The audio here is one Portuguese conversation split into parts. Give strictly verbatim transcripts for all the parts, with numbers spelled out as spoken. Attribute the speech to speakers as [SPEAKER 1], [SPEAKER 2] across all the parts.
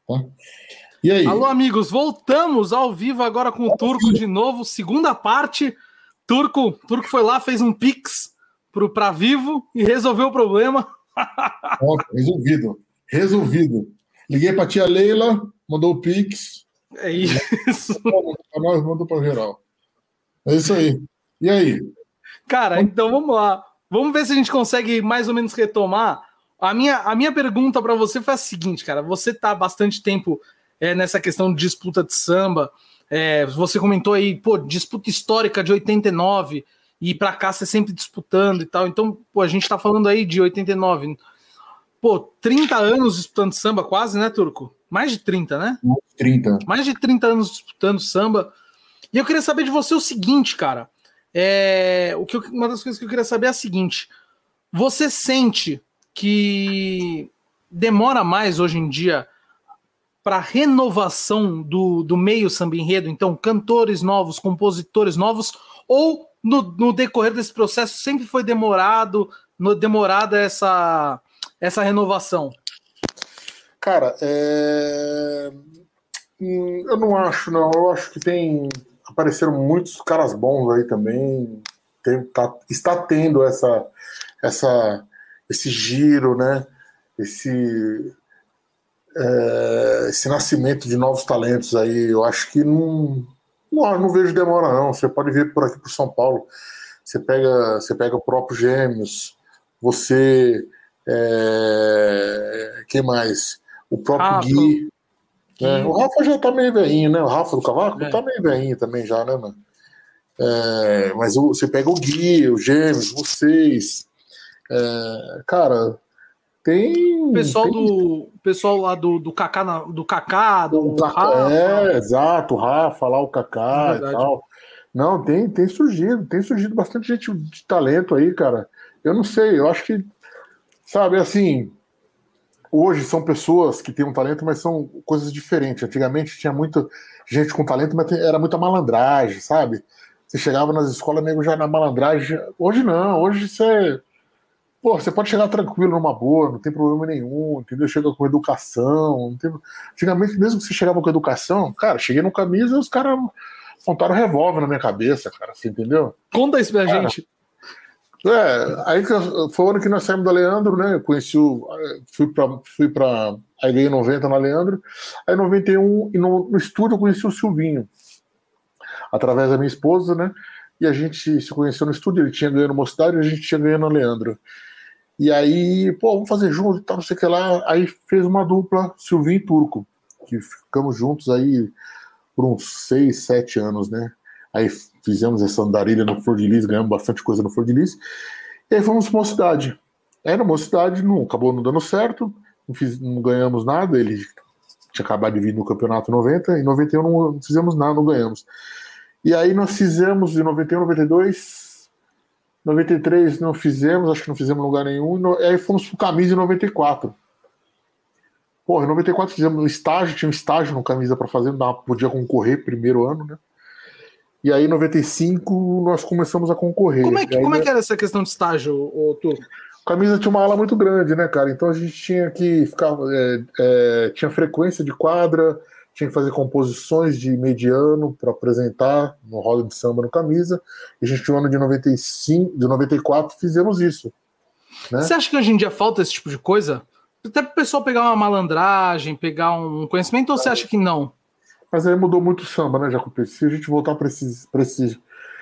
[SPEAKER 1] Tá? E aí?
[SPEAKER 2] Alô, amigos, voltamos ao vivo agora com o Turco de novo, segunda parte. Turco, Turco foi lá, fez um pix pro, pra Vivo e resolveu o problema.
[SPEAKER 1] Ótimo, resolvido, resolvido. Liguei pra tia Leila, mandou o pix.
[SPEAKER 2] É isso.
[SPEAKER 1] Mandou pra nós, mandou pra geral. É isso aí. E aí?
[SPEAKER 2] Cara, então vamos lá. Vamos ver se a gente consegue mais ou menos retomar. A minha, a minha pergunta para você foi a seguinte, cara. Você tá há bastante tempo é, nessa questão de disputa de samba. É, você comentou aí, pô, disputa histórica de oitenta e nove e pra cá você sempre disputando e tal. Então, pô, a gente tá falando aí de oitenta e nove. Pô, trinta anos disputando samba quase, né, Turco? Mais de trinta, né?
[SPEAKER 1] trinta.
[SPEAKER 2] Mais de trinta anos disputando samba. E eu queria saber de você o seguinte, cara. É, o que eu, uma das coisas que eu queria saber é a seguinte. Você sente que demora mais hoje em dia para renovação do, do meio samba enredo? Então, cantores novos, compositores novos, ou no, no decorrer desse processo sempre foi demorado, no, demorada essa, essa renovação?
[SPEAKER 1] Cara, é... eu não acho, não. Eu acho que tem... apareceram muitos caras bons aí também. Tem, tá, está tendo essa, essa, esse giro, né? Esse, é, esse nascimento de novos talentos aí. Eu acho que não, não, não vejo demora, não. Você pode vir por aqui por São Paulo. Você pega, você pega o próprio Gêmeos. Você. É, quem mais? O próprio
[SPEAKER 2] Rafa,
[SPEAKER 1] Gui.
[SPEAKER 2] Gui.
[SPEAKER 1] É, o Rafa já tá meio velhinho, né? O Rafa do Cavaco
[SPEAKER 2] É.
[SPEAKER 1] tá meio velhinho também já, né, mano? É, mas o, você pega o Gui, o Gêmeos, vocês. É, cara, tem.
[SPEAKER 2] O pessoal,
[SPEAKER 1] tem,
[SPEAKER 2] do, pessoal lá do, do Kaká, na- do Kaká, do
[SPEAKER 1] o Kaká,
[SPEAKER 2] Rafa.
[SPEAKER 1] é, exato, o Rafa lá, o
[SPEAKER 2] É
[SPEAKER 1] Kaká e
[SPEAKER 2] verdade.
[SPEAKER 1] tal. Não, tem, tem surgido, tem surgido bastante gente de talento aí, cara. Eu não sei, eu acho que, sabe, assim, hoje são pessoas que têm um talento, mas são coisas diferentes. Antigamente tinha muita gente com talento, mas era muita malandragem, sabe? Você chegava nas escolas, nego já na malandragem. Hoje não, hoje você. Pô, você pode chegar tranquilo numa boa, não tem problema nenhum, entendeu? Chega com educação. Não tem... Antigamente, mesmo que você chegava com educação, cara, cheguei no camisa e os caras montaram revólver na minha cabeça, cara, você entendeu?
[SPEAKER 2] Conta isso pra
[SPEAKER 1] Cara,
[SPEAKER 2] gente.
[SPEAKER 1] É, aí foi o ano que nós saímos da Leandro, né? Eu conheci o. Fui pra. Fui pra aí ganhei noventa na Leandro. Aí em noventa e um, e no, no estúdio eu conheci o Silvinho, através da minha esposa, né? E a gente se conheceu no estúdio, ele tinha ganho na Mocidade e a gente tinha ganho na Leandro. E aí, pô, vamos fazer junto e tal, não sei o que lá. Aí fez uma dupla, Silvinho e Turco, que ficamos juntos aí por uns seis, sete anos, né? Aí fizemos essa andarilha no Flor de Lis, ganhamos bastante coisa no Flor de Lis. E aí fomos para Mocidade. Aí na Mocidade não, acabou não dando certo, não, fiz, não ganhamos nada. Ele tinha acabado de vir no campeonato noventa, em noventa e um não, não fizemos nada, não ganhamos. E aí nós fizemos em noventa e um, noventa e dois, noventa e três não fizemos, acho que não fizemos lugar nenhum. No, aí fomos pro Camisa em noventa e quatro. Porra, em noventa e quatro fizemos um estágio, tinha um estágio no Camisa para fazer, não podia concorrer primeiro ano, né? E aí, em noventa e cinco, nós começamos a concorrer.
[SPEAKER 2] Como é que,
[SPEAKER 1] aí,
[SPEAKER 2] como é que era essa questão de estágio, ô, Turco?
[SPEAKER 1] A Camisa tinha uma ala muito grande, né, cara? Então a gente tinha que ficar. É, é, tinha frequência de quadra, tinha que fazer composições de mediano para apresentar no roda de samba no Camisa. E a gente, no ano de noventa e cinco, de noventa e quatro, fizemos isso. Né?
[SPEAKER 2] Você acha que hoje em dia falta esse tipo de coisa? Até para o pessoal pegar uma malandragem, pegar um conhecimento, ou você acha que não?
[SPEAKER 1] Mas aí mudou muito o samba, né, Jacob? Se a gente voltar para esse. Pra esse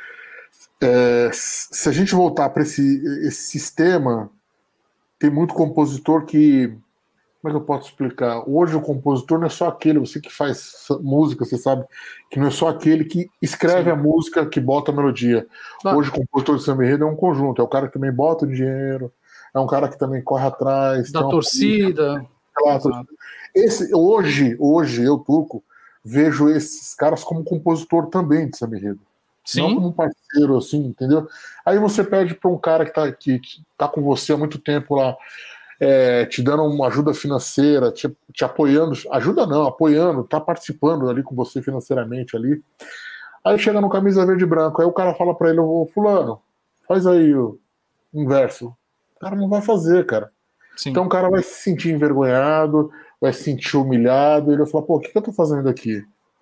[SPEAKER 1] é, se a gente voltar para esse, esse sistema, tem muito compositor que. Como é que eu posso explicar? Hoje o compositor não é só aquele, você que faz música, você sabe que não é só aquele que escreve Sim. a música, que bota a melodia. Claro. Hoje o compositor de samba enredo é um conjunto, é o cara que também bota o dinheiro, é um cara que também corre atrás.
[SPEAKER 2] Da torcida.
[SPEAKER 1] Política, esse, hoje, hoje, eu, Turco, vejo esses caras como compositor também de samba enredo.
[SPEAKER 2] Sim.
[SPEAKER 1] Não como um parceiro, assim, entendeu? Aí você pede para um cara que tá, que tá com você há muito tempo lá, É, te dando uma ajuda financeira, te, te apoiando, ajuda não, apoiando, tá participando ali com você financeiramente ali. Aí chega no Camisa Verde e Branco, aí o cara fala pra ele, ô fulano, faz aí o inverso. O cara não vai fazer, cara.
[SPEAKER 2] Sim.
[SPEAKER 1] Então o cara vai se sentir envergonhado, vai se sentir humilhado, ele vai falar, pô, o que, que eu tô fazendo aqui?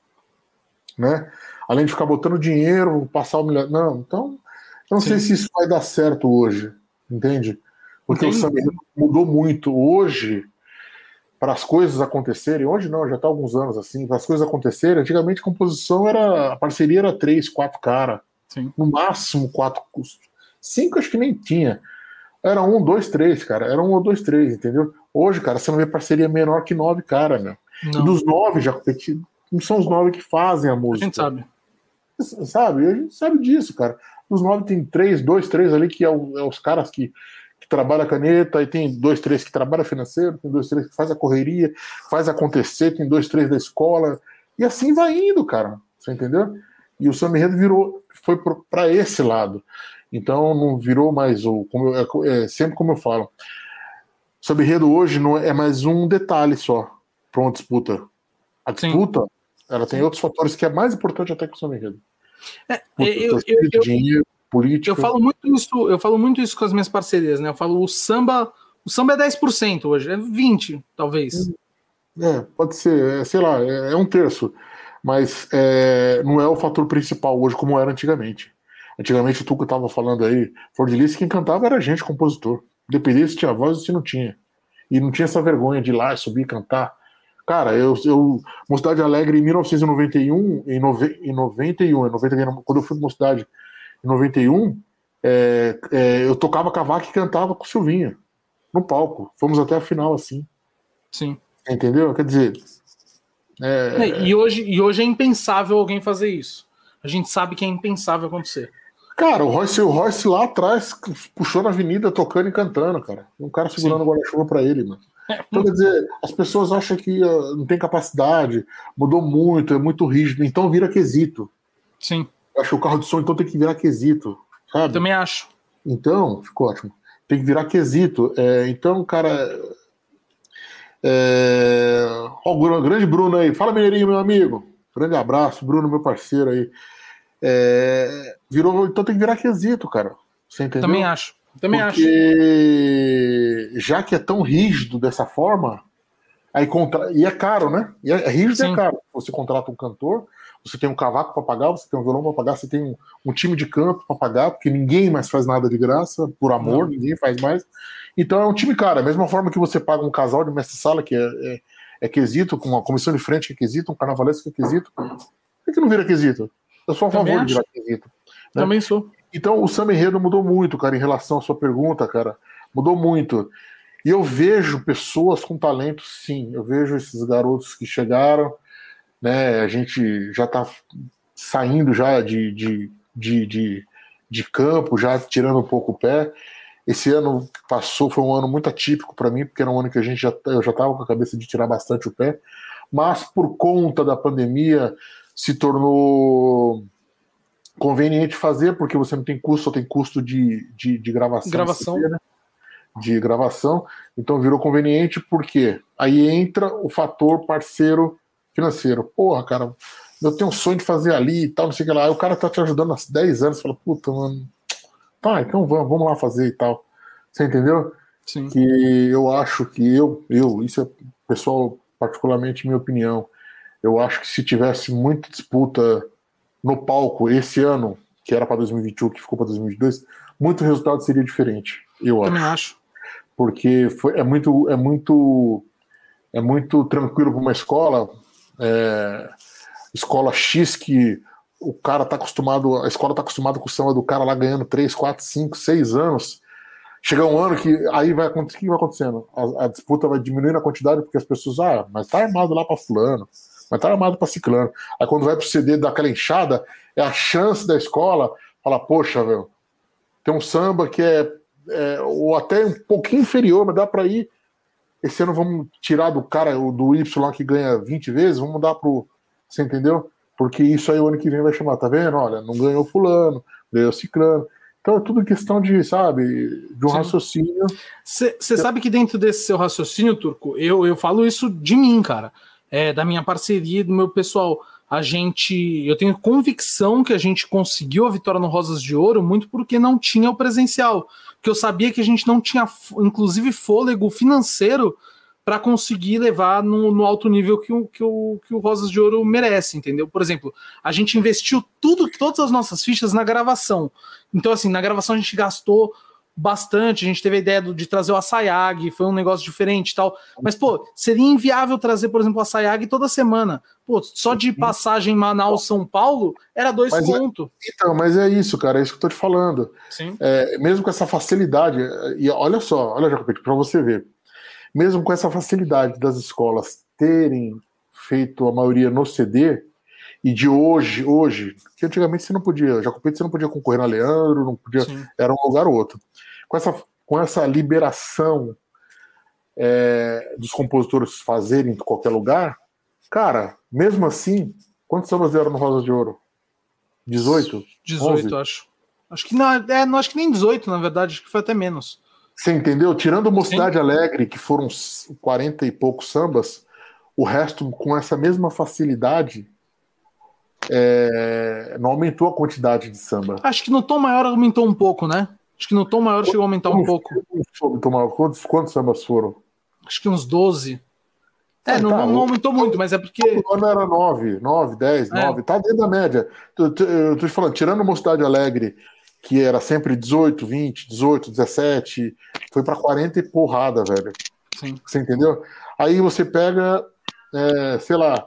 [SPEAKER 1] Né? Além de ficar botando dinheiro, passar humilhado. Não, então, eu não Sim. sei se isso vai dar certo hoje, entende? Porque Entendi. O samba enredo mudou muito. Hoje, para as coisas acontecerem, hoje não, já está há alguns anos assim, para as coisas acontecerem, antigamente a composição era, a parceria era três, quatro caras, no máximo quatro, cinco acho que nem tinha. Era um, dois, três, cara. Era um ou dois, três, entendeu? Hoje, cara, você não vê parceria menor que nove, cara, meu. Não. E dos nove já não são os nove que fazem a música.
[SPEAKER 2] A gente sabe.
[SPEAKER 1] Sabe? A gente sabe disso, cara. Dos nove tem três, dois, três ali que é, o, é os caras que, que trabalham a caneta, aí tem dois, três que trabalham financeiro, tem dois, três que faz a correria, faz acontecer, tem dois, três da escola. E assim vai indo, cara. Você entendeu? E o samba enredo virou, foi para esse lado. Então não virou mais o. Como eu, é, sempre como eu falo, o samba enredo hoje não é mais um detalhe só para uma disputa. A disputa, Sim. ela tem Sim. outros fatores que é mais importante até que o samba enredo.
[SPEAKER 2] É, eu, eu, eu, dinheiro, política. Eu falo muito isso, eu falo muito isso com as minhas parcerias, né? Eu falo o samba, o samba é dez por cento hoje, é vinte por cento, talvez.
[SPEAKER 1] É, pode ser, é, sei lá, é, é um terço. Mas é, não é o fator principal hoje como era antigamente. Antigamente, tu que estava falando aí, Flor de Lis, quem cantava era a gente, compositor. Independente se tinha voz ou se não tinha. E não tinha essa vergonha de ir lá, subir e cantar. Cara, eu, eu Mocidade Alegre em mil novecentos e noventa e um, em, nove, em noventa e um, em noventa, quando eu fui para Mocidade em noventa e um, é, é, eu tocava cavaco e cantava com o Silvinho, no palco. Fomos até a final assim.
[SPEAKER 2] Sim.
[SPEAKER 1] Entendeu? Quer dizer...
[SPEAKER 2] É... E, hoje, e hoje é impensável alguém fazer isso. A gente sabe que é impensável acontecer.
[SPEAKER 1] Cara, o Royce, o Royce lá atrás puxou na avenida tocando e cantando, cara. Um cara segurando o guarda-chuva pra ele, mano. Então, quer dizer, as pessoas acham que uh, não tem capacidade, mudou muito, é muito rígido, então vira quesito.
[SPEAKER 2] Sim.
[SPEAKER 1] Eu acho que o carro de som então tem que virar quesito, sabe?
[SPEAKER 2] Também acho.
[SPEAKER 1] Então, ficou ótimo. Tem que virar quesito. É, então, cara... É... Ó, o grande Bruno aí. Fala, Mineirinho, meu amigo. Grande abraço, Bruno, meu parceiro aí. É, virou, então tem que virar quesito, cara. Você entendeu?
[SPEAKER 2] Também acho. Também
[SPEAKER 1] Porque acho. Já que é tão rígido dessa forma, aí contra... e é caro, né? E é rígido e é caro. Você contrata um cantor, você tem um cavaco para pagar, você tem um violão para pagar, você tem um, um time de canto para pagar, porque ninguém mais faz nada de graça, por amor, Não. ninguém faz mais. Então é um time caro. Da mesma forma que você paga um casal de mestre-sala, que é, é, é quesito, com uma comissão de frente que é quesito, um carnavalesco que é quesito, por que não vira quesito? Eu sou a favor Também de virar quesito. Né?
[SPEAKER 2] Também sou.
[SPEAKER 1] Então o samba enredo mudou muito, cara, em relação à sua pergunta, cara. Mudou muito. E eu vejo pessoas com talento, sim. Eu vejo esses garotos que chegaram, né? A gente já tá saindo já de, de, de, de, de campo, já tirando um pouco o pé. Esse ano que passou foi um ano muito atípico para mim, porque era um ano que a gente já, eu já estava com a cabeça de tirar bastante o pé. Mas por conta da pandemia se tornou conveniente fazer, porque você não tem custo, só tem custo de, de, de gravação.
[SPEAKER 2] Gravação.
[SPEAKER 1] De, né? de gravação. Então virou conveniente porque aí entra o fator parceiro financeiro. Porra, cara, eu tenho um sonho de fazer ali e tal, não sei o que lá. Aí o cara tá te ajudando há dez anos, você fala, puta, mano, tá, então vamos, vamos lá fazer e tal. Você entendeu?
[SPEAKER 2] Sim.
[SPEAKER 1] Que eu acho que eu, eu, isso é pessoal, particularmente minha opinião, eu acho que se tivesse muita disputa no palco esse ano, que era para dois mil e vinte e um, que ficou para dois mil e vinte e dois, muito resultado seria diferente. Eu
[SPEAKER 2] Também
[SPEAKER 1] acho.
[SPEAKER 2] acho.
[SPEAKER 1] Porque foi, é muito, é muito, é muito tranquilo para uma escola, é, escola X que o cara tá acostumado, a escola tá acostumada com o samba do cara lá ganhando três, quatro, cinco, seis anos. Chega um ano que aí vai acontecer, o que vai acontecendo? A, a disputa vai diminuindo a quantidade porque as pessoas, ah, mas tá armado lá para fulano, mas tá armado para ciclano. Aí quando vai pro C D daquela enxada, é a chance da escola falar, poxa, velho, tem um samba que é, é ou até um pouquinho inferior, mas dá para ir. Esse ano vamos tirar do cara, do Y que ganha vinte vezes, vamos dar pro, você entendeu? Porque isso aí o ano que vem vai chamar, tá vendo? Olha, não ganhou fulano, ganhou ciclano. Então é tudo questão de, sabe, de um Sim. raciocínio.
[SPEAKER 2] Você sabe que dentro desse seu raciocínio, Turco, eu, eu falo isso de mim, cara. É, da minha parceria, do meu pessoal. A gente, eu tenho convicção que a gente conseguiu a vitória no Rosas de Ouro muito porque não tinha o presencial. Porque eu sabia que a gente não tinha, inclusive, fôlego financeiro para conseguir levar no, no alto nível que o, que, o, que o Rosas de Ouro merece, entendeu? Por exemplo, a gente investiu tudo, todas as nossas fichas na gravação. Então, assim, na gravação a gente gastou bastante, a gente teve a ideia de trazer o Asayag, foi um negócio diferente e tal. Mas, pô, seria inviável trazer, por exemplo, o Asayag toda semana. Pô, só de passagem Manaus-São Paulo era dois
[SPEAKER 1] mas
[SPEAKER 2] pontos.
[SPEAKER 1] É, então, mas é isso, cara, é isso que eu tô te falando.
[SPEAKER 2] Sim.
[SPEAKER 1] É, mesmo com essa facilidade, e olha só, olha, Jacopete, para você ver, mesmo com essa facilidade das escolas terem feito a maioria no C D, e de hoje, hoje, que antigamente você não podia, Jacopete você não podia concorrer na Leandro, não podia, Sim. Era um lugar ou outro. Com essa, com essa liberação é, dos compositores fazerem em qualquer lugar, cara, mesmo assim, quantos sambas eram no Rosa de Ouro? dezoito?
[SPEAKER 2] dezoito, onze? acho. Acho que não, é, não, acho que nem dezoito, na verdade, acho que foi até menos.
[SPEAKER 1] Você entendeu? Tirando Mocidade Sim. Alegre, que foram quarenta e poucos sambas, o resto, com essa mesma facilidade, é, não aumentou a quantidade de samba.
[SPEAKER 2] Acho que no Tom Maior aumentou um pouco, né? Acho que no Tom Maior chegou a aumentar um pouco.
[SPEAKER 1] Quantos, quantos sambas foram?
[SPEAKER 2] Acho que uns doze. É, ah, não, tá, não aumentou muito, mas é porque...
[SPEAKER 1] O ano era nove, nove, dez, é. nove, tá dentro da média. Eu tô, eu tô te falando, tirando Mocidade Alegre, que era sempre dezoito, vinte, dezoito, dezessete, foi pra quarenta e porrada, velho.
[SPEAKER 2] Sim.
[SPEAKER 1] Você entendeu? Aí você pega, é, sei lá,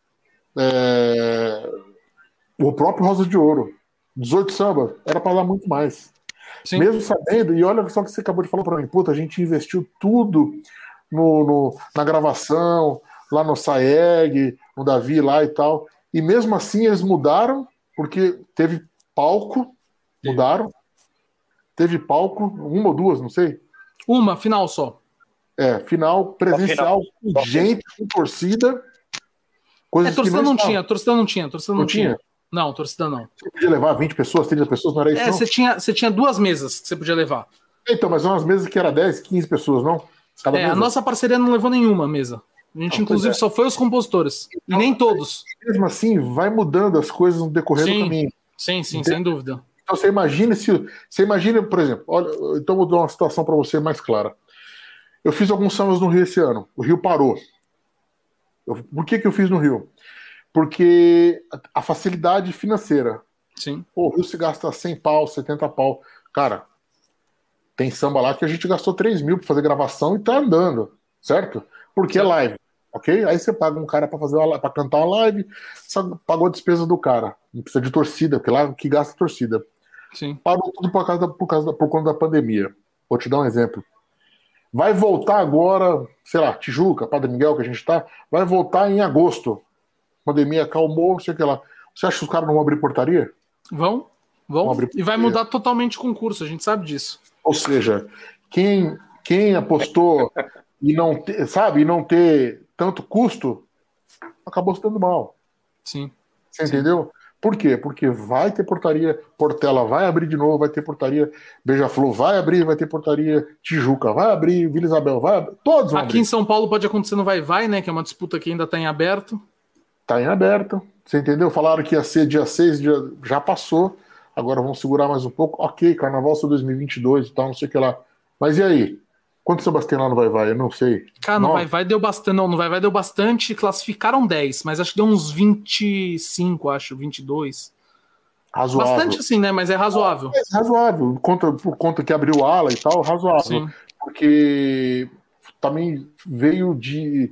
[SPEAKER 1] é, o próprio Rosa de Ouro, dezoito samba, era pra dar muito mais. Sim. Mesmo sabendo, e olha só o que você acabou de falar pra mim, puta, a gente investiu tudo no, no, na gravação, lá no Saeg, no Davi lá e tal, e mesmo assim eles mudaram, porque teve palco, mudaram. Teve palco, uma ou duas, não sei.
[SPEAKER 2] Uma, final só.
[SPEAKER 1] É, final presencial, final. Com gente, com torcida.
[SPEAKER 2] Coisas é, torcida que não, não tinha, torcida não tinha, torcida não, não tinha.
[SPEAKER 1] tinha.
[SPEAKER 2] Não, torcida não.
[SPEAKER 1] Você podia levar vinte pessoas, trinta pessoas, não era isso?
[SPEAKER 2] É,
[SPEAKER 1] não?
[SPEAKER 2] Você, tinha, você tinha duas mesas que você podia levar.
[SPEAKER 1] Então, mas umas mesas que era dez, quinze pessoas, não?
[SPEAKER 2] Cada é, mesa. A nossa parceria não levou nenhuma mesa. A gente, não, inclusive, é. só foi os compositores. Então, e nem todos.
[SPEAKER 1] Mesmo assim, vai mudando as coisas no decorrer
[SPEAKER 2] sim,
[SPEAKER 1] do caminho.
[SPEAKER 2] Sim, sim, Entende? Sem dúvida.
[SPEAKER 1] Então você imagina se. Você imagina, por exemplo, olha, então vou dar uma situação para você mais clara. Eu fiz alguns sambas no Rio esse ano. O Rio parou. Eu, por que, que eu fiz no Rio? Porque a facilidade financeira.
[SPEAKER 2] Sim.
[SPEAKER 1] Pô, o Rio se gasta cem pau, setenta pau. Cara, tem samba lá que a gente gastou três mil para fazer gravação e tá andando, certo? Porque é live, ok? Aí você paga um cara para fazer para cantar uma live, só pagou a despesa do cara. Não precisa de torcida, porque lá que gasta torcida.
[SPEAKER 2] Sim.
[SPEAKER 1] Parou tudo por, causa da, por, causa da, por conta da pandemia. Vou te dar um exemplo. Vai voltar agora, sei lá, Tijuca, Padre Miguel, que a gente tá, vai voltar em agosto. A pandemia acalmou, não sei o que lá. Você acha que os caras não vão abrir portaria?
[SPEAKER 2] Vão, vão. vão e vai mudar totalmente o concurso, a gente sabe disso.
[SPEAKER 1] Ou seja, quem, quem apostou e não ter, sabe, e não ter tanto custo, acabou se dando mal.
[SPEAKER 2] Sim.
[SPEAKER 1] Você
[SPEAKER 2] Sim.
[SPEAKER 1] entendeu? Por quê? Porque vai ter portaria, Portela vai abrir de novo, vai ter portaria, Beija-Flor vai abrir, vai ter portaria, Tijuca vai abrir, Vila Isabel vai abrir, todos vão
[SPEAKER 2] Aqui
[SPEAKER 1] abrir.
[SPEAKER 2] em São Paulo pode acontecer no Vai-Vai, né, que é uma disputa que ainda está em aberto.
[SPEAKER 1] Está em aberto, você entendeu? Falaram que ia ser dia seis, dia... já passou, agora vamos segurar mais um pouco. Ok, Carnaval só dois mil e vinte e dois e tal, não sei o que lá. Mas e aí? Quantos sambas tem lá no Vai-Vai? Eu não sei.
[SPEAKER 2] Cara, no Vai-Vai deu bastante. Não, no Vai-Vai deu bastante. Classificaram dez, mas acho que deu uns vinte e cinco, acho, vinte e dois.
[SPEAKER 1] Razoável.
[SPEAKER 2] Bastante assim, né? Mas é razoável.
[SPEAKER 1] É razoável. Por conta, por conta que abriu ala e tal, razoável.
[SPEAKER 2] Sim.
[SPEAKER 1] Porque também veio de.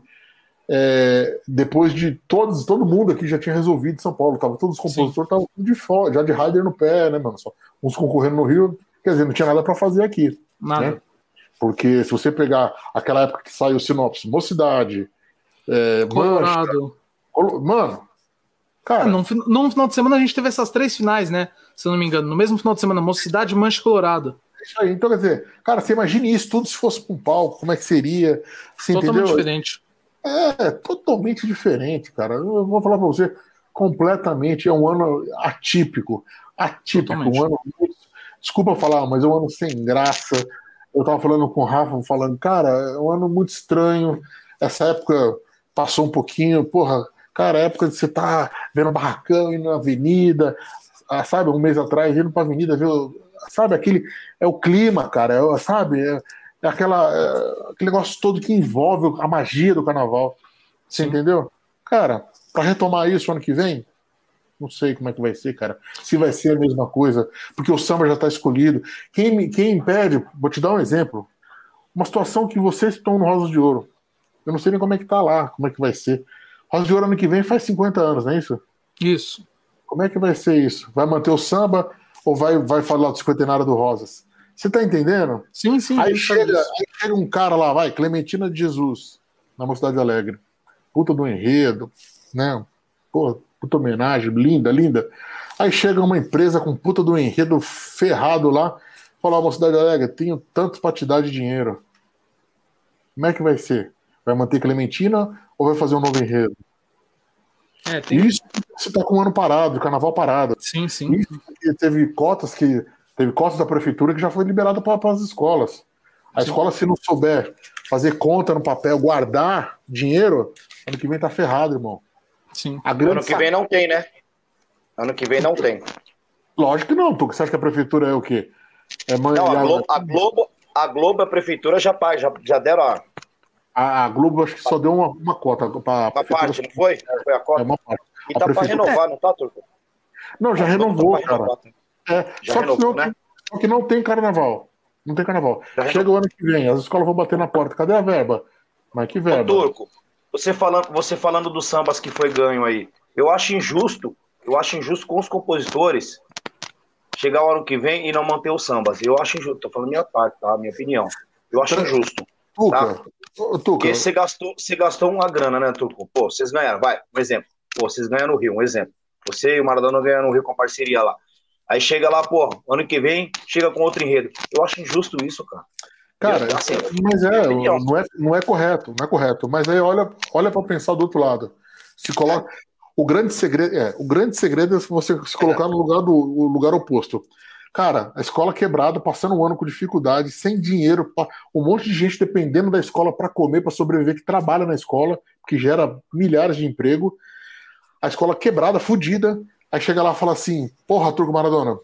[SPEAKER 1] É, depois de todos, todo mundo aqui já tinha resolvido em São Paulo. Tava, todos os compositores estavam de fora, já de rider no pé, né, mano? Só, uns concorrendo no Rio. Quer dizer, não tinha nada pra fazer aqui.
[SPEAKER 2] Nada.
[SPEAKER 1] Né? Porque se você pegar aquela época que saiu Sinopse, Mocidade, é,
[SPEAKER 2] Colorado.
[SPEAKER 1] Mancha, mano, cara.
[SPEAKER 2] É, num, num final de semana a gente teve essas três finais, né? Se eu não me engano. No mesmo final de semana, Mocidade, Mancha e Colorado.
[SPEAKER 1] É isso aí. Então, quer dizer, cara, você imagina isso tudo se fosse pra um palco, como é que seria? Você
[SPEAKER 2] Totalmente
[SPEAKER 1] entendeu?
[SPEAKER 2] diferente.
[SPEAKER 1] É, totalmente diferente, cara. Eu vou falar pra você, completamente. É um ano atípico. Atípico.
[SPEAKER 2] Totalmente.
[SPEAKER 1] Um ano. Desculpa falar, mas é um ano sem graça. Eu tava falando com o Rafa, falando, cara, é um ano muito estranho. Essa época passou um pouquinho, porra, cara, a época de você tá vendo barracão, indo na avenida, sabe, um mês atrás, indo pra avenida, viu? Sabe, aquele. É o clima, cara, é, sabe? É, é, aquela, é aquele negócio todo que envolve a magia do carnaval. Você Sim. entendeu? Cara, para retomar isso ano que vem, não sei como é que vai ser, cara. Se vai ser a mesma coisa, porque o samba já está escolhido. Quem, quem impede, vou te dar um exemplo. Uma situação que vocês estão no Rosa de Ouro. Eu não sei nem como é que tá lá, como é que vai ser. Rosa de Ouro ano que vem faz cinquenta anos, não é isso?
[SPEAKER 2] Isso.
[SPEAKER 1] Como é que vai ser isso? Vai manter o samba ou vai, vai falar do cinquentenário do Rosas? Você tá entendendo?
[SPEAKER 2] Sim, sim.
[SPEAKER 1] Aí chega, aí chega um cara lá, vai, Clementina de Jesus, na Mocidade Alegre. Puta do enredo, né? Pô, puta homenagem, linda, linda. Aí chega uma empresa com puta do enredo ferrado lá, fala, ó, Mocidade Alegre, tenho tanto pra te dar de dinheiro. Como é que vai ser? Vai manter Clementina ou vai fazer um novo enredo?
[SPEAKER 2] É, tem...
[SPEAKER 1] Isso você está com um ano parado, carnaval parado.
[SPEAKER 2] Sim, sim.
[SPEAKER 1] Isso que teve cotas que teve cotas da prefeitura que já foi liberada para as escolas. A sim. escola, se não souber fazer conta no papel, guardar dinheiro, ano que vem tá ferrado, irmão.
[SPEAKER 2] Sim.
[SPEAKER 3] Ano que vem não tem, né? Ano que vem não tem.
[SPEAKER 1] Lógico que não, porque você acha que a prefeitura é o quê? É man...
[SPEAKER 3] Não, a Globo, a Globo, a Globo, a prefeitura já, já, já deram a.
[SPEAKER 1] A Globo acho que só deu uma, uma cota. Pra,
[SPEAKER 3] uma parte, não foi? Foi a cota?
[SPEAKER 1] É uma parte.
[SPEAKER 3] E tá para renovar, não tá, Turco?
[SPEAKER 1] Não, já renovou, tá cara. É,
[SPEAKER 3] já
[SPEAKER 1] só,
[SPEAKER 3] renovou,
[SPEAKER 1] que,
[SPEAKER 3] né?
[SPEAKER 1] só que não tem carnaval. Não tem carnaval. Já Chega renovou. O ano que vem, as escolas vão bater na porta. Cadê a verba? Mas que verba?
[SPEAKER 3] Ô, Turco, você falando, você falando dos sambas que foi ganho aí, eu acho injusto, eu acho injusto com os compositores chegar o ano que vem e não manter os sambas. Eu acho injusto, tô falando minha parte, tá? Minha opinião. Eu acho injusto.
[SPEAKER 1] Tuca,
[SPEAKER 3] tá?
[SPEAKER 1] Tuca.
[SPEAKER 3] Porque você gastou, você gastou uma grana, né, Turco? Pô, vocês ganharam, vai, um exemplo. Pô, vocês ganham no Rio, um exemplo. Você e o Maradona ganham no Rio com parceria lá. Aí chega lá, pô, ano que vem, chega com outro enredo. Eu acho injusto isso, cara.
[SPEAKER 1] Cara, eu, assim, mas é não, é, não é correto, não é correto. Mas aí olha, olha para pensar do outro lado. Se coloca. O grande segredo é, o grande segredo é você se colocar no lugar do o lugar oposto. Cara, a escola quebrada, passando um ano com dificuldade, sem dinheiro, um monte de gente dependendo da escola para comer, para sobreviver, que trabalha na escola, que gera milhares de emprego. A escola quebrada, fodida. Aí chega lá e fala assim: porra, Turco Maradona,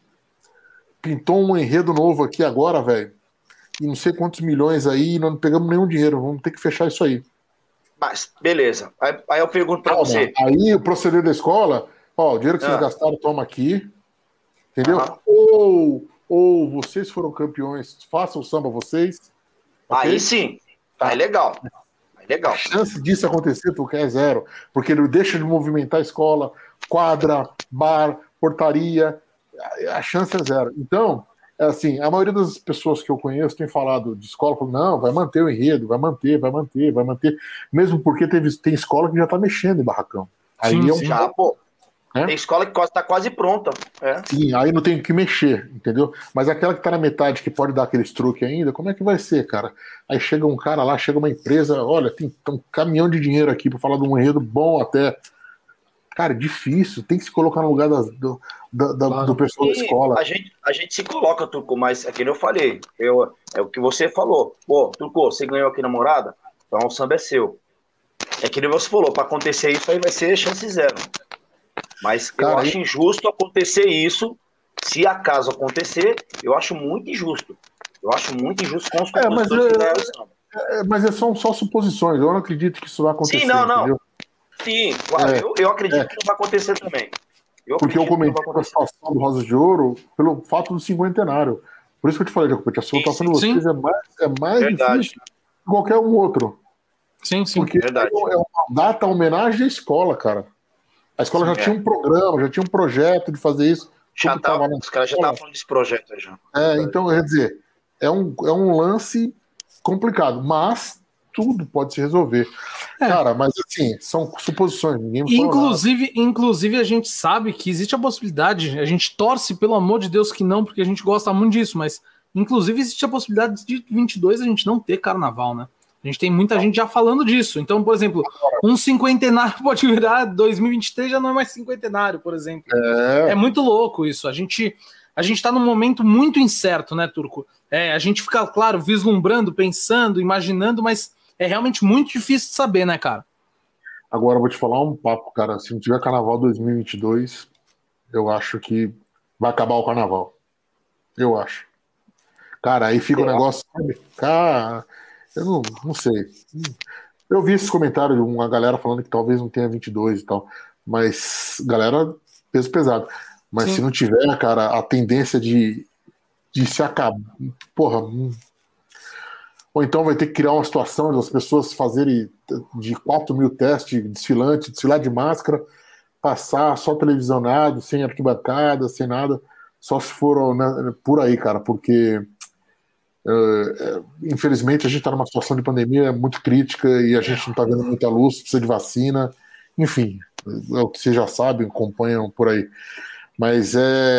[SPEAKER 1] pintou um enredo novo aqui agora, velho, e não sei quantos milhões aí, e não pegamos nenhum dinheiro, vamos ter que fechar isso aí.
[SPEAKER 3] Mas, beleza. Aí, aí eu pergunto pra Calma. você.
[SPEAKER 1] Aí o proceder da escola, ó, o dinheiro que vocês ah. gastaram, toma aqui. Entendeu?
[SPEAKER 3] Ah.
[SPEAKER 1] Ou, ou vocês foram campeões, façam o samba vocês.
[SPEAKER 3] Okay? Aí sim. Tá. Aí legal. Aí legal.
[SPEAKER 1] A chance disso acontecer porque é zero. Porque ele deixa de movimentar a escola, quadra, bar, portaria. A chance é zero. Então, é assim, a maioria das pessoas que eu conheço tem falado de escola, falando, não, vai manter o enredo, vai manter, vai manter, vai manter. Mesmo porque teve, tem escola que já tá mexendo em barracão. Aí
[SPEAKER 3] sim,
[SPEAKER 1] é um...
[SPEAKER 3] já, pô. É? Tem escola que está quase pronta. É.
[SPEAKER 1] Sim, aí não tem que mexer, entendeu? Mas aquela que está na metade, que pode dar aqueles truques ainda, como é que vai ser, cara? Aí chega um cara lá, chega uma empresa, olha, tem um caminhão de dinheiro aqui para falar de um enredo bom até. Cara, é difícil, tem que se colocar no lugar das, do, da, da, claro. do pessoal da escola.
[SPEAKER 3] A gente, a gente se coloca, Turco, mas é que eu falei, eu, é o que você falou. Pô, Turco, você ganhou aqui na Morada, então o samba é seu. É que nem você falou, para acontecer isso aí vai ser chance zero. Mas cara, eu acho injusto acontecer isso. Se acaso acontecer, eu acho muito injusto. Eu acho muito injusto com os compositores
[SPEAKER 1] é,
[SPEAKER 3] que ganharam o samba.
[SPEAKER 1] É, mas é só, só suposições. Eu não acredito que isso vai acontecer.
[SPEAKER 3] Sim, não, não.
[SPEAKER 1] Entendeu?
[SPEAKER 3] Sim, claro, é, eu, eu acredito é. que não vai acontecer também. Eu
[SPEAKER 1] Porque eu comentei a situação do Rosas de Ouro pelo fato do cinquentenário. Por isso que eu te falei, Jacob, a situação de vocês é mais, é mais difícil que qualquer um outro.
[SPEAKER 2] Sim, sim.
[SPEAKER 1] Porque
[SPEAKER 3] verdade.
[SPEAKER 1] é uma data homenagem à escola, cara. A escola sim, já é. tinha um programa, já tinha um projeto de fazer isso.
[SPEAKER 3] Já tava, os caras já estavam falando desse projeto aí já.
[SPEAKER 1] É, então, quer dizer, é um, é um lance complicado, mas tudo pode se resolver. É. Cara, mas assim, são suposições. Ninguém me
[SPEAKER 2] inclusive, inclusive, a gente sabe que existe a possibilidade, a gente torce, pelo amor de Deus, que não, porque a gente gosta muito disso, mas inclusive existe a possibilidade de vinte e dois a gente não ter carnaval, né? A gente tem muita gente já falando disso. Então, por exemplo, um cinquentenário pode virar dois mil e vinte e três já não é mais cinquentenário, por exemplo. É, é muito louco isso. A gente a gente está num momento muito incerto, né, Turco? É, a gente fica, claro, vislumbrando, pensando, imaginando, mas é realmente muito difícil de saber, né, cara?
[SPEAKER 1] Agora eu vou te falar um papo, cara. Se não tiver carnaval dois mil e vinte e dois, eu acho que vai acabar o carnaval. Eu acho. Cara, aí fica o um negócio, sabe? Cara, eu não, não sei. Eu vi esse comentário de uma galera falando que talvez não tenha vinte e dois e tal, mas galera, peso pesado. Mas
[SPEAKER 2] Sim.
[SPEAKER 1] se não tiver, cara, a tendência de, de se acabar, porra. Ou então vai ter que criar uma situação de as pessoas fazerem de quatro mil testes desfilante, desfilar de máscara, passar só televisionado, sem arquibancada, sem nada, só se for, né, por aí, cara, porque uh, infelizmente a gente está numa situação de pandemia muito crítica e a gente não está vendo muita luz, precisa de vacina, enfim, é o que vocês já sabem, acompanham por aí. Mas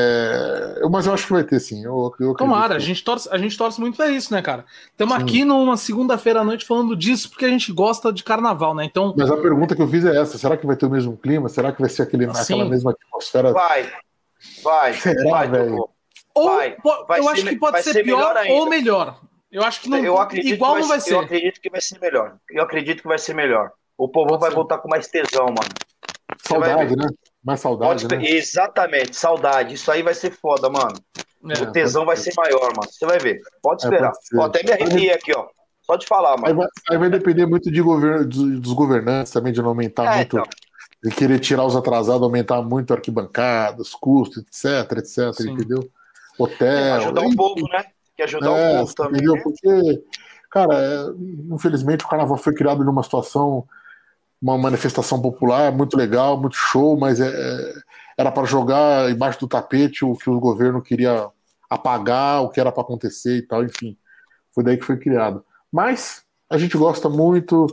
[SPEAKER 1] é. Mas eu acho que vai ter, sim. Eu, eu
[SPEAKER 2] Tomara,
[SPEAKER 1] que...
[SPEAKER 2] a gente, torce, a gente torce muito pra isso, né, cara? Estamos aqui numa segunda-feira à noite falando disso porque a gente gosta de carnaval, né? Então.
[SPEAKER 1] Mas a pergunta que eu fiz é essa: será que vai ter o mesmo clima? Será que vai ser aquele, aquela mesma atmosfera?
[SPEAKER 3] Vai, vai.
[SPEAKER 1] Será,
[SPEAKER 3] vai,
[SPEAKER 1] velho?
[SPEAKER 2] Ou
[SPEAKER 3] vai,
[SPEAKER 2] vai eu
[SPEAKER 3] ser,
[SPEAKER 2] acho que pode ser,
[SPEAKER 3] ser
[SPEAKER 2] pior
[SPEAKER 3] melhor
[SPEAKER 2] ou melhor. Eu acho que não,
[SPEAKER 3] eu acredito
[SPEAKER 2] igual
[SPEAKER 3] que
[SPEAKER 2] não vai
[SPEAKER 3] ser,
[SPEAKER 2] ser.
[SPEAKER 3] Eu acredito que vai ser melhor. Eu acredito que vai ser melhor. O povo vai voltar com mais tesão, mano.
[SPEAKER 1] Saudade, né? Mais saudade,
[SPEAKER 3] Pode...
[SPEAKER 1] né?
[SPEAKER 3] Exatamente, saudade. Isso aí vai ser foda, mano. É, o tesão vai ser maior, mano. Você vai ver. Pode esperar. É, pode ó, até me arrepiei aqui, ó. Só de falar, mano.
[SPEAKER 1] Aí vai, aí vai depender muito de govern... dos governantes também, de não aumentar é, muito. Então. De querer tirar os atrasados, aumentar muito arquibancadas, custos, etc, etc, Sim. entendeu? Hotel.
[SPEAKER 3] É, ajudar o povo, né? Que ajudar é, o povo também.
[SPEAKER 1] Entendeu?
[SPEAKER 3] Né?
[SPEAKER 1] Porque, cara, é, infelizmente o carnaval foi criado numa situação, uma manifestação popular muito legal, muito show, mas é, era para jogar embaixo do tapete o que o governo queria apagar, o que era para acontecer e tal, enfim. Foi daí que foi criado. Mas a gente gosta muito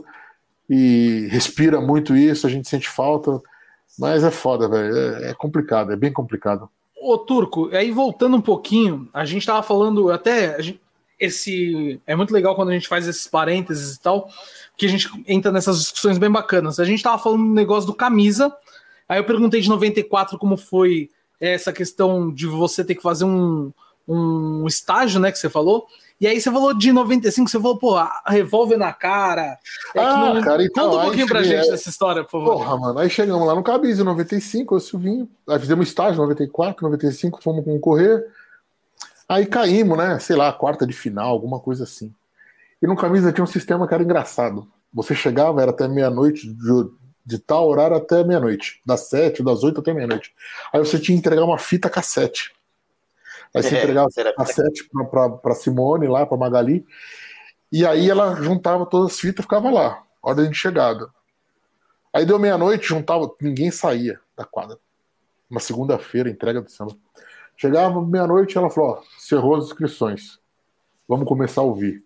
[SPEAKER 1] e respira muito isso, a gente sente falta, mas é foda, velho. É, é complicado, é bem complicado.
[SPEAKER 2] Ô, Turco, aí voltando um pouquinho, a gente tava falando até. A gente, esse é muito legal quando a gente faz esses parênteses e tal, que a gente entra nessas discussões bem bacanas. A gente tava falando do negócio do camisa, aí eu perguntei de noventa e quatro como foi essa questão de você ter que fazer um, um estágio, né, que você falou. E aí você falou de noventa e cinco, você falou, pô, revólver na cara. É
[SPEAKER 1] ah,
[SPEAKER 2] não...
[SPEAKER 1] cara, então,
[SPEAKER 2] conta um pouquinho pra gente
[SPEAKER 1] é...
[SPEAKER 2] dessa história, por favor.
[SPEAKER 1] Porra, mano, aí chegamos lá no Cabis em noventa e cinco, eu Silvinho, aí fizemos estágio em noventa e quatro, noventa e cinco, fomos concorrer, aí caímos, né, sei lá, quarta de final, alguma coisa assim. E no Camisa tinha um sistema que era engraçado. Você chegava, era até meia-noite, de, de tal horário até meia-noite, das sete, das oito até meia-noite. Aí você tinha que entregar uma fita cassete. Aí você é, entregava a cassete pra, pra, pra Simone, lá pra Magali, e aí ela juntava todas as fitas e ficava lá, ordem de chegada. Aí deu meia-noite, juntava, ninguém saía da quadra. Uma segunda-feira, entrega do samba. Chegava meia-noite, ela falou, ó, cerrou as inscrições. Vamos começar a ouvir.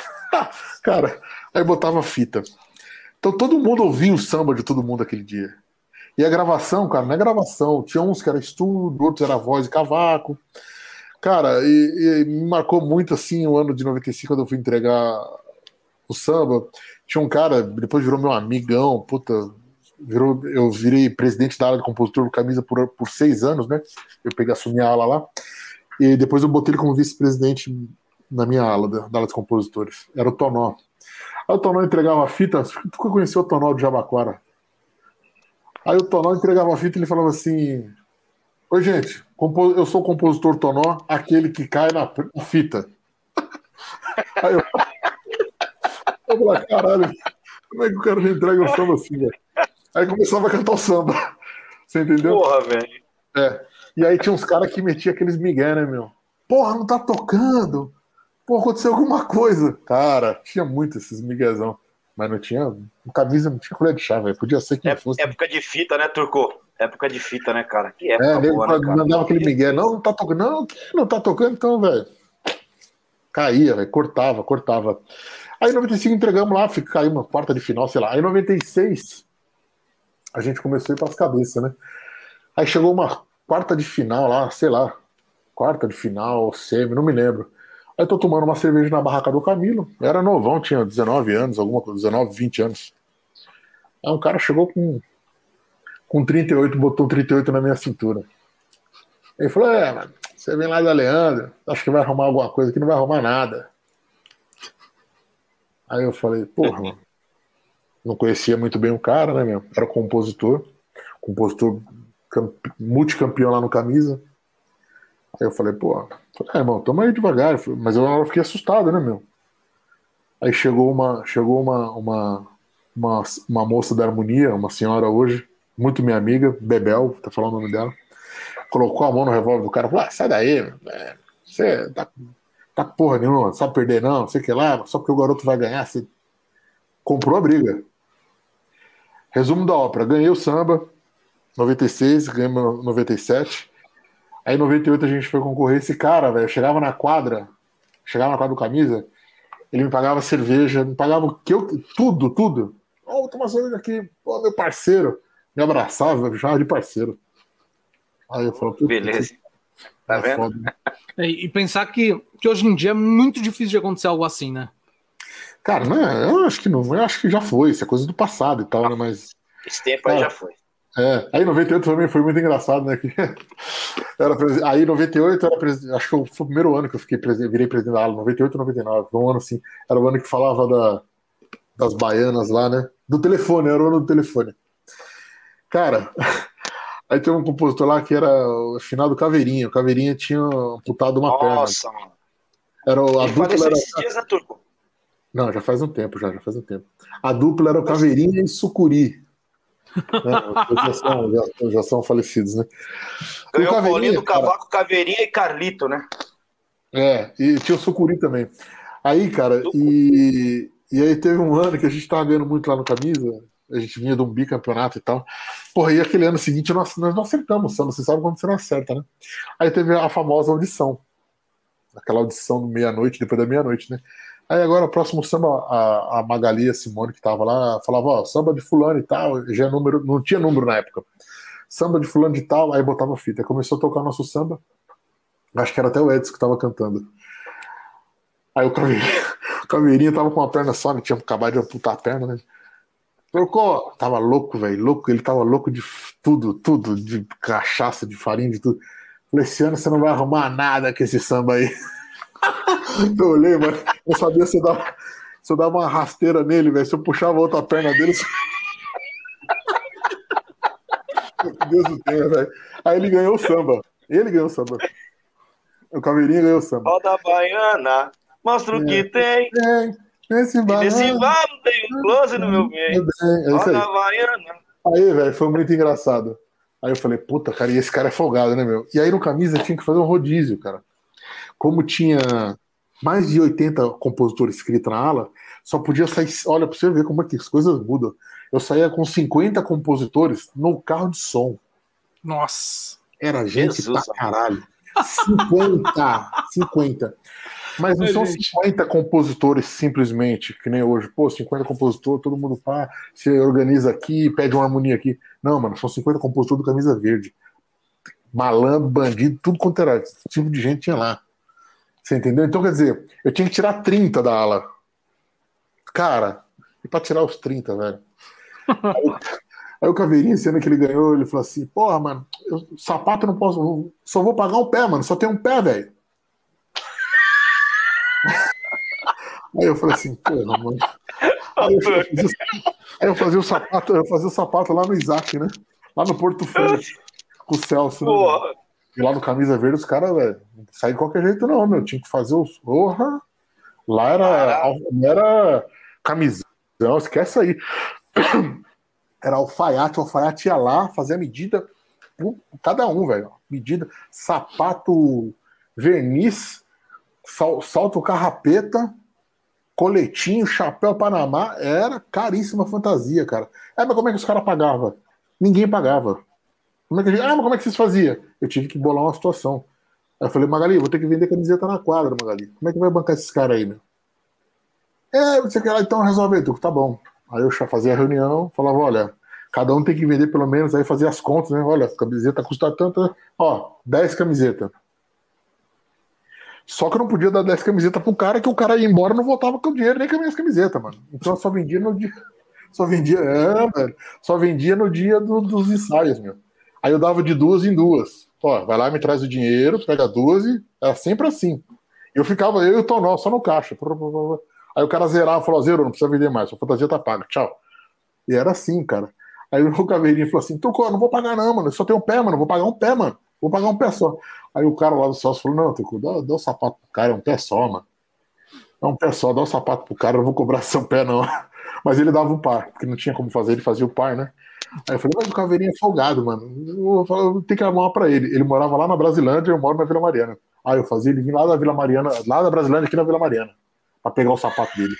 [SPEAKER 1] Cara, aí botava fita. Então todo mundo ouvia o samba de todo mundo aquele dia. E a gravação, cara, não é gravação. Tinha uns que era estudo, outros era voz e cavaco. Cara, e, e me marcou muito assim o ano de noventa e cinco, quando eu fui entregar o samba. Tinha um cara, depois virou meu amigão, puta, virou, eu virei presidente da ala de compositor do Camisa por, por seis anos, né? Eu peguei, assumi a ala lá, e depois eu botei ele como vice-presidente na minha ala, da, da ala de compositores. Era o Tonó. Aí o Tonó entregava a fita, tu conheceu o Tonó de Jabaquara? Aí o Tonó entregava a fita e ele falava assim: oi, gente, eu sou o compositor Tonó, aquele que cai na fita. Aí eu, eu falei, caralho, como é que o cara me entrega o samba assim, velho? Aí começava a cantar o samba. Você entendeu?
[SPEAKER 3] Porra, velho.
[SPEAKER 1] É. E aí tinha uns caras que metiam aqueles migué, né, meu? Porra, não tá tocando. Porra, aconteceu alguma coisa. Cara, tinha muito esses miguezão. Mas não tinha. O Camisa não tinha colher de chá, velho. Podia ser quem
[SPEAKER 3] é,
[SPEAKER 1] fosse.
[SPEAKER 3] Época de fita, né, Turco? Época de fita, né, cara? Que época
[SPEAKER 1] é,
[SPEAKER 3] boa, né, cara?
[SPEAKER 1] Mandava aquele migué. Não, não tá tocando. Não, não tá tocando, então, velho. Caía, velho. Cortava, cortava. Aí em noventa e cinco entregamos lá, caiu uma quarta de final, sei lá. Aí em noventa e seis a gente começou a ir pras cabeças, né? Aí chegou uma quarta de final lá, sei lá. Quarta de final, semi, não me lembro. Aí tô tomando uma cerveja na barraca do Camilo. Eu era novão, tinha dezenove anos, alguma coisa, dezenove, vinte anos. Aí um cara chegou com, com trinta e oito, botou trinta e oito na minha cintura. Ele falou, é, mano, você vem lá da Leandro, acho que vai arrumar alguma coisa aqui, não vai arrumar nada. Aí eu falei, porra, mano, não conhecia muito bem o cara, né, meu? Era compositor, compositor multicampeão lá no Camisa. Aí eu falei, pô, é, irmão, tamo aí devagar. Mas eu fiquei assustado, né, meu? Aí chegou uma, chegou uma, uma, uma, uma moça da harmonia, uma senhora hoje, muito minha amiga, Bebel, tá falando o nome dela. Colocou a mão no revólver do cara, falou, ah, sai daí, meu. Você tá, tá porra nenhuma, não sabe perder não, não sei o que lá, só porque o garoto vai ganhar, você comprou a briga. Resumo da ópera, ganhei o samba, noventa e seis, ganhei noventa e sete, aí em noventa e oito a gente foi concorrer, esse cara, velho, chegava na quadra, chegava na quadra do camisa, ele me pagava cerveja, me pagava o que eu, tudo, tudo. Ó, oh, toma cerveja aqui, ó, oh, meu parceiro, me abraçava, me chamava de parceiro. Aí eu falo,
[SPEAKER 3] beleza. Tá vendo?
[SPEAKER 1] Foda, né?
[SPEAKER 2] E pensar que, que hoje em dia é muito difícil de acontecer algo assim, né?
[SPEAKER 1] Cara, não, eu acho que não, eu acho que já foi, isso é coisa do passado e tal, né? Mas.
[SPEAKER 3] Esse tempo aí já foi.
[SPEAKER 1] É, aí em noventa e oito também foi muito engraçado, né? Que era pres... Aí em noventa e oito era pres... acho que foi o primeiro ano que eu fiquei pres... virei presidente da ala, noventa e oito e noventa e nove. Foi um ano assim, era o ano que falava da... das baianas lá, né? Do telefone, era o ano do telefone. Cara. Aí tem um compositor lá que era o final do Caveirinha. O Caveirinha tinha amputado uma perna.
[SPEAKER 3] Nossa, mano.
[SPEAKER 1] Era, a
[SPEAKER 3] Ele
[SPEAKER 1] dupla
[SPEAKER 3] faleceu
[SPEAKER 1] era...
[SPEAKER 3] esses dias, né, Turco?
[SPEAKER 1] Não, já faz um tempo, já, já faz um tempo. A dupla era o Caveirinha e Sucuri. Né? Já, são, já, já são falecidos, né?
[SPEAKER 3] Ganhou o Paulinho do Cavaco, Caveirinha e Carlito, né?
[SPEAKER 1] É, e tinha o Sucuri também. Aí, cara, e, e aí teve um ano que a gente tava ganhando muito lá no Camisa. A gente vinha de um bicampeonato e tal. Porra, e aquele ano seguinte nós, nós não acertamos o samba. Você sabe quando você não acerta, né? Aí teve a famosa audição. Aquela audição no meia-noite, depois da meia-noite, né? Aí agora, o próximo samba, a, a Magali, a Simone, que tava lá, falava, ó, samba de fulano e tal, já é número, não tinha número na época. Samba de fulano de tal, aí botava fita. Aí começou a tocar nosso samba. Acho que era até o Edson que tava cantando. Aí o Caveirinha, o Caveirinha tava com uma perna só, né? Tinha acabado de amputar a perna, né? Trocou, tava louco, velho, louco, ele tava louco de tudo, tudo, de cachaça, de farinha, de tudo. Falei, esse ano você não vai arrumar nada com esse samba aí. Eu olhei, mano, eu sabia se eu dava, se eu dava uma rasteira nele, velho, se eu puxava a outra perna dele. Se... Deus do céu, velho. Aí ele ganhou o samba, ele ganhou o samba. O Caveirinha ganhou o samba.
[SPEAKER 3] Roda baiana, mostra o é, que tem.
[SPEAKER 1] tem. Nesse balão,
[SPEAKER 3] Nesse balão tem um close no meu bem.
[SPEAKER 1] É
[SPEAKER 3] Roda Havaiana.
[SPEAKER 1] Aí, velho, foi muito engraçado. Aí eu falei, puta, cara, e esse cara é folgado, né, meu? E aí no Camisa tinha que fazer um rodízio, cara. Como tinha mais de oitenta compositores inscritos na ala, só podia sair. Olha, pra você ver como é que as coisas mudam. Eu saía com cinquenta compositores no carro de som.
[SPEAKER 2] Nossa.
[SPEAKER 1] Era gente Jesus, pra caralho. cinquenta! cinquenta. Mas não são cinquenta compositores simplesmente, que nem hoje. Pô, cinquenta compositores, todo mundo pá, se organiza aqui, pede uma harmonia aqui. Não, mano, são cinquenta compositores do Camisa Verde. Malandro, bandido, tudo quanto era tipo de gente tinha lá. Você entendeu? Então, quer dizer, eu tinha que tirar trinta da ala. Cara, e pra tirar os trinta, velho? Aí, aí o Caveirinha, sendo que ele ganhou, ele falou assim, porra, mano, eu, sapato eu não posso, só vou pagar um pé, mano, só tem um pé, velho. Aí eu falei assim, porra, mano. Aí eu, fazia, aí eu fazia o sapato, eu fazia o sapato lá no Isaac, né? Lá no Porto Velho, com o Celso. Né? E lá no Camisa Verde, os caras, velho, não saía de qualquer jeito, não, meu. Tinha que fazer os. Porra! Lá era. Não era camisão, esquece aí. Era alfaiate, o alfaiate ia lá, fazia a medida, cada um, velho. Medida, sapato, verniz, sal, salto carrapeta, coletinho, chapéu Panamá, era caríssima fantasia, cara. É, mas como é que os caras pagavam? Ninguém pagava. Como é que a gente... Ah, mas como é que vocês faziam? Eu tive que bolar uma situação. Aí eu falei, Magali, vou ter que vender camiseta na quadra, Magali. Como é que vai bancar esses caras aí, meu? É, você quer lá, então resolve aí, Tuco, tá bom. Aí eu já fazia a reunião, falava, olha, cada um tem que vender pelo menos, aí fazia as contas, né? Olha, a camiseta custa tanto, ó, dez camisetas. Só que eu não podia dar dez camisetas pro cara, que o cara ia embora e não voltava com o dinheiro nem com as minhas camisetas, mano. Então eu só vendia no dia. Só vendia, é, velho. Só vendia no dia do, dos ensaios, meu. Aí eu dava de duas em duas. Ó, vai lá, me traz o dinheiro, pega duas e era sempre assim. Eu ficava, eu e o Tonó, só no caixa. Aí o cara zerava e falou, zerou, não precisa vender mais, sua fantasia tá paga, tchau. E era assim, cara. Aí o Caveirinha falou assim, Tuco, eu não vou pagar não, mano, eu só tenho um pé, mano, vou pagar um pé, mano. Vou pagar um pé só. Aí o cara lá do sócio falou, não, Turco, dá, dá o sapato pro cara, é um pé só, mano. É um pé só, dá o sapato pro cara, eu não vou cobrar seu pé, não. Mas ele dava o par, porque não tinha como fazer, ele fazia o par, né? Aí eu falei, mas o Caveirinha é folgado, mano. Eu vou ter que arrumar pra ele. Ele morava lá na Brasilândia, eu moro na Vila Mariana. Aí eu fazia ele vir lá da Vila Mariana, lá da Brasilândia, aqui na Vila Mariana, pra pegar o sapato dele.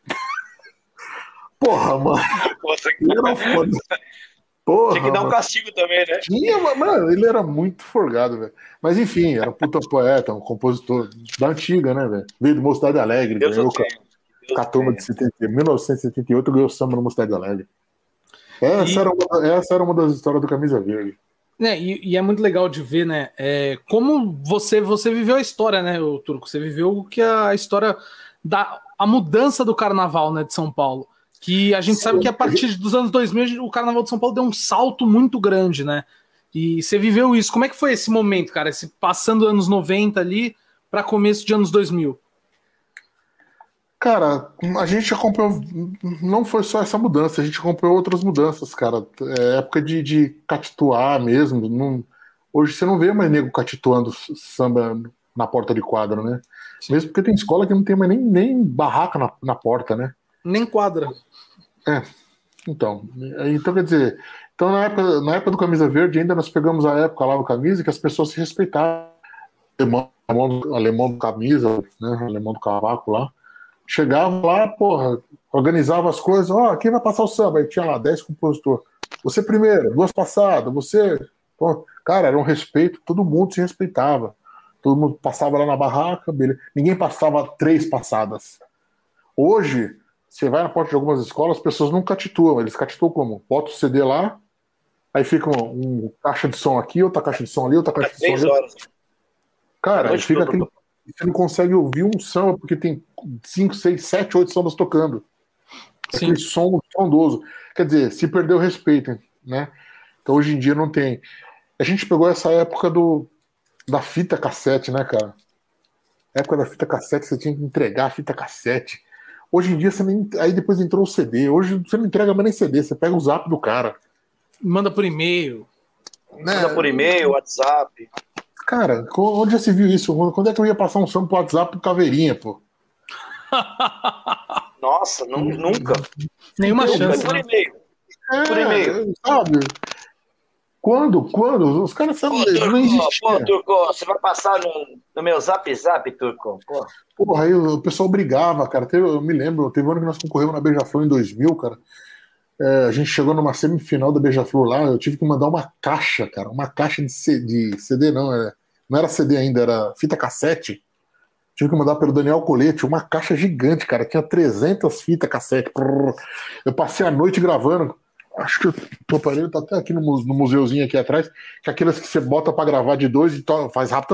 [SPEAKER 1] Porra, mano.
[SPEAKER 3] Nossa,
[SPEAKER 1] Ele era foda. Porra,
[SPEAKER 3] tinha que dar um
[SPEAKER 1] mano.
[SPEAKER 3] castigo também, né?
[SPEAKER 1] Tinha, mano, ele era muito forgado, velho. Mas enfim, era um puta poeta, um compositor da antiga, né, velho? Veio do Mocidade Alegre,
[SPEAKER 3] Deus
[SPEAKER 1] ganhou
[SPEAKER 3] o tenha. Deus
[SPEAKER 1] com a
[SPEAKER 3] o
[SPEAKER 1] turma de
[SPEAKER 3] tenha.
[SPEAKER 1] setenta, mil novecentos e setenta e oito, ganhou samba no Mocidade Alegre. Essa,
[SPEAKER 2] E-
[SPEAKER 1] era uma, essa era uma das histórias do Camisa Verde.
[SPEAKER 2] Né, e, e é muito legal de ver, né? É, como você você viveu a história, né, o Turco? Você viveu o que a história da a mudança do carnaval, né, de São Paulo. Que a gente
[SPEAKER 1] Sim.
[SPEAKER 2] sabe que a partir dos anos dois mil o carnaval de São Paulo deu um salto muito grande, né? E você viveu isso. Como é que foi esse momento, cara? Esse passando anos noventa ali para começo de anos dois mil?
[SPEAKER 1] Cara, a gente acompanhou. Não foi só essa mudança, a gente acompanhou outras mudanças, cara. É época de, de catituar mesmo. Não, hoje você não vê mais nego catituando samba na porta de quadra, né?
[SPEAKER 2] Sim.
[SPEAKER 1] Mesmo porque tem escola que não tem mais nem, nem barraca na, na porta, né?
[SPEAKER 2] Nem quadra.
[SPEAKER 1] É, então. Então, quer dizer, então na época, na época do Camisa Verde, ainda nós pegamos a época lá do Camisa que as pessoas se respeitavam. Alemão, alemão, alemão do Camisa, né? Alemão do Cavaco lá. Chegava lá, porra, organizava as coisas, ó, quem vai passar o samba? Aí tinha lá dez compositores. Você primeiro, duas passadas, você. Pô, cara, era um respeito, todo mundo se respeitava. Todo mundo passava lá na barraca, beleza. Ninguém passava três passadas. Hoje, você vai na porta de algumas escolas, as pessoas não catituam, eles catituam como? Bota o C D lá, aí fica um, um caixa de som aqui, outra caixa de som ali, outra caixa de som
[SPEAKER 3] Três
[SPEAKER 1] ali.
[SPEAKER 3] horas.
[SPEAKER 1] Cara,
[SPEAKER 3] Noite
[SPEAKER 1] fica
[SPEAKER 3] toda.
[SPEAKER 1] aquele. Você não consegue ouvir um samba porque tem cinco, seis, sete, oito sambas tocando.
[SPEAKER 2] Sim.
[SPEAKER 1] Aquele som frondoso. Quer dizer, se perdeu o respeito, né? Então hoje em dia não tem. A gente pegou essa época do, da fita cassete, né, cara? A época da fita cassete, você tinha que entregar a fita cassete. Hoje em dia você nem. Aí depois entrou o C D. Hoje você não entrega mais nem C D, você pega o zap do cara.
[SPEAKER 2] Manda por e-mail.
[SPEAKER 1] Né?
[SPEAKER 3] Manda por e-mail, WhatsApp.
[SPEAKER 1] Cara, onde já se viu isso? Quando é que eu ia passar um samba pro WhatsApp pro Caveirinha, pô?
[SPEAKER 3] Nossa, nu- nunca.
[SPEAKER 2] Nenhuma
[SPEAKER 3] Nunca,
[SPEAKER 2] chance,
[SPEAKER 3] por
[SPEAKER 2] né?
[SPEAKER 3] e-mail.
[SPEAKER 1] É,
[SPEAKER 3] Por e-mail.
[SPEAKER 1] sabe? Quando? Quando? Os caras
[SPEAKER 3] Pô,
[SPEAKER 1] sabem, não
[SPEAKER 3] Turco, pô,
[SPEAKER 1] existia.
[SPEAKER 3] Turco, você vai passar no, no meu zap zap, Turco? Pô.
[SPEAKER 1] Porra, aí o pessoal brigava, cara. Teve, eu me lembro, teve um ano que nós concorremos na Beija-Flor em dois mil, cara. É, a gente chegou numa semifinal da Beija-Flor lá, eu tive que mandar uma caixa, cara. Uma caixa de, C, de C D, não. É, não era C D ainda, era fita cassete. Tive que mandar pelo Daniel Colete, uma caixa gigante, cara. Tinha trezentas fitas cassete. Prrr. Eu passei a noite gravando. Acho que o aparelho tá até aqui no, mu- no museuzinho aqui atrás, que é aquelas que você bota pra gravar de dois e to- faz rápido.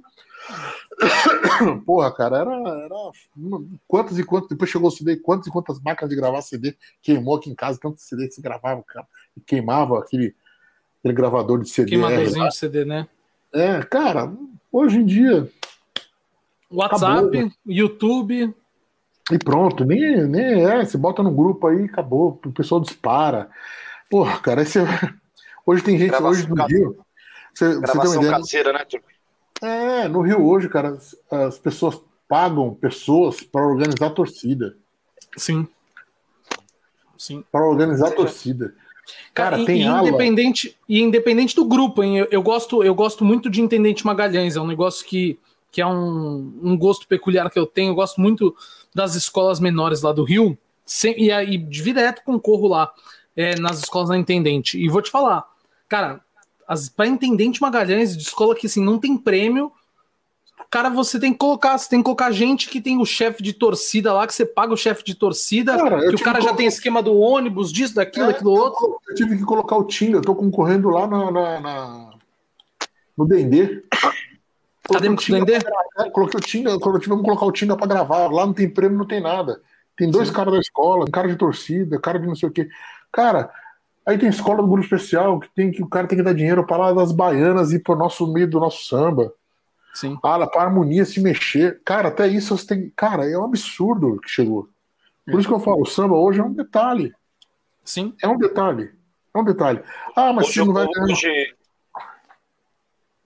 [SPEAKER 1] Porra, cara, era, era quantas e quantas, depois chegou o C D, quantas e quantas máquinas de gravar C D queimou aqui em casa, tanto C D que se gravava, cara, e queimava aquele, aquele gravador de C D.
[SPEAKER 2] Queimadorzinho de C D, né?
[SPEAKER 1] É, cara, hoje em dia,
[SPEAKER 2] WhatsApp,
[SPEAKER 1] Acabou.
[SPEAKER 2] YouTube.
[SPEAKER 1] e pronto, nem, nem é, você bota no grupo aí, acabou, o pessoal dispara. Porra, cara, aí você, hoje tem gente,
[SPEAKER 3] Gravação
[SPEAKER 1] hoje no
[SPEAKER 3] ca-
[SPEAKER 1] Rio, você, você tem uma
[SPEAKER 3] Gravação
[SPEAKER 1] ideia,
[SPEAKER 3] caseira, né, Turco?
[SPEAKER 1] é, no Rio hoje, cara, as, as pessoas pagam pessoas para organizar a torcida.
[SPEAKER 2] Sim. Sim.
[SPEAKER 1] Para organizar a torcida. Cara,
[SPEAKER 2] e,
[SPEAKER 1] tem
[SPEAKER 2] e
[SPEAKER 1] ala.
[SPEAKER 2] independente e independente do grupo, hein? Eu, eu gosto eu gosto muito de Intendente Magalhães. É um negócio que, que é um, um gosto peculiar que eu tenho. Eu gosto muito das escolas menores lá do Rio. Sem, e aí direto concorro lá é, nas escolas da Intendente. E vou te falar, cara, para Intendente Magalhães de escola que assim não tem prêmio. Cara, você tem que colocar, você tem que colocar gente que tem o chefe de torcida lá, que você paga o chefe de torcida,
[SPEAKER 1] Cara, eu
[SPEAKER 2] que o
[SPEAKER 1] tive
[SPEAKER 2] cara
[SPEAKER 1] que
[SPEAKER 2] já
[SPEAKER 1] colocar-
[SPEAKER 2] tem esquema do ônibus, disso, daquilo,
[SPEAKER 1] É,
[SPEAKER 2] daquilo outro.
[SPEAKER 1] Eu tive que colocar o Tinga, eu tô concorrendo lá na, na- na- no Dendê.
[SPEAKER 2] Acadêmicos do Dendê?
[SPEAKER 1] É, coloquei o Tinga, quando tivemos que colocar o Tinga pra gravar. Lá não tem prêmio, não tem nada. Tem dois
[SPEAKER 2] Sim.
[SPEAKER 1] caras da escola, um cara de torcida, cara de não sei o quê. Cara, aí tem escola do grupo especial que tem que o cara tem que dar dinheiro para lá das baianas e pro nosso meio do nosso samba.
[SPEAKER 2] Sim.
[SPEAKER 1] Ah, para a harmonia se mexer. Cara, até isso você tem. Cara, é um absurdo que chegou. Por isso que eu falo, o samba hoje é um detalhe.
[SPEAKER 2] Sim.
[SPEAKER 1] É um detalhe. É um detalhe. Ah, mas
[SPEAKER 3] Hoje,
[SPEAKER 1] você não vai ganhar.
[SPEAKER 3] hoje,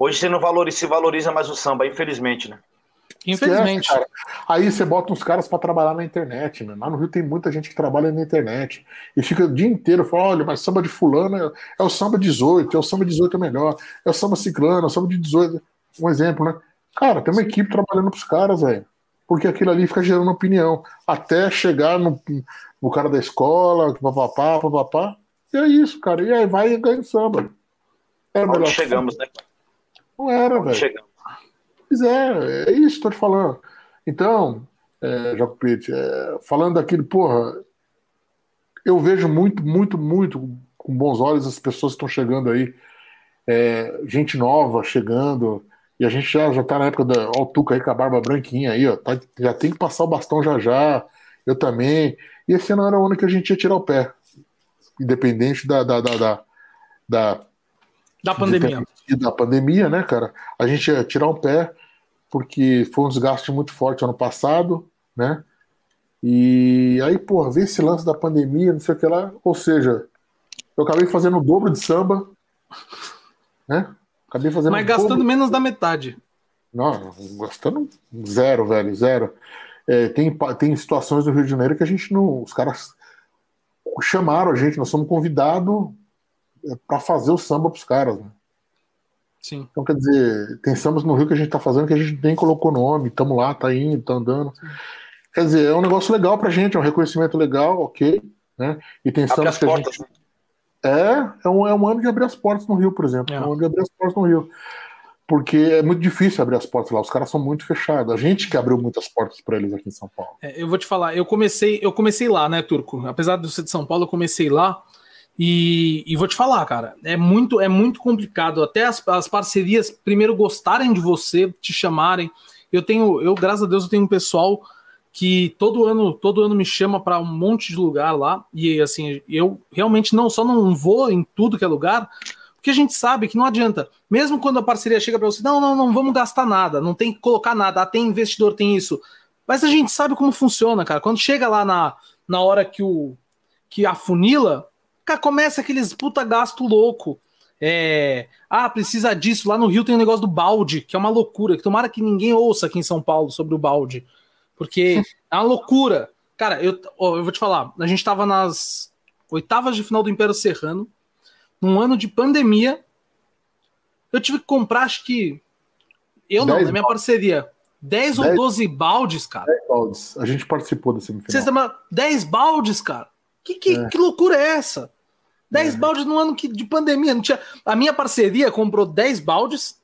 [SPEAKER 3] Hoje você não valoriza, se valoriza mais o samba, infelizmente, né?
[SPEAKER 2] Infelizmente.
[SPEAKER 1] Esquece, cara. Aí você bota uns caras pra trabalhar na internet, né? Lá no Rio tem muita gente que trabalha na internet e fica o dia inteiro falando, olha, mas samba de fulano é, é o samba dezoito, é o samba dezoito é melhor, é o samba ciclano, é o samba de dezoito. Um exemplo, né? Cara, tem uma equipe trabalhando pros caras, velho. Porque aquilo ali fica gerando opinião. Até chegar no, no cara da escola, papapá, papapá. E é isso, cara. E aí vai e ganha samba. Era
[SPEAKER 3] Onde
[SPEAKER 1] melhor.
[SPEAKER 3] chegamos, né?
[SPEAKER 1] Não era,
[SPEAKER 3] Onde
[SPEAKER 1] velho.
[SPEAKER 3] chegamos.
[SPEAKER 1] Pois é, é isso que eu tô te falando. Então, é, Jacopete, é, falando daquilo, porra, eu vejo muito, muito, muito com bons olhos as pessoas que estão chegando aí, é, gente nova chegando, e a gente já, já tá na época da. Ó, o Tuca aí com a barba branquinha aí, ó, tá, já tem que passar o bastão já já, eu também. E esse ano era o ano que a gente ia tirar o pé, independente da. da, da, da, da
[SPEAKER 2] Da pandemia.
[SPEAKER 1] De, da pandemia, né, cara? A gente ia tirar o pé, porque foi um desgaste muito forte ano passado, né? E aí, porra, ver esse lance da pandemia, não sei o que lá, ou seja, eu acabei fazendo o dobro de samba, né? Acabei fazendo
[SPEAKER 2] Mas
[SPEAKER 1] o
[SPEAKER 2] gastando
[SPEAKER 1] dobro...
[SPEAKER 2] menos da metade.
[SPEAKER 1] Não, gastando zero, velho, zero. É, tem, tem situações do Rio de Janeiro que a gente não. Os caras chamaram a gente, nós somos convidados para fazer o samba pros caras, né?
[SPEAKER 2] Sim.
[SPEAKER 1] Então, quer dizer, tem sambas no Rio que a gente tá fazendo que a gente nem colocou nome, tamo lá, tá indo, tá andando. Sim. Quer dizer, é um negócio legal pra gente, é um reconhecimento legal, ok, né? E tem sambas que a
[SPEAKER 3] portas,
[SPEAKER 1] gente... É, é um, é um ano de abrir as portas no Rio, por exemplo. É. é um ano de abrir as portas no Rio. Porque é muito difícil abrir as portas lá, os caras são muito fechados. A gente que abriu muitas portas pra eles aqui em São Paulo.
[SPEAKER 2] É, eu vou te falar, eu comecei, eu comecei lá, né, Turco? Apesar de eu ser de São Paulo, eu comecei lá. E, e vou te falar, cara, é muito, é muito complicado. Até as, as parcerias primeiro gostarem de você, te chamarem. Eu tenho, eu, graças a Deus, eu tenho um pessoal que todo ano, todo ano me chama para um monte de lugar lá. E assim, eu realmente não só não vou em tudo que é lugar, porque a gente sabe que não adianta. Mesmo quando a parceria chega para você, não, não, não vamos gastar nada, não tem que colocar nada, ah, tem investidor, tem isso. Mas a gente sabe como funciona, cara. Quando chega lá na, na hora que o que afunila, cara, começa aqueles puta gasto louco. É, ah, precisa disso. Lá no Rio tem um negócio do balde, que é uma loucura. Que tomara que ninguém ouça aqui em São Paulo sobre o balde. Porque é uma loucura. Cara, eu, ó, eu vou te falar. A gente tava nas oitavas de final do Império Serrano, num ano de pandemia. Eu tive que comprar, acho que. Eu não, na minha parceria. dez ou doze baldes, cara.
[SPEAKER 1] dez baldes. A gente participou desse semifinal.
[SPEAKER 2] dez baldes, cara. Que, que, é. que loucura é essa? dez é. baldes num ano que, de pandemia. Não tinha... A minha parceria comprou dez baldes.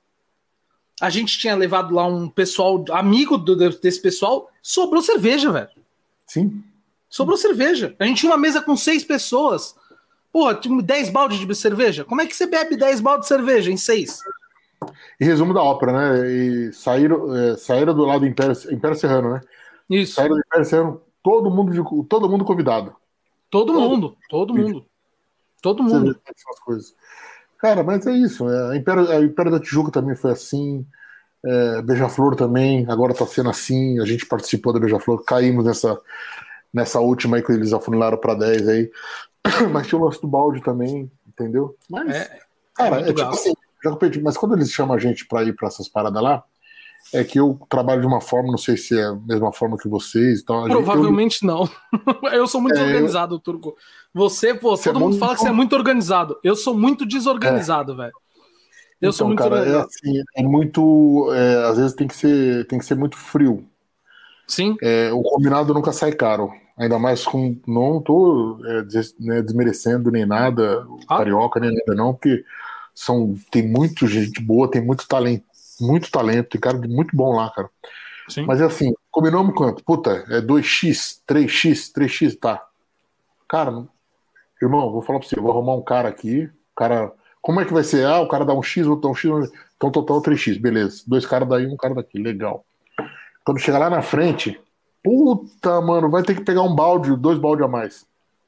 [SPEAKER 2] A gente tinha levado lá um pessoal, amigo do, desse pessoal. Sobrou cerveja, velho.
[SPEAKER 1] Sim.
[SPEAKER 2] Sobrou cerveja. A gente tinha uma mesa com seis pessoas. Porra, tinha dez baldes de cerveja. Como é que você bebe dez baldes de cerveja em seis?
[SPEAKER 1] E resumo da ópera, né? E saíram, é, saíram do lado do Império, Império Serrano, né?
[SPEAKER 2] Isso.
[SPEAKER 1] Saíram do Império Serrano, todo mundo, de, todo mundo convidado.
[SPEAKER 2] Todo, todo mundo, todo mundo. Todo mundo.
[SPEAKER 1] Essas coisas. Cara, mas é isso. É, a, Império, a Império da Tijuca também foi assim. É, Beija-Flor também, agora tá sendo assim. A gente participou da Beija-Flor, caímos nessa, nessa última aí que eles afunilaram pra dez aí. Mas tinha o lance do balde também, entendeu? Mas,
[SPEAKER 2] é,
[SPEAKER 1] cara,
[SPEAKER 2] é,
[SPEAKER 1] é tipo assim, já perdi, mas quando eles chamam a gente pra ir pra essas paradas lá, é que eu trabalho de uma forma, não sei se é a mesma forma que vocês. Então,
[SPEAKER 2] provavelmente
[SPEAKER 1] gente, eu...
[SPEAKER 2] não. Eu sou muito é, desorganizado, eu... Turco. Você, pô, você todo é mundo muito... fala que você é muito organizado. Eu sou muito desorganizado, é. velho. Eu
[SPEAKER 1] então,
[SPEAKER 2] sou muito
[SPEAKER 1] cara,
[SPEAKER 2] organizado.
[SPEAKER 1] É, assim, é muito. É, às vezes tem que ser, tem que ser muito frio.
[SPEAKER 2] Sim.
[SPEAKER 1] É, o combinado nunca sai caro. Ainda mais com. Não tô é, des, né, desmerecendo nem nada, ah. carioca, nem nada, não, porque são, tem muita gente boa, tem muito talento. Muito talento, tem cara muito bom lá, cara.
[SPEAKER 2] Sim.
[SPEAKER 1] Mas é assim, combinamos quanto? Puta, é dois x, três x, três x, tá. Cara, irmão, vou falar pra você, vou arrumar um cara aqui, cara, como é que vai ser? Ah, o cara dá um X, o outro dá um X, então total três x, beleza. Dois caras daí, um cara daqui, legal. Quando chegar lá na frente, puta, mano, vai ter que pegar um balde, dois balde a mais.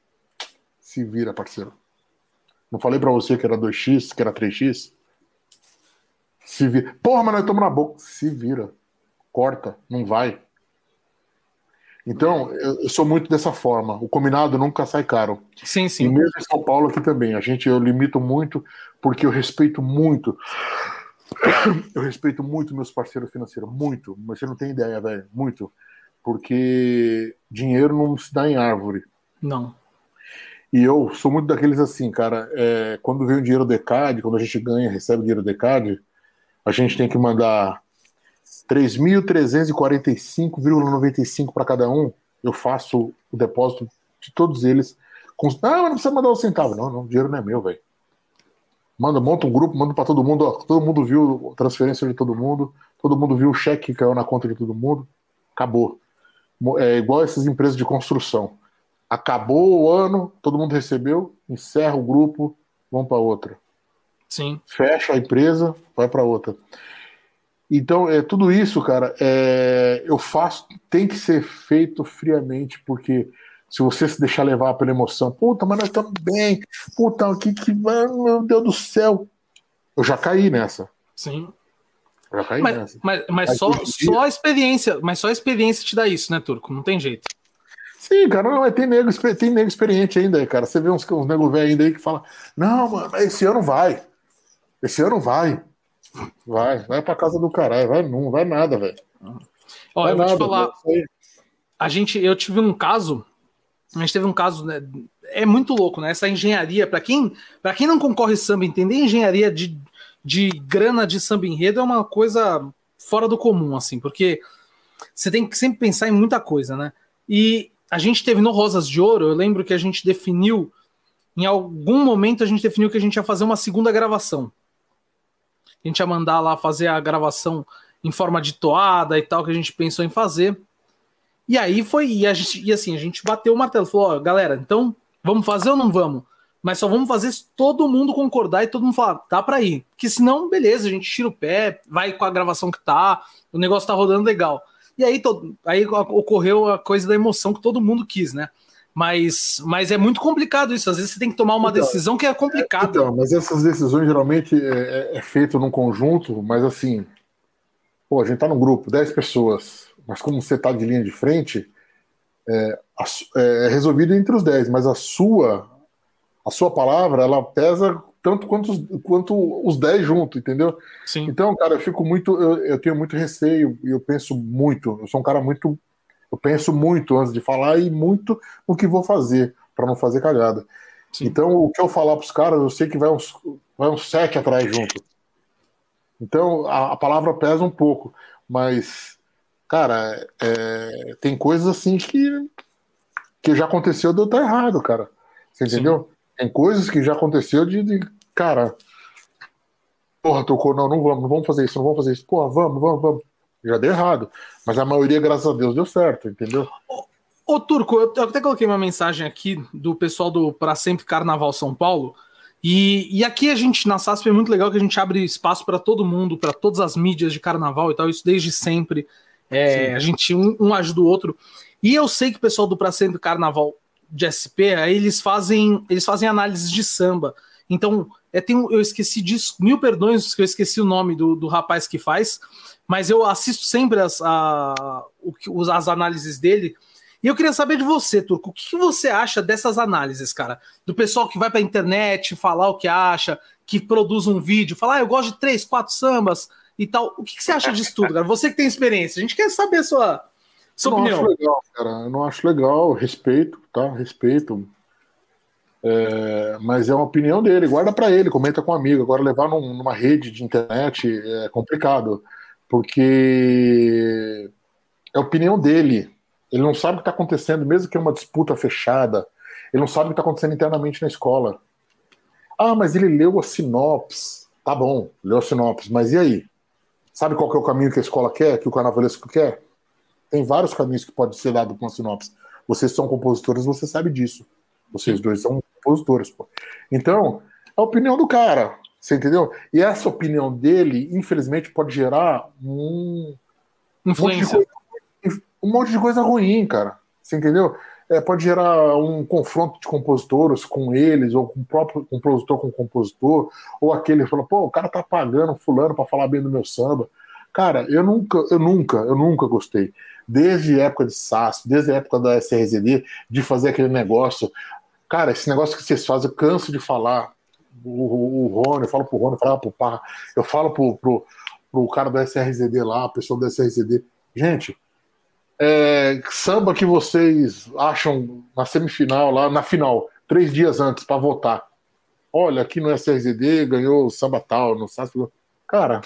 [SPEAKER 1] Se vira, parceiro. Não falei pra você que era dois x, que era três x? Se vira. Porra, mas nós estamos na boca. Se vira. Corta. Não vai. Então, eu, eu sou muito dessa forma. O combinado nunca sai caro.
[SPEAKER 2] Sim, sim.
[SPEAKER 1] E mesmo em São Paulo aqui também. A gente, eu limito muito porque eu respeito muito eu respeito muito meus parceiros financeiros, muito, mas você não tem ideia, velho, muito. Porque dinheiro não se dá em árvore.
[SPEAKER 2] Não.
[SPEAKER 1] E eu sou muito daqueles assim, cara, é, quando vem o dinheiro do E C A D, quando a gente ganha, recebe o dinheiro do E C A D, a gente tem que mandar três mil trezentos e quarenta e cinco vírgula noventa e cinco para cada um. Eu faço o depósito de todos eles. Com... Ah, mas não precisa mandar um centavo. Não, não, o dinheiro não é meu, velho. Manda, monta um grupo, manda para todo mundo. Ó, todo mundo viu a transferência de todo mundo, todo mundo viu o cheque que caiu na conta de todo mundo. Acabou. É igual essas empresas de construção. Acabou o ano, todo mundo recebeu, encerra o grupo, vamos para outra.
[SPEAKER 2] Sim.
[SPEAKER 1] Fecha a empresa, vai para outra. Então, é, tudo isso, cara, é, eu faço, tem que ser feito friamente, porque se você se deixar levar pela emoção, puta, mas nós estamos bem, puta, que, que, meu Deus do céu. Eu já caí nessa.
[SPEAKER 2] Sim.
[SPEAKER 1] Eu já caí
[SPEAKER 2] mas,
[SPEAKER 1] nessa.
[SPEAKER 2] Mas, mas só, só a experiência, mas só a experiência te dá isso, né, Turco? Não tem jeito.
[SPEAKER 1] Sim, cara, não, tem nego, tem nego experiente ainda, cara. Você vê uns, uns nego velho ainda aí que fala, não, mano, esse ano vai. Esse ano vai. Vai, vai pra casa do caralho, vai não, vai nada, velho.
[SPEAKER 2] Ó, eu vou nada, te falar, a gente, eu tive um caso, a gente teve um caso, né, é muito louco, né, essa engenharia, pra quem, pra quem não concorre samba, entender engenharia de, de grana de samba enredo é uma coisa fora do comum, assim, porque você tem que sempre pensar em muita coisa, né, e a gente teve no Rosas de Ouro, eu lembro que a gente definiu, em algum momento a gente definiu que a gente ia fazer uma segunda gravação. A gente ia mandar lá fazer a gravação em forma de toada e tal, que a gente pensou em fazer. E aí foi, e, a gente, e assim, a gente bateu o martelo, falou, ó, galera, então, vamos fazer ou não vamos? Mas só vamos fazer se todo mundo concordar e todo mundo falar, tá pra ir. Porque senão, beleza, a gente tira o pé, vai com a gravação que tá, o negócio tá rodando legal. E aí, todo, aí ocorreu a coisa da emoção que todo mundo quis, né? Mas, mas é muito complicado isso. Às vezes você tem que tomar uma então, decisão que é complicada.
[SPEAKER 1] Então, mas essas decisões geralmente é, é feito num conjunto, mas assim, pô, a gente tá num grupo, dez pessoas, mas como você tá de linha de frente, é, é resolvido entre os dez, mas a sua, a sua palavra, ela pesa tanto quanto os, quanto os dez juntos, entendeu?
[SPEAKER 2] Sim.
[SPEAKER 1] Então, cara, eu fico muito, eu, eu tenho muito receio e eu penso muito, eu sou um cara muito. Eu penso muito antes de falar e muito no que vou fazer, para não fazer cagada. Sim. Então, o que eu falar para os caras, eu sei que vai uns, vai uns sete atrás junto. Então, a, a palavra pesa um pouco. Mas, cara, é, tem coisas assim que, que já aconteceu de eu estar errado, cara. Você entendeu? Sim. Tem coisas que já aconteceu de, de cara, porra, tocou, não, não vamos, não vamos fazer isso, não vamos fazer isso. Porra, vamos, vamos, vamos. Já deu errado. Mas a maioria, graças a Deus, deu certo, entendeu?
[SPEAKER 2] Ô, ô Turco, eu até coloquei uma mensagem aqui do pessoal do Pra Sempre Carnaval São Paulo. E, e aqui a gente, na S A S P, é muito legal que a gente abre espaço para todo mundo, para todas as mídias de carnaval e tal, isso desde sempre. É, a gente um, um ajuda o outro. E eu sei que o pessoal do Pra Sempre Carnaval de S P, aí eles fazem, eles fazem análises de samba. Então, é, tem um, eu esqueci disso, mil perdões que eu esqueci o nome do, do rapaz que faz, mas eu assisto sempre as, a, o, as análises dele, e eu queria saber de você, Turco, o que você acha dessas análises, cara? Do pessoal que vai pra internet falar o que acha, que produz um vídeo, falar, ah, eu gosto de três, quatro sambas e tal. O que você acha disso tudo, cara? Você que tem experiência, a gente quer saber a sua, sua
[SPEAKER 1] eu não
[SPEAKER 2] opinião.
[SPEAKER 1] Acho legal, cara. Eu não acho legal, respeito, tá? Respeito. É, mas é uma opinião dele, guarda pra ele, comenta com um amigo. Agora levar num, numa rede de internet é complicado. Porque é a opinião dele. Ele não sabe o que está acontecendo, mesmo que é uma disputa fechada. Ele não sabe o que está acontecendo internamente na escola. Ah, mas ele leu a sinopse. Tá bom, leu a sinopse, mas e aí? Sabe qual que é o caminho que a escola quer, que o carnavalesco quer? Tem vários caminhos que pode ser dado com a sinopse. Vocês são compositores, você sabe disso. Vocês dois são compositores, pô. Então, a opinião do cara. Você entendeu? E essa opinião dele, infelizmente, pode gerar um,
[SPEAKER 2] influência.
[SPEAKER 1] Um monte de coisa, um monte de coisa ruim, cara. Você entendeu? É, pode gerar um confronto de compositores com eles, ou com o próprio compositor com o compositor, ou aquele que fala, pô, o cara tá pagando fulano pra falar bem do meu samba. Cara, eu nunca, eu nunca, eu nunca gostei. Desde a época de S A S, desde a época da S R Z D, de fazer aquele negócio. Cara, esse negócio que vocês fazem, eu canso de falar. o, o Rony, eu falo pro Rony, eu falo pro Parra, eu falo pro, pro, pro cara do S R Z D lá, a pessoa do S R Z D. Gente, é, samba que vocês acham na semifinal, lá na final, três dias antes, para votar. Olha, aqui no S R Z D ganhou o samba tal, no S A S P. Cara,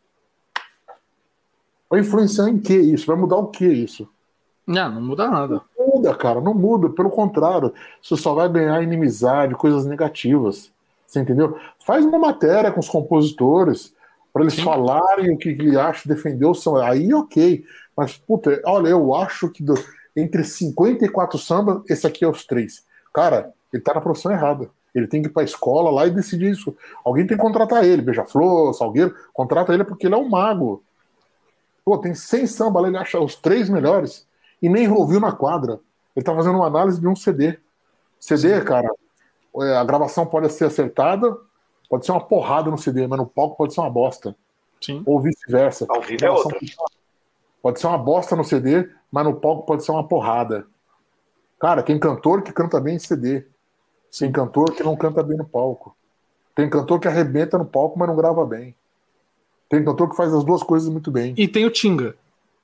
[SPEAKER 1] vai influenciar em que isso? Vai mudar o que isso?
[SPEAKER 2] Não, não muda nada.
[SPEAKER 1] Não muda, cara, não muda. Pelo contrário, você só vai ganhar inimizade, coisas negativas. Você entendeu? Faz uma matéria com os compositores para eles Sim. falarem o que, que acham, defender o samba. Aí, ok. Mas, puta, olha, eu acho que do, entre cinquenta e quatro sambas, esse aqui é os três. Cara, ele tá na profissão errada. Ele tem que ir pra escola lá e decidir isso. Alguém tem que contratar ele, Beija-Flor, Salgueiro, contrata ele porque ele é um mago. Pô, tem cem samba lá, ele acha os três melhores e nem ouviu na quadra. Ele tá fazendo uma análise de um C D. C D, Sim. cara, a gravação pode ser acertada, pode ser uma porrada no C D, mas no palco pode ser uma bosta.
[SPEAKER 2] Sim.
[SPEAKER 1] Ou vice-versa.
[SPEAKER 3] Ao vivo é outra.
[SPEAKER 1] Pode ser uma bosta no C D, mas no palco pode ser uma porrada. Cara, tem cantor que canta bem em C D. Tem cantor que não canta bem no palco. Tem cantor que arrebenta no palco, mas não grava bem. Tem cantor que faz as duas coisas muito bem.
[SPEAKER 2] E tem o Tinga.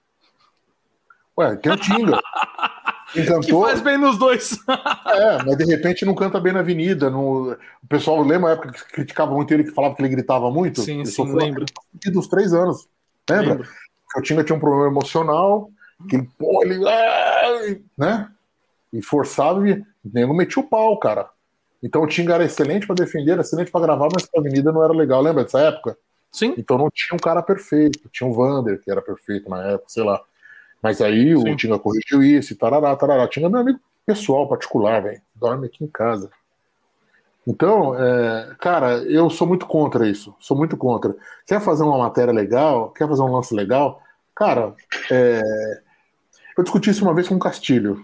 [SPEAKER 1] Ué, tem o Tinga. Tem cantor...
[SPEAKER 2] que faz bem nos dois.
[SPEAKER 1] É, mas de repente não canta bem na avenida. No... O pessoal lembra a época que criticava muito ele, que falava que ele gritava muito?
[SPEAKER 2] Sim,
[SPEAKER 1] ele
[SPEAKER 2] sim, lembro.
[SPEAKER 1] Dos três anos. Lembra? Lembro. Que o Tinga tinha um problema emocional, que ele, pô, ele... né? E forçava e o nego metia o pau, cara. Então o Tinga era excelente para defender, era excelente para gravar, mas pra avenida não era legal. Lembra dessa época?
[SPEAKER 2] Sim.
[SPEAKER 1] Então não tinha um cara perfeito. Tinha um Vander, que era perfeito na época, sei lá. Mas aí Sim. o Tinga corrigiu isso e tarará, tarará. Tinga é meu amigo pessoal, particular, velho. Dorme aqui em casa. Então, é, cara, eu sou muito contra isso. Sou muito contra. Quer fazer uma matéria legal? Quer fazer um lance legal? Cara, é, eu discuti isso uma vez com o Castilho.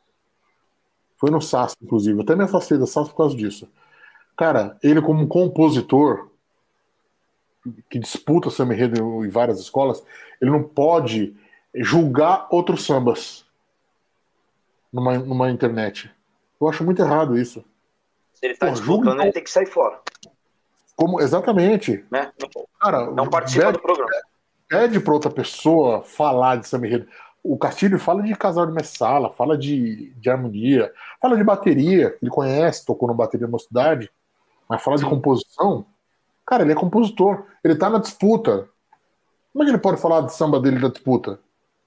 [SPEAKER 1] Foi no S A S P, inclusive. Eu até me afastei da S A S P por causa disso. Cara, ele como compositor que disputa samba enredo em várias escolas, ele não pode julgar outros sambas numa, numa internet. Eu acho muito errado isso.
[SPEAKER 3] Se ele tá Pô, disputando, julga... ele tem que sair fora.
[SPEAKER 1] Como, exatamente.
[SPEAKER 3] Né?
[SPEAKER 1] Cara,
[SPEAKER 3] não participa
[SPEAKER 1] pede,
[SPEAKER 3] do programa.
[SPEAKER 1] Pede pra outra pessoa falar de samba enredo. O Castilho fala de Casal de Messala, fala de, de harmonia, fala de bateria, ele conhece, tocou no Bateria Mocidade, mas fala Sim. de composição. Cara, ele é compositor, ele tá na disputa. Como é que ele pode falar de samba dele da disputa?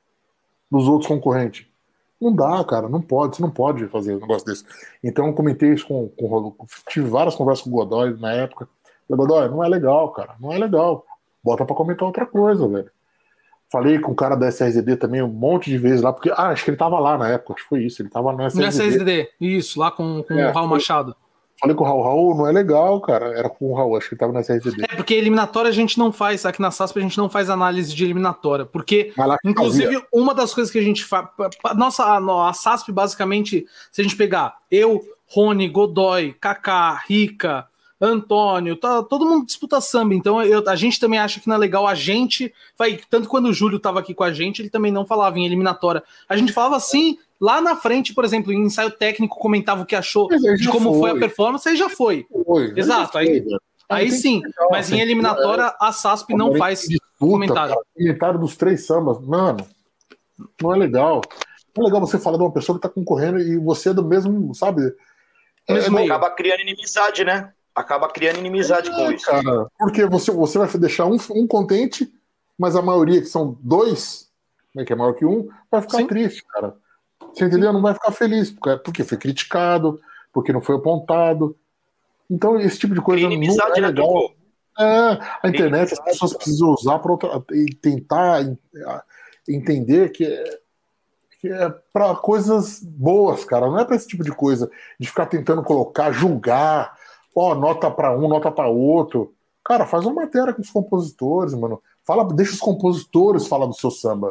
[SPEAKER 1] Dos outros concorrentes? Não dá, cara, não pode, você não pode fazer um negócio desse. Então eu comentei isso com, com o Rodolfo, tive várias conversas com o Godoy na época. Falei, Godoy, não é legal, cara, não é legal. Bota pra comentar outra coisa, velho. Falei com o cara da S R Z D também um monte de vezes lá, porque ah, acho que ele tava lá na época, acho que foi isso, ele tava no S R Z D.
[SPEAKER 2] No S R Z D, isso, lá com, com é, o Raul Machado.
[SPEAKER 1] Falei com o Raul, Raul, não é legal, cara, era com o Raul, acho que ele tava na S R Z D.
[SPEAKER 2] É, porque eliminatória a gente não faz, aqui na S A S P a gente não faz análise de eliminatória, porque, inclusive, fazia. Uma das coisas que a gente faz, nossa, a, a S A S P basicamente, se a gente pegar eu, Rony, Godoy, Kaká, Rica, Antônio, tá, todo mundo disputa samba, então eu, a gente também acha que não é legal a gente, vai, tanto quando o Júlio tava aqui com a gente, ele também não falava em eliminatória, a gente falava assim, lá na frente, por exemplo, em ensaio técnico comentava o que achou de como foi. foi a performance, aí já foi, foi exato, já foi, aí, aí sim, legal, mas em eliminatória é, a S A S P não faz disputa, comentário.
[SPEAKER 1] Cara, comentário dos três sambas, mano, não é legal, não é legal você falar de uma pessoa que tá concorrendo e você é do mesmo, sabe?
[SPEAKER 3] É, acaba criando inimizade, né? Acaba criando inimizade é, com isso.
[SPEAKER 1] Cara, porque você, você vai deixar um, um contente, mas a maioria, que são dois, né, que é maior que um, vai ficar Sim. triste, cara. Você entendeu? Não vai ficar feliz, porque foi criticado, porque não foi apontado. Então, esse tipo de coisa não é legal. É, a internet, as pessoas precisam usar para tentar entender que é, que é para coisas boas, cara. Não é para esse tipo de coisa, de ficar tentando colocar, julgar. Ó, oh, nota para um, nota para outro. Cara, faz uma matéria com os compositores, mano. Fala, deixa os compositores falar do seu samba. O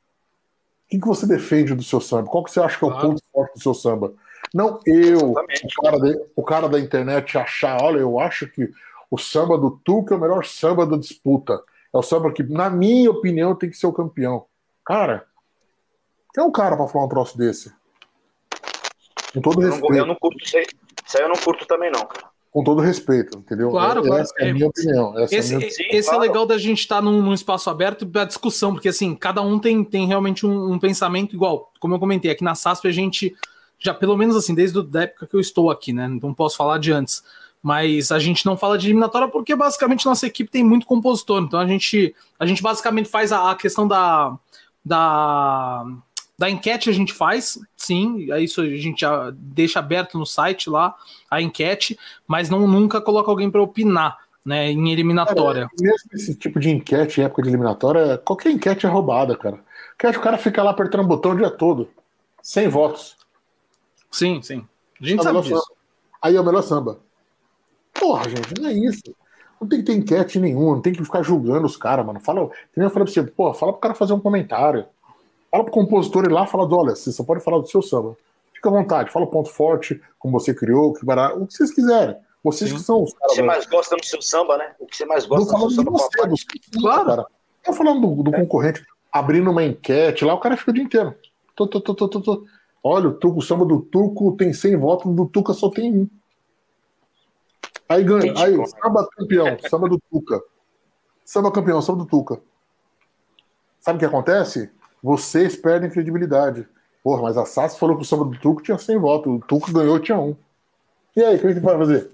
[SPEAKER 1] que, que você defende do seu samba? Qual que você acha que é o ponto forte do seu samba? Não eu, o cara, de, o cara da internet, achar, olha, eu acho que o samba do Tuca é o melhor samba da disputa. É o samba que, na minha opinião, tem que ser o campeão. Cara, quem é um cara pra falar um troço desse? Com todo
[SPEAKER 3] eu
[SPEAKER 1] respeito.
[SPEAKER 3] Não, eu não curto isso aí. Isso aí eu não curto também, não, cara.
[SPEAKER 1] com todo respeito, entendeu?
[SPEAKER 2] Claro,
[SPEAKER 1] é,
[SPEAKER 2] claro.
[SPEAKER 1] Essa é a minha opinião. Essa
[SPEAKER 2] Esse,
[SPEAKER 1] é, a minha...
[SPEAKER 2] esse Sim, claro. É legal da gente estar num, num espaço aberto para discussão, porque assim, cada um tem, tem realmente um, um pensamento igual. Como eu comentei, aqui na S A S P a gente, já pelo menos assim, desde a época que eu estou aqui, né? Não posso falar de antes. Mas a gente não fala de eliminatória porque basicamente nossa equipe tem muito compositor. Então a gente, a gente basicamente faz a, a questão da, da, da enquete, a gente faz, sim, isso a gente já deixa aberto no site lá, a enquete, mas não nunca coloca alguém para opinar, né, em eliminatória.
[SPEAKER 1] Cara, mesmo esse tipo de enquete em época de eliminatória, qualquer enquete é roubada, cara. Porque o cara fica lá apertando o botão o dia todo, sem votos.
[SPEAKER 2] Sim, sim. A gente
[SPEAKER 1] é
[SPEAKER 2] sabe disso.
[SPEAKER 1] Samba. Aí é o melhor samba. Porra, gente, não é isso. Não tem que ter enquete nenhuma, não tem que ficar julgando os caras, mano. Fala, eu falei pra você, pô, fala pro cara fazer um comentário. Fala pro compositor ir lá e fala, olha, você só pode falar do seu samba. Fica à vontade, fala o ponto forte, como você criou, que bará, o que vocês quiserem. Vocês Sim. que são os caras.
[SPEAKER 3] O que você mais gosta no seu samba, né? O que você mais gosta
[SPEAKER 1] no seu samba. Você, dos... Claro. Cara. Eu falando do, do é. concorrente, abrindo uma enquete lá, o cara fica o dia inteiro. Tô, tô, tô, tô, tô, tô. Olha, o, turco, o samba do Turco tem cem votos, do Tuca só tem um. Aí ganha, aí, samba campeão, samba do Tuca. Samba campeão, samba do Tuca. Sabe o que acontece? Vocês perdem credibilidade. Porra, mas a S A S falou que o samba do Tuca tinha cem votos, o Tuca ganhou, tinha um. E aí, o que a gente vai fazer?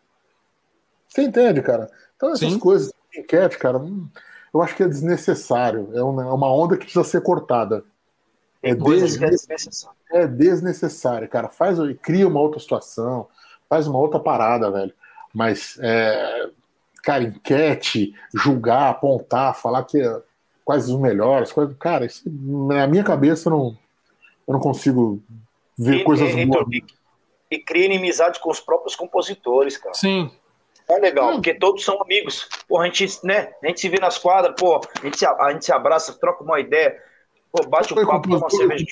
[SPEAKER 1] Você entende, cara? Então essas Sim. coisas, enquete, cara, eu acho que é desnecessário. É uma onda que precisa ser cortada. É, des...
[SPEAKER 3] que é desnecessário.
[SPEAKER 1] É desnecessário, cara. Faz, cria uma outra situação, faz uma outra parada, velho. Mas, é, cara, enquete, julgar, apontar, falar que é, quais os melhores, quais, cara, isso, na minha cabeça eu não, eu não consigo ver
[SPEAKER 3] e,
[SPEAKER 1] coisas
[SPEAKER 3] e,
[SPEAKER 1] boas.
[SPEAKER 3] E, e cria inimizade com os próprios compositores, cara.
[SPEAKER 2] Sim.
[SPEAKER 3] É legal, hum. porque todos são amigos. Pô, a gente, né, a gente se vê nas quadras, pô, a gente se, a gente se abraça, troca uma ideia, pô, bate o papo com uma cerveja.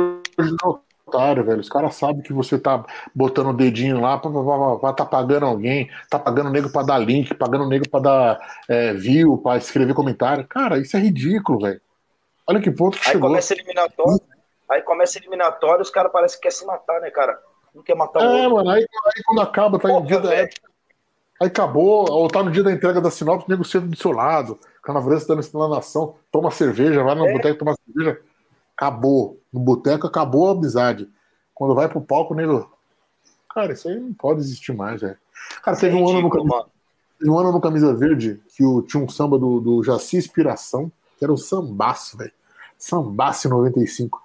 [SPEAKER 1] Otário, velho. Os caras sabem que você tá botando o dedinho lá pra, pra, pra tá pagando alguém, tá pagando o nego pra dar link, pagando o nego pra dar é, view, pra escrever comentário. Cara, isso é ridículo, velho. Olha que ponto que
[SPEAKER 3] aí
[SPEAKER 1] chegou.
[SPEAKER 3] Começa eliminatório, aí começa eliminatório, os caras parecem que querem se matar, né, cara? Não quer matar o
[SPEAKER 1] é,
[SPEAKER 3] outro.
[SPEAKER 1] É, mano, aí, aí quando acaba, tá em dia da... Aí acabou, ou tá no dia da entrega da sinopse, o nego cedo do seu lado, Canaverense dando explanação, toma cerveja, vai no é. boteco tomar cerveja. Acabou. No boteco acabou a amizade. Quando vai pro palco, o nego. Cara, isso aí não pode existir mais, velho. Cara, teve um, ano no camisa... teve um ano no Camisa Verde que o... tinha um samba do, do Jaci Inspiração, que era o Sambaço, velho. Sambaço em noventa e cinco.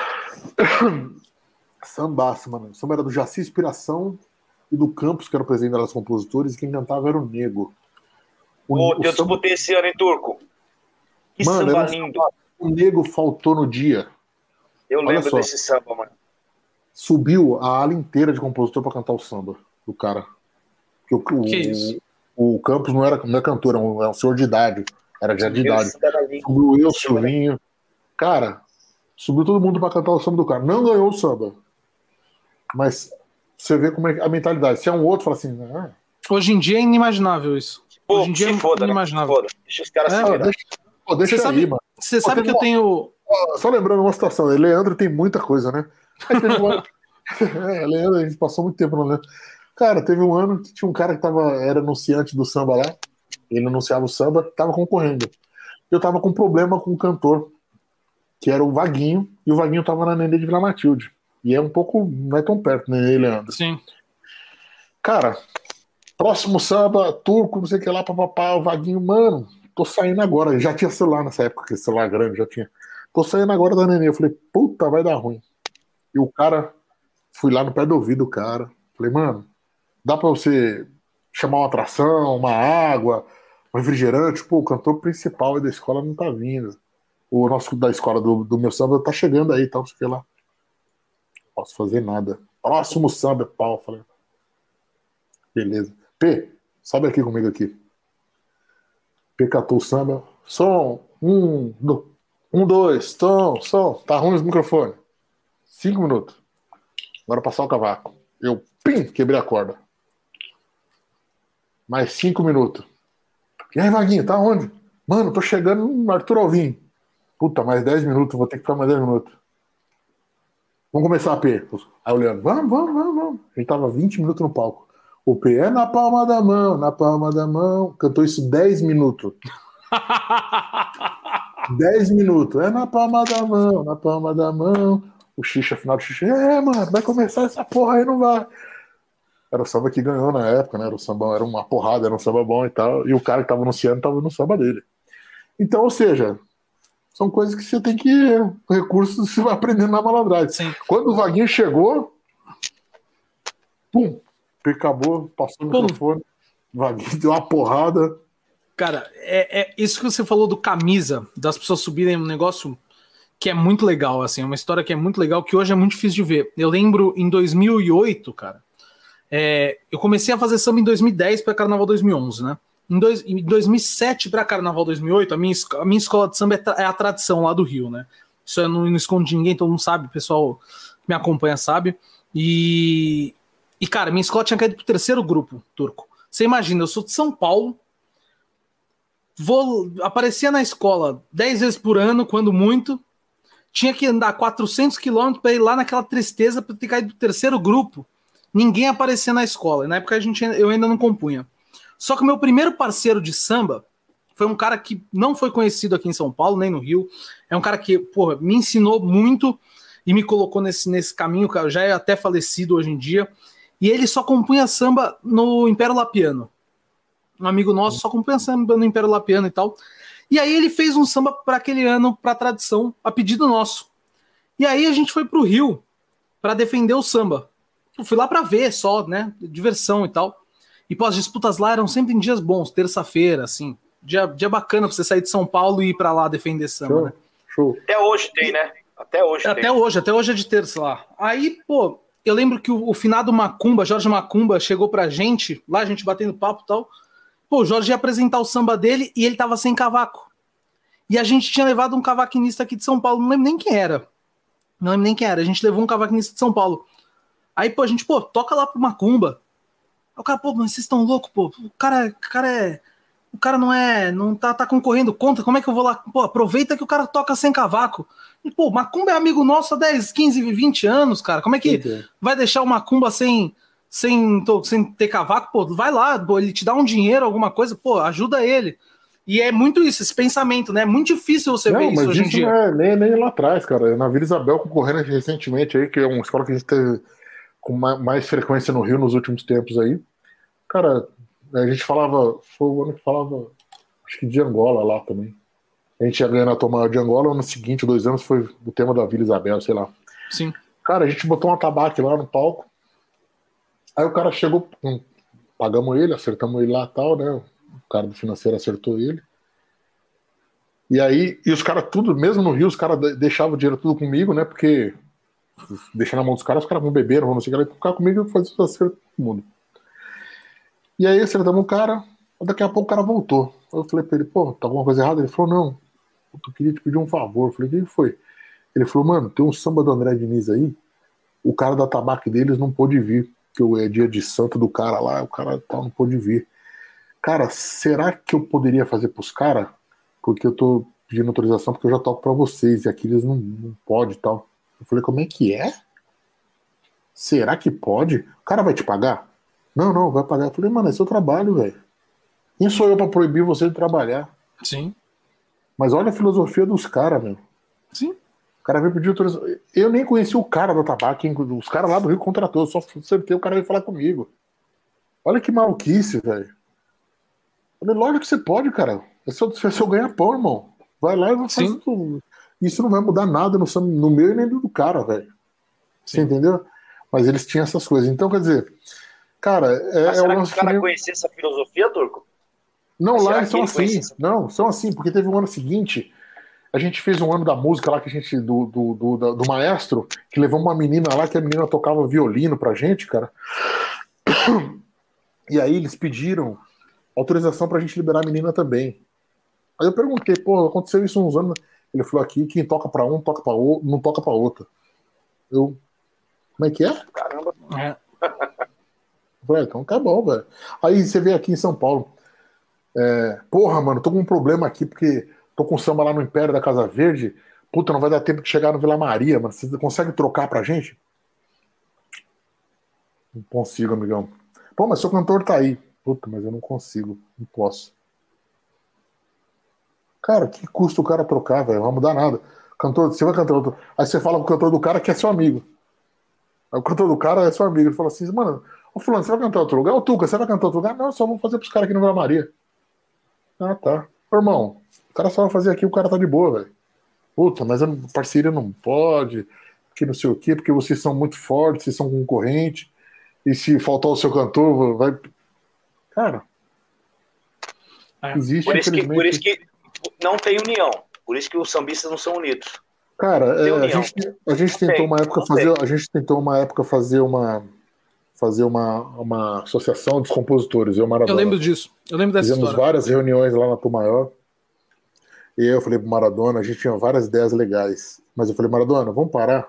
[SPEAKER 1] Sambaço, mano. O samba era do Jaci Inspiração e do Campos, que era o presidente das compositores, e quem cantava era o Nego.
[SPEAKER 3] O, Ô, o eu samba... disputei esse ano, hein, Turco? Que mano, samba lindo. Um...
[SPEAKER 1] O Nego faltou no dia.
[SPEAKER 3] Eu Olha lembro só. desse samba, mano.
[SPEAKER 1] Subiu a ala inteira de compositor pra cantar o samba do cara. Que o,
[SPEAKER 2] que
[SPEAKER 1] o,
[SPEAKER 2] isso?
[SPEAKER 1] O, o Campos não era, não era cantor, era um, era um senhor de idade. Era já de idade. Subiu eu, Silvinho. Cara, subiu todo mundo pra cantar o samba do cara. Não ganhou o samba. Mas você vê como é a mentalidade. Se é um outro, fala assim. Ah.
[SPEAKER 2] Hoje em dia é inimaginável isso.
[SPEAKER 3] Pô,
[SPEAKER 2] Hoje em dia
[SPEAKER 3] se
[SPEAKER 2] é
[SPEAKER 3] foda,
[SPEAKER 2] inimaginável.
[SPEAKER 3] Né? Foda. Deixa os caras é, se virar.
[SPEAKER 1] Deixa, pô, deixa
[SPEAKER 2] você
[SPEAKER 1] aí,
[SPEAKER 2] sabe,
[SPEAKER 1] mano.
[SPEAKER 2] Você pô, sabe que eu uma... tenho.
[SPEAKER 1] Só lembrando uma situação, Leandro tem muita coisa, né? Uma... é, Leandro, a gente passou muito tempo no Leandro. Cara, teve um ano que tinha um cara que tava, era anunciante do samba lá, ele anunciava o samba, tava concorrendo. Eu tava com problema com o cantor, que era o Vaguinho, e o Vaguinho tava na Nenê de Vila Matilde. E é um pouco, não é tão perto, né, Leandro?
[SPEAKER 2] Sim.
[SPEAKER 1] Cara, próximo samba, Turco, não sei o que lá, papapá, o Vaguinho, mano, tô saindo agora. Já tinha celular nessa época, que celular grande já tinha. Tô saindo agora da Nenê. Eu falei, puta, vai dar ruim. E o cara, fui lá no pé do ouvido do cara. Falei, mano, dá pra você chamar uma atração, uma água, um refrigerante? Pô, o cantor principal da escola não tá vindo. O nosso da escola do, do meu samba tá chegando aí, tal, não sei o que lá. Não posso fazer nada. Próximo samba, pau. Falei, beleza. P, sobe aqui comigo aqui. P catou o samba. Som, um, dois. Um, dois, som, som. Tá ruim os microfones. Cinco minutos. Agora passar o cavaco. Eu, pim, quebrei a corda. Mais cinco minutos. E aí, Vaguinho, tá onde? Mano, tô chegando no Arthur Alvim. Puta, mais dez minutos, vou ter que ficar mais dez minutos. Vamos começar a P. Aí o Leandro, vamos, vamos, vamos, vamos. Ele tava vinte minutos no palco. O pé é na palma da mão, na palma da mão. Cantou isso dez minutos. dez minutos. É na palma da mão, na palma da mão. O Xixa, final do Xixa. É, mano, vai começar essa porra aí, não vai. Era o samba que ganhou na época, né? Era, o samba, era uma porrada, era um samba bom e tal. E o cara que tava anunciando tava no samba dele. Então, ou seja, são coisas que você tem que... Recursos você vai aprendendo na malandragem.
[SPEAKER 2] Sim.
[SPEAKER 1] Quando o Vaguinho chegou, pum, acabou, passou o
[SPEAKER 2] Pum.
[SPEAKER 1] microfone, o Vaguinho deu uma porrada.
[SPEAKER 2] Cara, é, é isso que você falou do camisa, das pessoas subirem um negócio que é muito legal, assim, uma história que é muito legal, que hoje é muito difícil de ver. Eu lembro em dois mil e oito, cara, é, eu comecei a fazer samba em dois mil e dez para Carnaval dois mil e onze, né? Em, dois, em dois mil e sete para Carnaval dois mil e oito, a minha, a minha escola de samba é, tra- é a tradição lá do Rio, né? Isso eu não, não escondo de ninguém, todo mundo sabe, o pessoal que me acompanha sabe. E, e, cara, minha escola tinha caído pro terceiro grupo, Turco. Você imagina, eu sou de São Paulo, vou aparecia na escola dez vezes por ano, quando muito, tinha que andar quatrocentos quilômetros para ir lá naquela tristeza para ter caído pro terceiro grupo. Ninguém aparecia na escola. Na época a gente, eu ainda não compunha. Só que o meu primeiro parceiro de samba foi um cara que não foi conhecido aqui em São Paulo, nem no Rio. É um cara que, porra, me ensinou muito e me colocou nesse, nesse caminho, cara. Já é até falecido hoje em dia. E ele só compunha samba no Império Lapiano. Um amigo nosso só compunha samba no Império Lapiano e tal. E aí ele fez um samba para aquele ano, para tradição, a pedido nosso. E aí a gente foi pro Rio para defender o samba. Eu fui lá para ver só, né, diversão e tal. E pô, as disputas lá eram sempre em dias bons, terça-feira, assim. Dia, dia bacana pra você sair de São Paulo e ir pra lá defender samba,
[SPEAKER 1] Show,
[SPEAKER 2] né?
[SPEAKER 1] show.
[SPEAKER 3] Até hoje tem, né? Até hoje
[SPEAKER 2] Até
[SPEAKER 3] tem.
[SPEAKER 2] hoje, até hoje é de terça lá. Aí, pô, eu lembro que o, o finado Macumba, Jorge Macumba, chegou pra gente, lá a gente batendo papo e tal. Pô, o Jorge ia apresentar o samba dele e ele tava sem cavaco. E a gente tinha levado um cavaquinista aqui de São Paulo, não lembro nem quem era. Não lembro nem quem era, a gente levou um cavaquinista de São Paulo. Aí, pô, a gente, pô, toca lá pro Macumba. Aí o cara, pô, mas vocês estão loucos, pô. O cara, o cara é... O cara não é... Não tá, tá concorrendo contra. Como é que eu vou lá? Pô, aproveita que o cara toca sem cavaco. E, pô, Macumba é amigo nosso há dez, quinze, vinte anos, cara. Como é que
[SPEAKER 1] Entendi.
[SPEAKER 2] vai deixar o Macumba sem, sem, tô, sem ter cavaco? Pô, vai lá, pô, ele te dá um dinheiro, alguma coisa, pô, ajuda ele. E é muito isso, esse pensamento, né? É muito difícil você
[SPEAKER 1] Não,
[SPEAKER 2] ver isso
[SPEAKER 1] mas
[SPEAKER 2] hoje em
[SPEAKER 1] isso
[SPEAKER 2] dia.
[SPEAKER 1] não é nem, nem lá atrás, cara. Na Vila Isabel, concorrendo recentemente aí, que é uma escola que a gente teve com ma- mais frequência no Rio nos últimos tempos aí. Cara, a gente falava, foi o ano que falava, acho que de Angola lá também. A gente ia ganhando a tomada de Angola, ano seguinte, dois anos, foi o tema da Vila Isabel, sei lá.
[SPEAKER 2] Sim.
[SPEAKER 1] Cara, a gente botou um atabaque lá no palco. Aí o cara chegou, hum, pagamos ele, acertamos ele lá e tal, né? O cara do financeiro acertou ele. E aí, e os caras tudo, mesmo no Rio, os caras de- deixavam o dinheiro tudo comigo, né? Porque deixar na mão dos caras, os caras vão beber, não sei o que, lá, ficar comigo e fazer o acerto com todo mundo. E aí acertamos o cara, daqui a pouco o cara voltou. Eu falei pra ele, pô, tá alguma coisa errada? Ele falou, não, eu queria te pedir um favor. Eu falei, o que foi? Ele falou, mano, tem um samba do André Diniz aí, o cara da tabaque deles não pôde vir, porque é dia de santo do cara lá, o cara tal não pôde vir. Cara, será que eu poderia fazer pros caras? Porque eu tô pedindo autorização porque eu já toco pra vocês, e aqui eles não, não podem e tal. Eu falei, como é que é? Será que pode? O cara vai te pagar? Não, não, vai pagar. Eu falei, mano, é seu trabalho, velho. Quem sou eu pra proibir você de trabalhar?
[SPEAKER 2] Sim.
[SPEAKER 1] Mas olha a filosofia dos caras, meu.
[SPEAKER 2] Sim.
[SPEAKER 1] O cara veio pedir autorização. Eu nem conheci o cara da tabaco, hein? Os caras lá do Rio contratou, eu só acertei, o cara veio falar comigo. Olha que maluquice, velho. Eu falei, lógico que você pode, cara. É seu, é seu ganha-pão, irmão. Vai lá e vai fazer
[SPEAKER 2] Sim.
[SPEAKER 1] tudo. Isso não vai mudar nada no, no meu e nem do cara, velho. Você
[SPEAKER 2] Sim.
[SPEAKER 1] entendeu? Mas eles tinham essas coisas. Então, quer dizer, cara, é,
[SPEAKER 3] Mas
[SPEAKER 1] é o
[SPEAKER 3] será que
[SPEAKER 1] lance
[SPEAKER 3] o cara
[SPEAKER 1] que...
[SPEAKER 3] conhecia essa filosofia, Turco?
[SPEAKER 1] Não,
[SPEAKER 3] Mas
[SPEAKER 1] lá
[SPEAKER 3] será
[SPEAKER 1] eles
[SPEAKER 3] que
[SPEAKER 1] são
[SPEAKER 3] ele
[SPEAKER 1] assim.
[SPEAKER 3] conhecia essa-
[SPEAKER 1] Não, são assim, porque teve um ano seguinte, a gente fez um ano da música lá, que a gente, do, do, do, da- do maestro, que levou uma menina lá, que a menina tocava violino pra gente, cara. E aí eles pediram autorização pra gente liberar a menina também. Aí eu perguntei, pô, aconteceu isso uns anos. Ele falou aqui, quem toca pra um, toca pra outro, não toca pra outra. Eu, como é que é?
[SPEAKER 3] Caramba.
[SPEAKER 2] É.
[SPEAKER 1] Eu falei, ah, então tá bom, velho. Aí você vê aqui em São Paulo, é, porra, mano, tô com um problema aqui, porque tô com samba lá no Império da Casa Verde, puta, não vai dar tempo de chegar no Vila Maria, mano, você consegue trocar pra gente? Não consigo, amigão. Pô, mas seu cantor tá aí. Puta, mas eu não consigo, não posso. Cara, que custa o cara trocar, velho? Não vai mudar nada. Cantor, você vai cantar outro. Aí você fala com o cantor do cara que é seu amigo. Aí o cantor do cara é seu amigo. Ele fala assim, mano, ô fulano, você vai cantar outro lugar? Ô Tuca, você vai cantar outro lugar? Não, só vamos fazer pros caras aqui no Vila Maria. Ah, tá. Ô, irmão, o cara só vai fazer aqui, o cara tá de boa, velho. Puta, mas a parceria não pode, que não sei o quê, porque vocês são muito fortes, vocês são concorrentes, e se faltar o seu cantor, vai... Cara,
[SPEAKER 2] É.
[SPEAKER 1] existe,
[SPEAKER 3] Por isso, que,
[SPEAKER 1] infelizmente...
[SPEAKER 3] por isso que não tem união. Por isso que os sambistas não são unidos.
[SPEAKER 1] Cara, é, a
[SPEAKER 3] união.
[SPEAKER 1] gente, a gente
[SPEAKER 3] Não
[SPEAKER 1] tentou
[SPEAKER 3] tem,
[SPEAKER 1] uma época
[SPEAKER 3] não
[SPEAKER 1] fazer,
[SPEAKER 3] tem.
[SPEAKER 1] a gente tentou uma época fazer uma fazer uma, uma associação dos compositores, eu, Maradona.
[SPEAKER 2] Eu lembro disso. Eu lembro dessa
[SPEAKER 1] Fizemos
[SPEAKER 2] história.
[SPEAKER 1] várias reuniões lá na Tom Maior. E aí eu falei pro Maradona, a gente tinha várias ideias legais, mas eu falei, Maradona, vamos parar,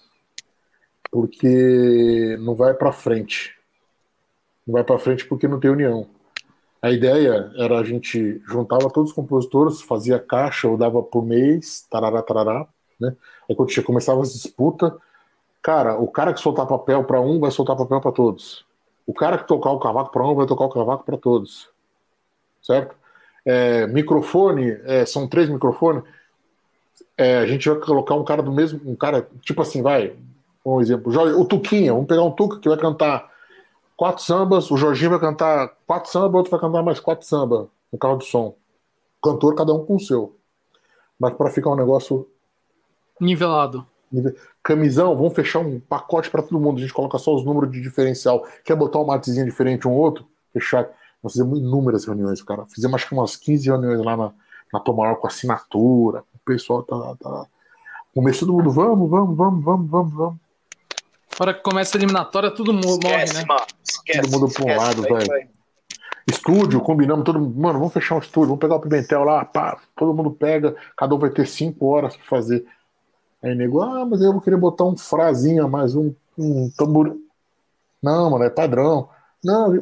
[SPEAKER 1] porque não vai pra frente. Não vai pra frente porque não tem união. A ideia era a gente juntava todos os compositores, fazia caixa ou dava por mês, tarará, tarará, né? Aí quando começava as disputas, cara, o cara que soltar papel para um vai soltar papel para todos. O cara que tocar o cavaco para um vai tocar o cavaco para todos. Certo? É, microfone, é, são três microfones. É, a gente vai colocar um cara do mesmo, um cara, tipo assim, vai, um exemplo, o Tuquinha, vamos pegar um Tuca que vai cantar quatro sambas, o Jorginho vai cantar quatro sambas, o outro vai cantar mais quatro sambas no carro de som. Cantor, cada um com o seu. Mas para ficar um negócio
[SPEAKER 2] nivelado.
[SPEAKER 1] Camisão, vamos fechar um pacote para todo mundo. A gente coloca só os números de diferencial. Quer botar uma artezinha diferente um outro? Fechar. Nós fizemos inúmeras reuniões, cara. Fizemos acho que umas quinze reuniões lá na, na Tom Maior com assinatura. O pessoal tá, tá. Começou todo mundo, vamos, vamos, vamos, vamos, vamos, vamos.
[SPEAKER 2] Na hora que começa a eliminatória, todo mundo
[SPEAKER 3] Esquece,
[SPEAKER 2] morre, né?
[SPEAKER 3] mano. Esquece,
[SPEAKER 1] todo mundo para um lado, velho. Estúdio, combinamos, todo mundo, mano, vamos fechar um estúdio, vamos pegar o Pimentel lá, pá, todo mundo pega, cada um vai ter cinco horas para fazer. Aí nego, ah, mas eu vou querer botar um frasinho a mais, um, um tambor. Não, mano, é padrão. Não,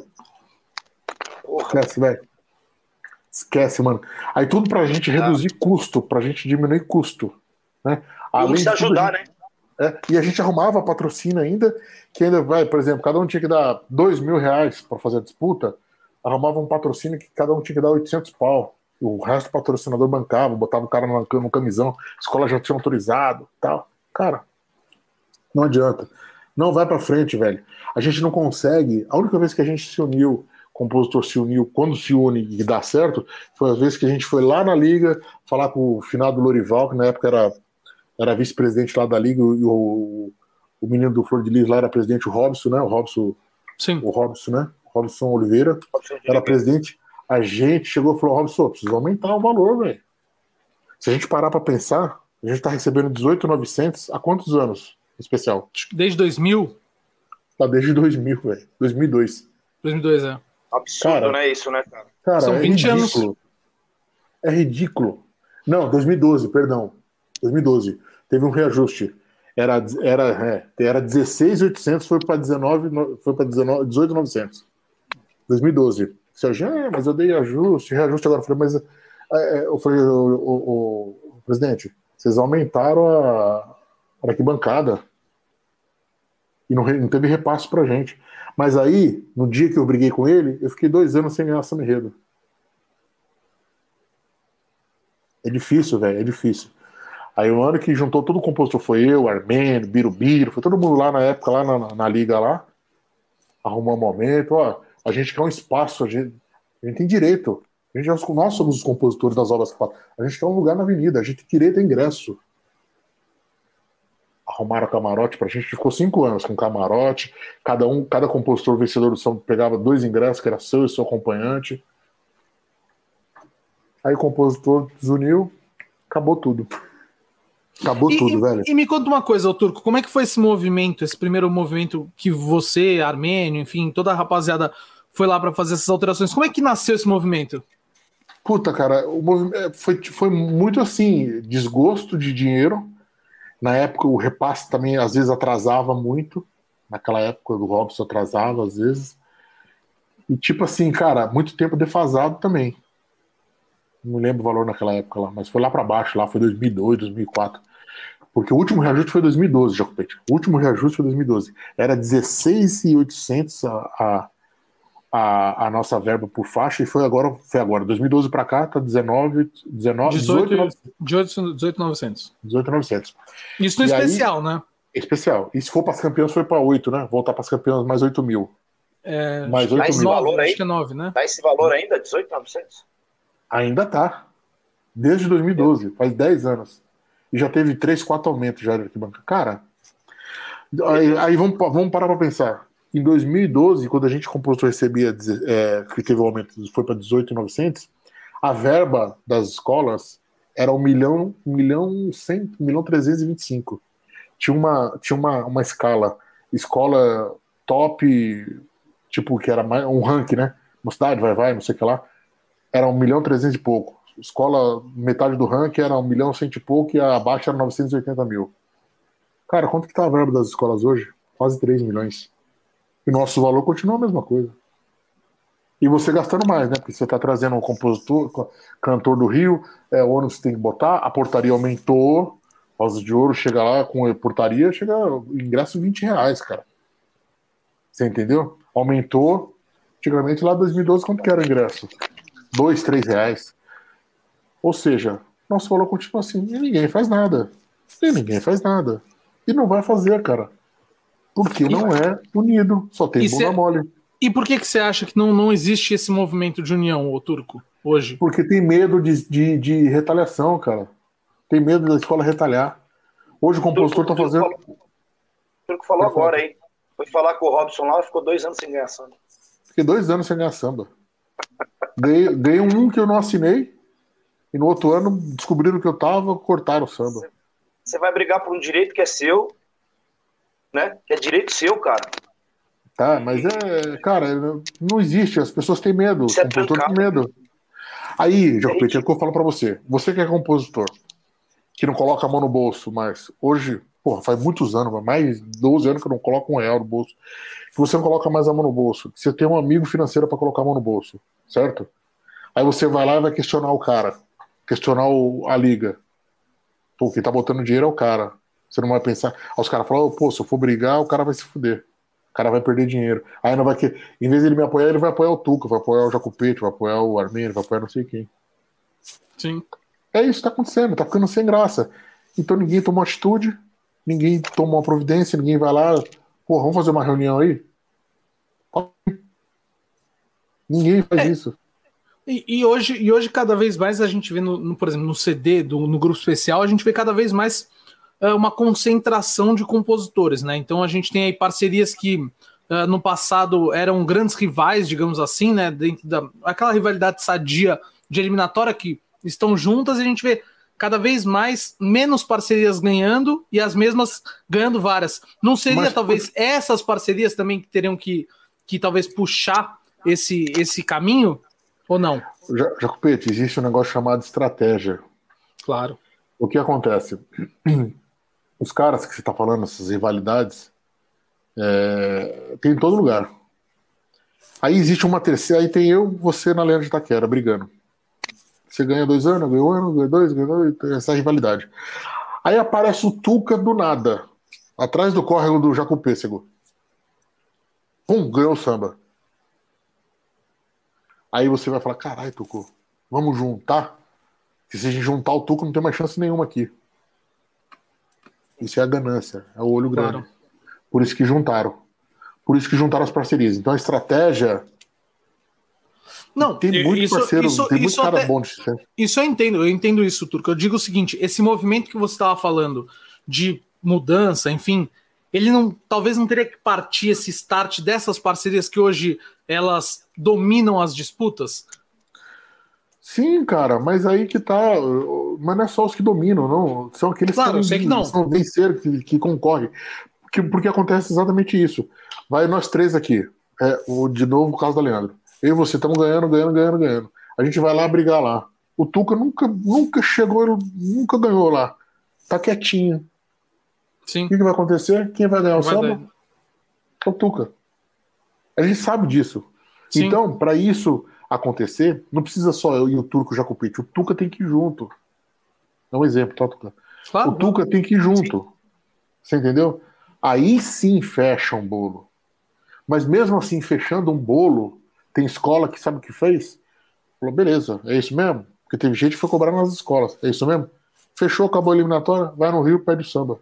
[SPEAKER 1] esquece, velho. Esquece, mano. Aí tudo pra gente reduzir custo, pra gente diminuir custo, né?
[SPEAKER 3] Além de ajudar,
[SPEAKER 1] gente,
[SPEAKER 3] né?
[SPEAKER 1] É, e a gente arrumava patrocínio ainda, que ainda vai, por exemplo, cada um tinha que dar dois mil reais pra fazer a disputa, arrumava um patrocínio que cada um tinha que dar oitocentos pau. O resto do patrocinador bancava, botava o cara no, no camisão, a escola já tinha autorizado tal. Cara, não adianta. Não vai pra frente, velho. A gente não consegue. A única vez que a gente se uniu, o compositor se uniu, quando se une e dá certo, foi a vez que a gente foi lá na Liga falar com o finado Lorival, que na época era, era vice-presidente lá da Liga, e o, o menino do Flor de Lis lá era presidente, o Robson, né? O Robson,
[SPEAKER 2] Sim.
[SPEAKER 1] O Robson, né? O Robson Oliveira era presidente. A gente chegou e falou, Robson, precisa aumentar o valor, velho. Se a gente parar pra pensar, a gente tá recebendo dezoito mil e novecentos há quantos anos? Especial.
[SPEAKER 2] Desde dois mil?
[SPEAKER 1] Tá desde dois mil, velho. dois mil e dois.
[SPEAKER 2] dois mil e dois, é.
[SPEAKER 3] Absurdo, cara, né, isso, né, cara?
[SPEAKER 1] Cara,
[SPEAKER 2] São
[SPEAKER 1] é
[SPEAKER 2] vinte
[SPEAKER 1] ridículo.
[SPEAKER 2] anos.
[SPEAKER 1] É ridículo. Não, dois mil e doze, perdão. dois mil e doze. Teve um reajuste. Era, era, é, era dezesseis mil e oitocentos, foi para dezenove, foi para dezoito mil e novecentos. dois mil e doze. Sérgio, ah, mas eu dei ajuste, reajuste agora. Eu falei, mas é, eu falei, o, o, o, o presidente, vocês aumentaram a, a arquibancada e não, não teve repasse pra gente. Mas aí, no dia que eu briguei com ele, eu fiquei dois anos sem ganhar samba enredo. É difícil, velho, é difícil. Aí o ano que juntou todo o compositor foi eu, Armênio, Birubiru, foi todo mundo lá na época, lá na, na liga lá, arrumou um momento, ó, a gente quer um espaço, a gente, a gente tem direito, a gente, nós somos os compositores das obras, a gente quer um lugar na avenida, a gente tem direito a ingresso. Arrumaram camarote pra gente, ficou cinco anos com camarote, cada um, cada compositor vencedor do samba pegava dois ingressos, que era seu e seu acompanhante. Aí o compositor desuniu, acabou tudo. Acabou
[SPEAKER 2] e,
[SPEAKER 1] tudo,
[SPEAKER 2] e,
[SPEAKER 1] velho.
[SPEAKER 2] E me conta uma coisa, ô Turco, como é que foi esse movimento, esse primeiro movimento que você, Armênio, enfim, toda a rapaziada foi lá pra fazer essas alterações? Como é que nasceu esse movimento?
[SPEAKER 1] Puta, cara, o movimento foi, foi muito assim, desgosto de dinheiro. Na época o repasse também às vezes atrasava muito. Naquela época do Robson atrasava às vezes. E tipo assim, cara, muito tempo defasado também. Não lembro o valor naquela época lá, mas foi lá pra baixo, lá foi dois mil e dois, dois mil e quatro. Porque o último reajuste foi dois mil e doze, Jacopete. O último reajuste foi dois mil e doze. Era dezesseis mil e oitocentos a, a, a, a nossa verba por faixa e foi agora, foi agora, dois mil e doze para cá, tá dezenove, dezenove, dezoito mil e novecentos. dezoito mil e novecentos.
[SPEAKER 2] Isso no
[SPEAKER 1] e
[SPEAKER 2] especial,
[SPEAKER 1] aí,
[SPEAKER 2] né?
[SPEAKER 1] Especial. E se for para as campeãs, foi para oito, né? Voltar para as campeãs mais oito mil.
[SPEAKER 2] É,
[SPEAKER 1] mais
[SPEAKER 3] oito
[SPEAKER 1] mil.
[SPEAKER 3] Esse valor aí?
[SPEAKER 2] Acho que é nove, né?
[SPEAKER 3] Dá esse valor ainda? dezoito mil e novecentos?
[SPEAKER 1] Ainda tá. Desde dois mil e doze, faz dez anos. E já teve três, quatro aumentos já de arquibancada. Cara, aí, aí vamos, vamos parar para pensar. Em dois mil e doze, quando a gente compostor recebia, é, que teve o aumento, foi para dezoito mil e novecentos, a verba das escolas era um milhão, um milhão cem, um milhão trezentos e vinte e cinco. Tinha uma, tinha uma, uma escala, escola top, tipo, que era mais, um ranking, né? Uma cidade, vai, vai, não sei o que lá, era um milhão trezentos e pouco. Escola, metade do ranking era um milhão cento e pouco e abaixo era novecentos e oitenta mil. Cara, quanto que tá a verba das escolas hoje? Quase três milhões. E nosso valor continua a mesma coisa. E você gastando mais, né? Porque você tá trazendo um compositor, cantor do Rio, é, o ônibus tem que botar, a portaria aumentou, Rosa de Ouro chega lá com a portaria, chega ingresso vinte reais, cara. Você entendeu? Aumentou. Antigamente lá em dois mil e doze, quanto que era o ingresso? Dois, três reais. Ou seja, nosso valor continua assim. E ninguém faz nada. E ninguém faz nada. E não vai fazer, cara. Porque não é unido. Só tem bunda mole.
[SPEAKER 2] E por que que você acha que não, não existe esse movimento de união, ô Turco, hoje?
[SPEAKER 1] Porque tem medo de, de, de retaliação, cara. Tem medo da escola retalhar. Hoje o compositor tá fazendo...
[SPEAKER 3] O Turco falou agora aí. Foi falar com o Robson lá e ficou dois anos sem ganhar samba.
[SPEAKER 1] Fiquei dois anos sem ganhar samba. Ganhei, ganhei um que eu não assinei. E no outro ano descobriram que eu tava, cortaram o samba.
[SPEAKER 3] Você vai brigar por um direito que é seu, né? Que é direito seu, cara.
[SPEAKER 1] Tá, mas é, cara, não existe. As pessoas têm medo.
[SPEAKER 3] Isso
[SPEAKER 1] o compositor
[SPEAKER 3] é
[SPEAKER 1] tem medo. Aí, Jacopete, é o que eu falo pra você. Você que é compositor, que não coloca a mão no bolso, mas hoje, porra, faz muitos anos, mais de doze anos que eu não coloco um real no bolso. Que você não coloca mais a mão no bolso. Que você tem um amigo financeiro pra colocar a mão no bolso, certo? Aí você vai lá e vai questionar o cara. Questionar o, a liga. Pô, quem tá botando dinheiro é o cara. Você não vai pensar. Aí os caras falam, pô, se eu for brigar, o cara vai se fuder. O cara vai perder dinheiro. Aí não vai que. Em vez de ele me apoiar, ele vai apoiar o Tuca, vai apoiar o Jacopete, vai apoiar o Armênio, vai apoiar não sei quem.
[SPEAKER 2] Sim.
[SPEAKER 1] É isso que tá acontecendo, tá ficando sem graça. Então ninguém tomou atitude, ninguém tomou uma providência, ninguém vai lá, pô, vamos fazer uma reunião aí? Ninguém faz
[SPEAKER 2] é.
[SPEAKER 1] isso.
[SPEAKER 2] E, e, hoje, e hoje, cada vez mais, a gente vê, no, no, por exemplo, no C D, do, no grupo especial, a gente vê cada vez mais uh, uma concentração de compositores, né? Então a gente tem aí parcerias que uh, no passado eram grandes rivais, digamos assim, né? Dentro da aquela rivalidade sadia de eliminatória que estão juntas, e a gente vê cada vez mais menos parcerias ganhando e as mesmas ganhando várias. Não seria, Mas, talvez, por... essas parcerias também que teriam que, que talvez puxar esse, esse caminho? Ou não?
[SPEAKER 1] Jacopete, existe um negócio chamado estratégia.
[SPEAKER 2] Claro.
[SPEAKER 1] O que acontece? Os caras que você está falando, essas rivalidades, é... tem em todo lugar. Aí existe uma terceira, aí tem eu, você na Leandro de Itaquera, brigando. Você ganha dois anos, ganha um ano, ganha dois, ganha dois, essa rivalidade. Aí aparece o Tuca do nada, atrás do córrego do Jacopêssego. Pum, ganhou o samba. Aí você vai falar, caralho, Tuco, vamos juntar? Se a gente juntar o Tuco, não tem mais chance nenhuma aqui. Isso é a ganância, é o olho grande. Claro. Por isso que juntaram. Por isso que juntaram as parcerias. Então a estratégia...
[SPEAKER 2] Não,
[SPEAKER 1] tem muito
[SPEAKER 2] isso,
[SPEAKER 1] parceiro,
[SPEAKER 2] isso,
[SPEAKER 1] tem muito
[SPEAKER 2] isso
[SPEAKER 1] cara
[SPEAKER 2] até,
[SPEAKER 1] bom de ser.
[SPEAKER 2] Isso eu entendo, eu entendo isso, Turco. Eu digo o seguinte, esse movimento que você estava falando de mudança, enfim, ele não, talvez não teria que partir esse start dessas parcerias que hoje elas dominam as disputas?
[SPEAKER 1] Sim, cara, mas aí que tá. Mas não é só os que dominam, não. São aqueles
[SPEAKER 2] claro,
[SPEAKER 1] que,
[SPEAKER 2] sei que não.
[SPEAKER 1] são vencer, que, que concorrem. Porque, porque acontece exatamente isso. Vai nós três aqui. É, o, de novo o caso da Leandro. Eu e você estamos ganhando, ganhando, ganhando, ganhando. A gente vai lá brigar lá. O Tuca nunca, nunca chegou, nunca ganhou lá. Tá quietinho.
[SPEAKER 2] Sim.
[SPEAKER 1] O que, que vai acontecer? Quem vai ganhar o samba? É o Tuca. A gente sabe disso. Sim. Então, para isso acontecer, não precisa só eu e o Turco Jacopete. O Tuca tem que ir junto. É um exemplo, tá, Tuca? Claro, o Tuca tem que ir junto. Sim. Você entendeu? Aí sim fecha um bolo. Mas mesmo assim, fechando um bolo, Tem escola que sabe o que fez? Falou, beleza, é isso mesmo? Porque teve gente que foi cobrar nas escolas. É isso mesmo? Fechou, acabou a eliminatória, vai no Rio, pede o samba.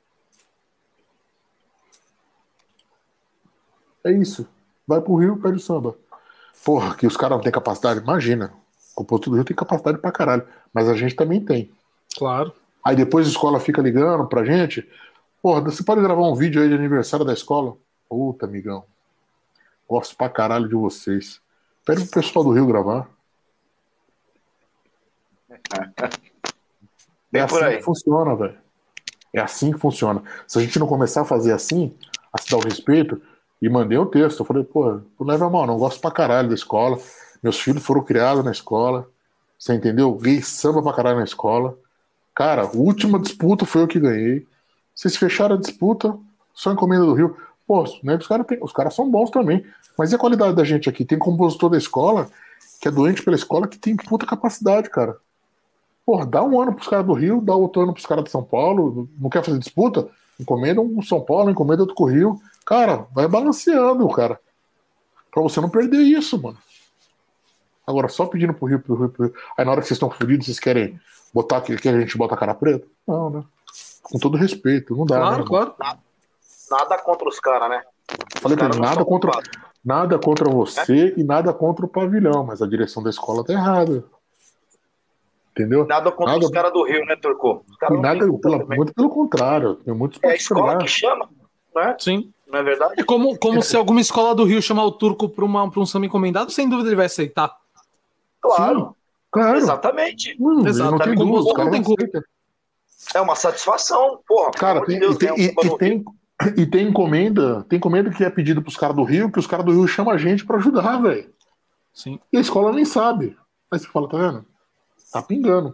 [SPEAKER 1] É isso. Vai pro Rio, pede o samba. Porra, que os caras não têm capacidade. Imagina. O compositor do Rio tem capacidade pra caralho. Mas a gente também tem.
[SPEAKER 2] Claro.
[SPEAKER 1] Aí depois a escola fica ligando pra gente. Porra, você pode gravar um vídeo aí de aniversário da escola? Puta, amigão. Gosto pra caralho de vocês. Pede pro pessoal do Rio gravar. É assim que funciona, velho. É assim que funciona. Se a gente não começar a fazer assim, a se dar o respeito, e mandei um texto, eu falei, pô, não leva mal, não gosto pra caralho da escola. Meus filhos foram criados na escola. Você entendeu? Ganhei samba pra caralho na escola. Cara, a última disputa foi eu que ganhei. Vocês fecharam a disputa, só encomenda do Rio. Pô, né, os caras os caras são bons também. Mas e a qualidade da gente aqui? Tem compositor da escola que é doente pela escola que tem puta capacidade, cara. Porra, dá um ano pros caras do Rio, dá outro ano pros caras de São Paulo. Não quer fazer disputa? Encomenda um São Paulo, encomenda outro com o Rio. Cara, vai balanceando, cara. Pra você não perder isso, mano. Agora, só pedindo pro Rio, pro Rio, pro Rio. Aí na hora que vocês estão fodidos, vocês querem botar que, que a gente bota a cara preta? Não, né? Com todo respeito, não dá.
[SPEAKER 2] Claro,
[SPEAKER 1] né,
[SPEAKER 2] claro.
[SPEAKER 3] Nada, nada contra os caras, né?
[SPEAKER 1] Falei pra ele, nada contra, nada contra você é? E nada contra o pavilhão, mas a direção da escola tá errada. Entendeu?
[SPEAKER 3] Nada contra
[SPEAKER 1] nada...
[SPEAKER 3] os caras do Rio, né, Turco?
[SPEAKER 1] E nada, pela, muito pelo contrário. Tem muitos
[SPEAKER 3] é a escola que chama, né?
[SPEAKER 2] Sim.
[SPEAKER 3] Não é verdade?
[SPEAKER 2] É como, como é. Se alguma escola do Rio chamar o Turco para um samba encomendado, sem dúvida ele vai aceitar.
[SPEAKER 3] Claro.
[SPEAKER 1] Sim, claro.
[SPEAKER 3] Exatamente.
[SPEAKER 1] Hum,
[SPEAKER 2] Exato.
[SPEAKER 1] Não tem
[SPEAKER 2] como,
[SPEAKER 1] dúvida,
[SPEAKER 2] não tem como.
[SPEAKER 3] É uma satisfação, porra.
[SPEAKER 1] Cara, tem, Deus, e, tem, um e, e, tem, e tem encomenda, tem encomenda que é pedido pros caras do Rio, que os caras do Rio chamam a gente pra ajudar, velho.
[SPEAKER 2] Sim.
[SPEAKER 1] E a escola nem sabe. Aí você fala, tá vendo? Tá pingando.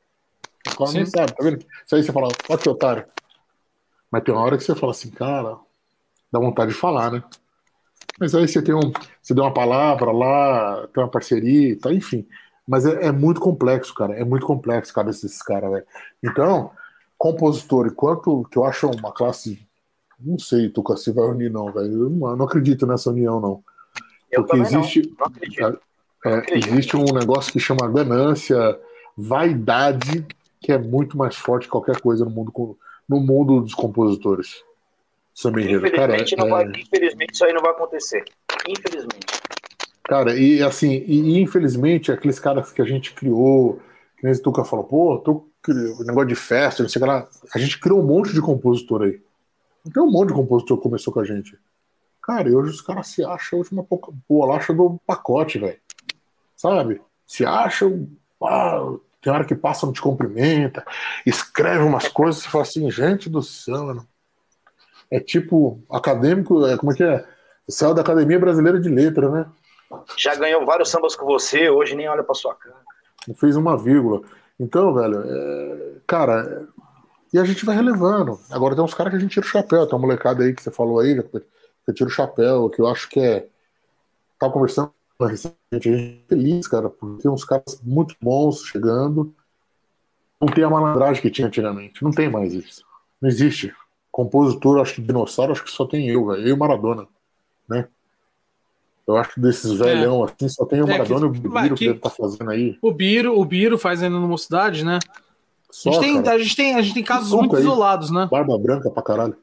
[SPEAKER 1] A escola Sim. nem sabe, tá vendo? Isso aí você fala, ó que otário. Mas tem uma hora que você fala assim, cara, dá vontade de falar, né? Mas aí você tem um, você deu uma palavra lá, tem uma parceria, tá, enfim. Mas é, é muito complexo, cara. É muito complexo a cabeça desses caras, velho. Então, compositor, enquanto que eu acho uma classe, não sei, Tuca, se vai unir, não, velho. Eu não, não acredito nessa união, não.
[SPEAKER 3] Eu
[SPEAKER 1] Porque existe,
[SPEAKER 3] não. Não acredito.
[SPEAKER 1] É,
[SPEAKER 3] não acredito.
[SPEAKER 1] Existe um negócio que chama ganância, vaidade, que é muito mais forte que qualquer coisa no mundo, no mundo dos compositores.
[SPEAKER 3] Infelizmente, cara, não é... vai, infelizmente, isso aí não vai acontecer. Infelizmente.
[SPEAKER 1] Cara, e assim, e, e infelizmente, aqueles caras que a gente criou, que nem o Tuca falou, pô, tu criou, negócio de festa, não sei lá, a gente criou um monte de compositor aí. Tem um monte de compositor que começou com a gente. Cara, e hoje os caras se acham a última bolacha do pacote, velho. Sabe? Se acham, ah, tem hora que passa, não te cumprimenta, escreve umas coisas, você fala assim, gente do céu, mano. É tipo, acadêmico, é, como é que é? Saiu da Academia Brasileira de Letras, né?
[SPEAKER 3] Já ganhou vários sambas com você, hoje nem olha pra sua cara.
[SPEAKER 1] Não fez uma vírgula. Então, velho, é... cara, e a gente vai relevando. Agora tem uns caras que a gente tira o chapéu. Tem uma molecada aí que você falou aí, que eu tiro o chapéu, que eu acho que é. Tava conversando recentemente, a gente é feliz, cara, porque tem uns caras muito bons chegando. Não tem a malandragem que tinha antigamente. Não tem mais isso. Não existe. Compositor, acho que dinossauro, acho que só tem eu, velho. Eu e o Maradona, né? Eu acho que desses velhão é. assim, só tem o Maradona é que, e o Biro que, que ele tá fazendo aí.
[SPEAKER 2] O Biro, o Biro faz ainda no Mocidade, né? Só, a, gente tem, a, gente tem, a gente tem casos muito aí, isolados, né?
[SPEAKER 1] Barba branca pra caralho.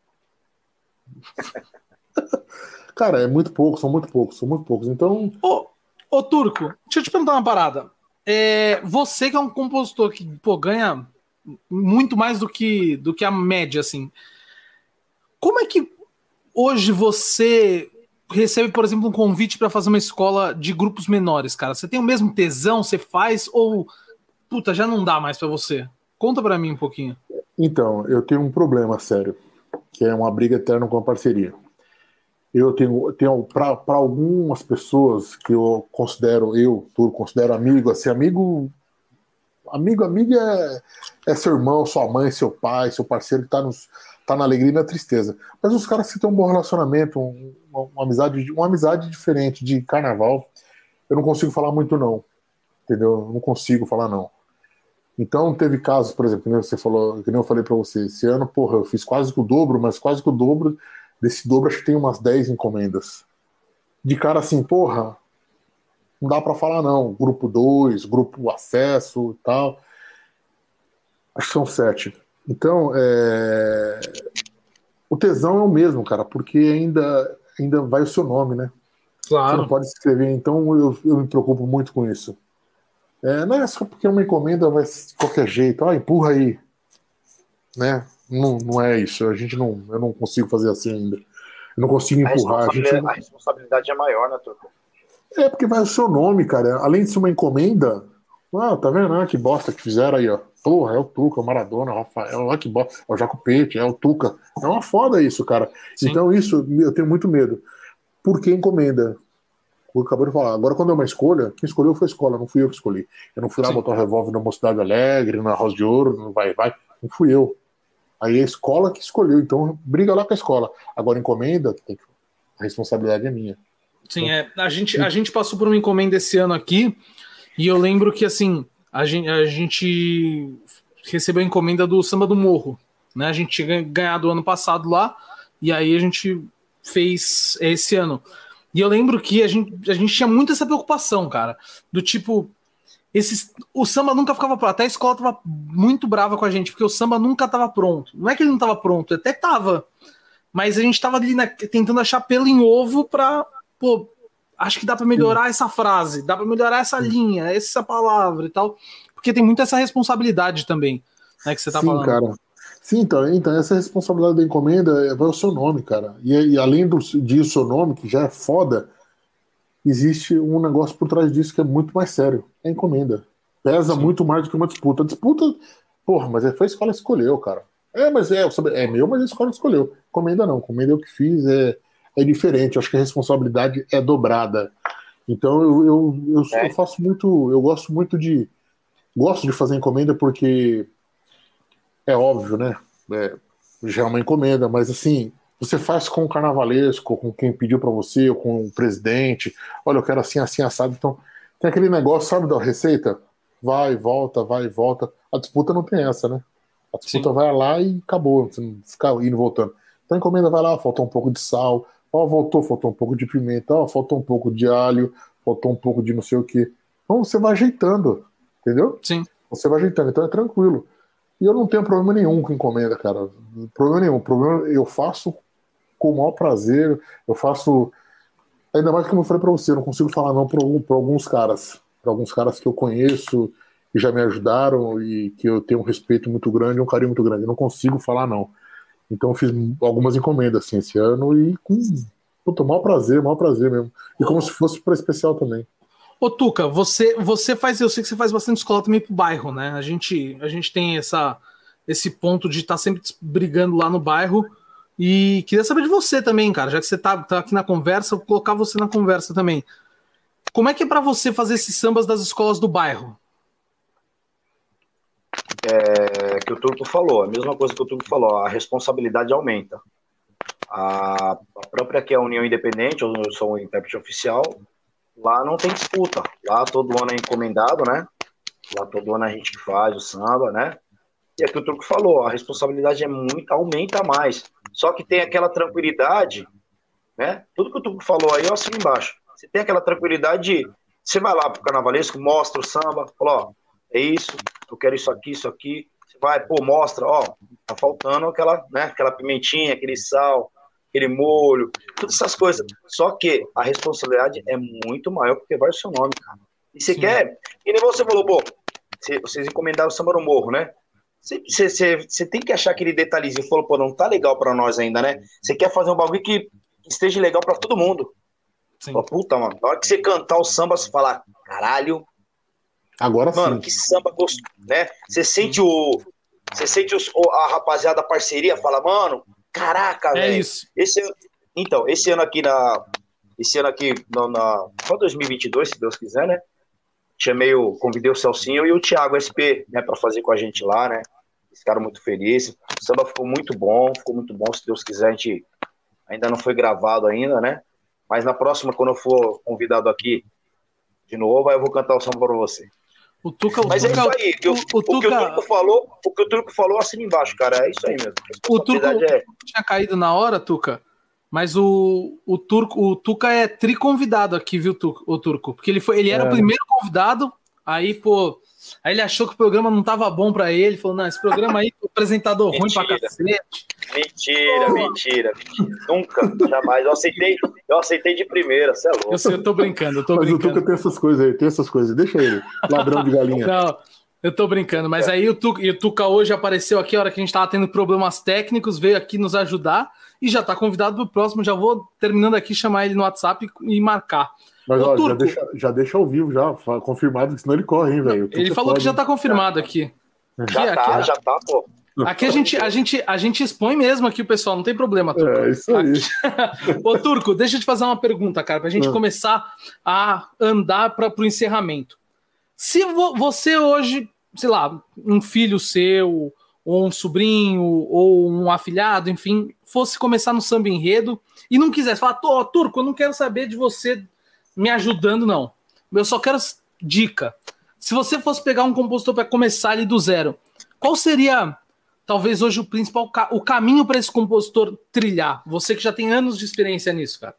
[SPEAKER 1] Cara, é muito pouco, são muito poucos, são muito poucos. Então.
[SPEAKER 2] Ô, ô Turco, deixa eu te perguntar uma parada. É, você que é um compositor que, pô, ganha muito mais do que, do que a média, assim. Como é que hoje você recebe, por exemplo, um convite para fazer uma escola de grupos menores, cara? Você tem o mesmo tesão, você faz, ou puta, já não dá mais para você? Conta para mim um pouquinho. Então,
[SPEAKER 1] eu tenho um problema sério, que é uma briga eterna com a parceria. Eu tenho, tenho para algumas pessoas que eu considero, eu tudo considero amigo, assim, amigo, amigo, amiga é, é seu irmão, sua mãe, seu pai, seu parceiro que tá, nos, tá na alegria e na tristeza. Mas os caras que têm um bom relacionamento, um, uma, uma, amizade, uma amizade diferente de carnaval, eu não consigo falar muito não, entendeu? Eu não consigo falar não. Então teve casos, por exemplo, que nem você falou, que nem eu falei para você, esse ano, porra, eu fiz quase que o dobro, mas quase que o dobro. Desse dobro, acho que tem umas dez encomendas. de cara assim, porra, não dá pra falar não. Grupo dois, grupo acesso e tal. Acho que são sete. Então, é... o tesão é o mesmo, cara, porque ainda, ainda vai o seu nome, né?
[SPEAKER 2] Claro.
[SPEAKER 1] Você não pode escrever, então eu, eu me preocupo muito com isso. É, não é só porque uma encomenda vai de qualquer jeito, ah, empurra aí. Né? Não, não é isso. A gente não, eu não consigo fazer assim ainda. Eu não consigo
[SPEAKER 3] A
[SPEAKER 1] empurrar. A,
[SPEAKER 3] responsabilidade,
[SPEAKER 1] gente...
[SPEAKER 3] a responsabilidade é maior, né, Turco?
[SPEAKER 1] É porque vai o seu nome, cara. Além de ser uma encomenda, ah, tá vendo? Ah, que bosta que fizeram aí, ó. Porra, é o Tuca, o Maradona, o Rafael, olha que bosta, é o Jacopete, é o Tuca. É uma foda isso, cara. Sim. Então isso eu tenho muito medo. Por que encomenda? Eu acabei de falar. Agora, quando é uma escolha, quem escolheu foi a escola, não fui eu que escolhi. Eu não fui lá Sim. botar o revólver na Mocidade Alegre, na Rosa de Ouro, no Vai Vai. Não fui eu. Aí a escola que escolheu, então briga lá com a escola. Agora, encomenda, a responsabilidade é minha.
[SPEAKER 2] Sim, é. A gente, a gente passou por uma encomenda esse ano aqui, e eu lembro que, assim, a gente, a gente recebeu a encomenda do Samba do Morro, né? A gente tinha ganhado ano passado lá, e aí a gente fez esse ano. E eu lembro que a gente, a gente tinha muito essa preocupação, cara, do tipo... Esses, o samba nunca ficava pronto. Até a escola tava muito brava com a gente, porque o samba nunca tava pronto. Não é que ele não tava pronto, até tava. Mas a gente tava ali na, tentando achar pelo em ovo pra, pô, acho que dá pra melhorar Sim. essa frase, dá pra melhorar essa Sim. linha, essa palavra e tal. Porque tem muito essa responsabilidade também, né, que você tá
[SPEAKER 1] Sim,
[SPEAKER 2] falando.
[SPEAKER 1] Cara. Sim, então, então, essa responsabilidade da encomenda vai o seu nome, cara. E, e além do, de o seu nome, que já é foda, existe um negócio por trás disso que é muito mais sério. É a encomenda. Pesa Sim. muito mais do que uma disputa. A disputa, porra, mas foi a escola que escolheu, cara. É, mas é, é meu, mas a escola escolheu. Encomenda não. Encomenda eu que fiz, é, é diferente. Eu acho que a responsabilidade é dobrada. Então eu, eu, eu, é. eu faço muito, eu gosto muito de gosto de fazer encomenda porque é óbvio, né? É, já é uma encomenda, mas assim, você faz com o carnavalesco, com quem pediu para você, ou com o presidente. Olha, eu quero assim, assim, assado. Então, tem aquele negócio, sabe, da receita? Vai, volta, vai, volta. A disputa não tem essa, né? A disputa Sim. vai lá e acabou. Você não fica indo e voltando. Então, a encomenda vai lá, faltou um pouco de sal. Ó, voltou, faltou um pouco de pimenta. Ó, faltou um pouco de alho. Faltou um pouco de não sei o quê. Então, você vai ajeitando, entendeu?
[SPEAKER 2] Sim.
[SPEAKER 1] Você vai ajeitando, então é tranquilo. E eu não tenho problema nenhum com encomenda, cara. Problema nenhum. Problema eu faço com o maior prazer, eu faço, ainda mais como eu falei pra você, eu não consigo falar não pra, algum, pra alguns caras, pra alguns caras que eu conheço, que já me ajudaram e que eu tenho um respeito muito grande, um carinho muito grande, eu não consigo falar não. Então eu fiz algumas encomendas assim esse ano e com puta, maior prazer, maior prazer mesmo. E como se fosse para especial também.
[SPEAKER 2] Ô Tuca, você, você faz, eu sei que você faz bastante escola também pro bairro, né? A gente, a gente tem essa, esse ponto de estar tá sempre brigando lá no bairro. E queria saber de você também, cara, já que você tá, tá aqui na conversa, vou colocar você na conversa também. Como é que é pra você fazer esses sambas das escolas do bairro?
[SPEAKER 3] É que o Turco falou, a mesma coisa que o Turco falou, a responsabilidade aumenta. A, a própria que é a União Independente, eu sou um intérprete oficial, lá não tem disputa, lá todo ano é encomendado, né? Lá todo ano a gente faz o samba, né? E é que o Turco falou, a responsabilidade é muito, aumenta mais. Só que tem aquela tranquilidade, né? Tudo que o Turco falou aí, eu assino embaixo. Você tem aquela tranquilidade de, você vai lá pro carnavalesco, mostra o samba, fala, ó, é isso, eu quero isso aqui, isso aqui. Você vai, pô, mostra, ó, tá faltando aquela, né, aquela pimentinha, aquele sal, aquele molho, todas essas coisas. Só que a responsabilidade é muito maior porque vai o seu nome, cara. E você Sim. quer, e nem você falou, pô, vocês encomendaram o samba no morro, né? Você tem que achar aquele detalhezinho. Falou, pô, não tá legal pra nós ainda, né? Você quer fazer um bagulho que esteja legal pra todo mundo. Fala, puta, mano, na hora que você cantar o samba, você fala, caralho.
[SPEAKER 1] Agora
[SPEAKER 3] mano, sim. Mano, que samba gostoso, né? Você sente o. Você sente os, a rapaziada da parceria, fala, mano, caraca,
[SPEAKER 2] é
[SPEAKER 3] velho.
[SPEAKER 2] Isso.
[SPEAKER 3] Esse, então, esse ano aqui na. Esse ano aqui, na, na, só dois mil e vinte e dois, se Deus quiser, né? Chamei o, convidei o Celcinho e o Thiago S P, né, pra fazer com a gente lá, né? Eles ficaram muito felizes. O samba ficou muito bom, ficou muito bom. Se Deus quiser, a gente ainda não foi gravado ainda, né? Mas na próxima, quando eu for convidado aqui de novo, aí eu vou cantar o samba pra você.
[SPEAKER 2] O Tuca,
[SPEAKER 3] Mas
[SPEAKER 2] o
[SPEAKER 3] é
[SPEAKER 2] Tuca,
[SPEAKER 3] isso aí. O, o, o, Tuca, o que o Turco falou, o que o Turco falou, assina embaixo, cara. É isso aí mesmo.
[SPEAKER 2] O Turco é... tinha caído na hora, Tuca? Mas o, o, Turco, o Tuca é triconvidado aqui, viu, Tuco, o Turco? Porque ele, foi, ele era é. o primeiro convidado, aí, pô, aí ele achou que o programa não tava bom pra ele, falou, não, esse programa aí, o apresentador mentira. ruim pra cacete.
[SPEAKER 3] Mentira, oh. mentira, mentira. Nunca, jamais. Eu aceitei, eu aceitei de primeira, você é louco.
[SPEAKER 2] Eu, sei, eu tô brincando, eu tô
[SPEAKER 1] mas
[SPEAKER 2] brincando.
[SPEAKER 1] Mas o Tuca tem essas coisas aí, tem essas coisas, deixa ele, ladrão de galinha.
[SPEAKER 2] Não, eu tô brincando, mas aí o Tuca, e o Tuca hoje apareceu aqui, a hora que a gente tava tendo problemas técnicos, veio aqui nos ajudar, e já tá convidado pro próximo, já vou terminando aqui, chamar ele no WhatsApp e marcar.
[SPEAKER 1] Mas Ô, ó, já, deixa, já deixa ao vivo, já, confirmado, senão ele corre, hein, velho.
[SPEAKER 2] Ele falou pode... que já tá confirmado aqui.
[SPEAKER 3] Já
[SPEAKER 2] aqui,
[SPEAKER 3] tá,
[SPEAKER 2] aqui,
[SPEAKER 3] já tá, pô.
[SPEAKER 2] Aqui a gente, a, gente, a gente expõe mesmo aqui o pessoal, não tem problema, Turco.
[SPEAKER 1] É, isso aí.
[SPEAKER 2] Ô, Turco, deixa eu te fazer uma pergunta, cara, pra gente é. começar a andar para pro encerramento. Se vo, você hoje, sei lá, um filho seu, ou um sobrinho, ou um afilhado, enfim, fosse começar no samba enredo e não quisesse falar, Tô, Turco, eu não quero saber de você me ajudando, não. Eu só quero dica. Se você fosse pegar um compositor para começar ali do zero, qual seria, talvez hoje, o principal ca- o caminho para esse compositor trilhar? Você que já tem anos de experiência nisso, cara.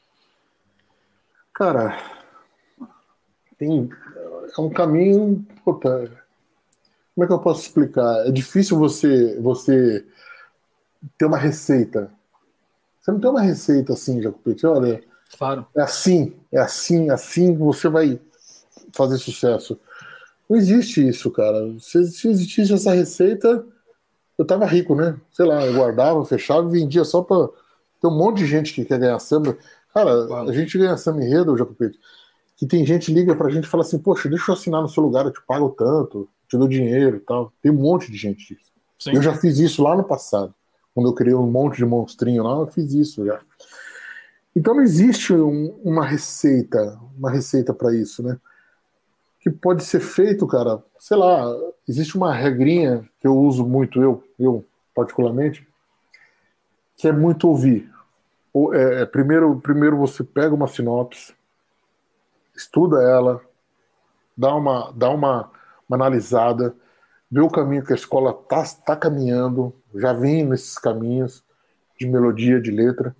[SPEAKER 1] Cara, tem, é um caminho... Puta, como é que eu posso explicar? É difícil você, você ter uma receita. Você não tem uma receita assim, Jacopete. Olha,
[SPEAKER 2] claro.
[SPEAKER 1] é assim, é assim, assim você vai fazer sucesso. Não existe isso, cara. Se, se existisse essa receita, eu tava rico, né? Sei lá, eu guardava, fechava e vendia só pra ter um monte de gente que quer ganhar samba. Cara, claro. A gente ganha samba enredo, Jacopete, que tem gente que liga pra gente e fala assim, poxa, deixa eu assinar no seu lugar, eu te pago tanto, te dou dinheiro e tal. Tem um monte de gente disso. Sim. Eu já fiz isso lá no passado. Quando eu criei um monte de monstrinho lá, eu fiz isso já. Então não existe um, uma receita, uma receita para isso, né? Que pode ser feito, cara, sei lá, existe uma regrinha que eu uso muito, eu, eu particularmente, que é muito ouvir. Ou, é, primeiro, primeiro você pega uma sinopse, estuda ela, dá uma, dá uma, uma analisada, vê o caminho que a escola tá, tá caminhando, já vem nesses caminhos de melodia, de letra.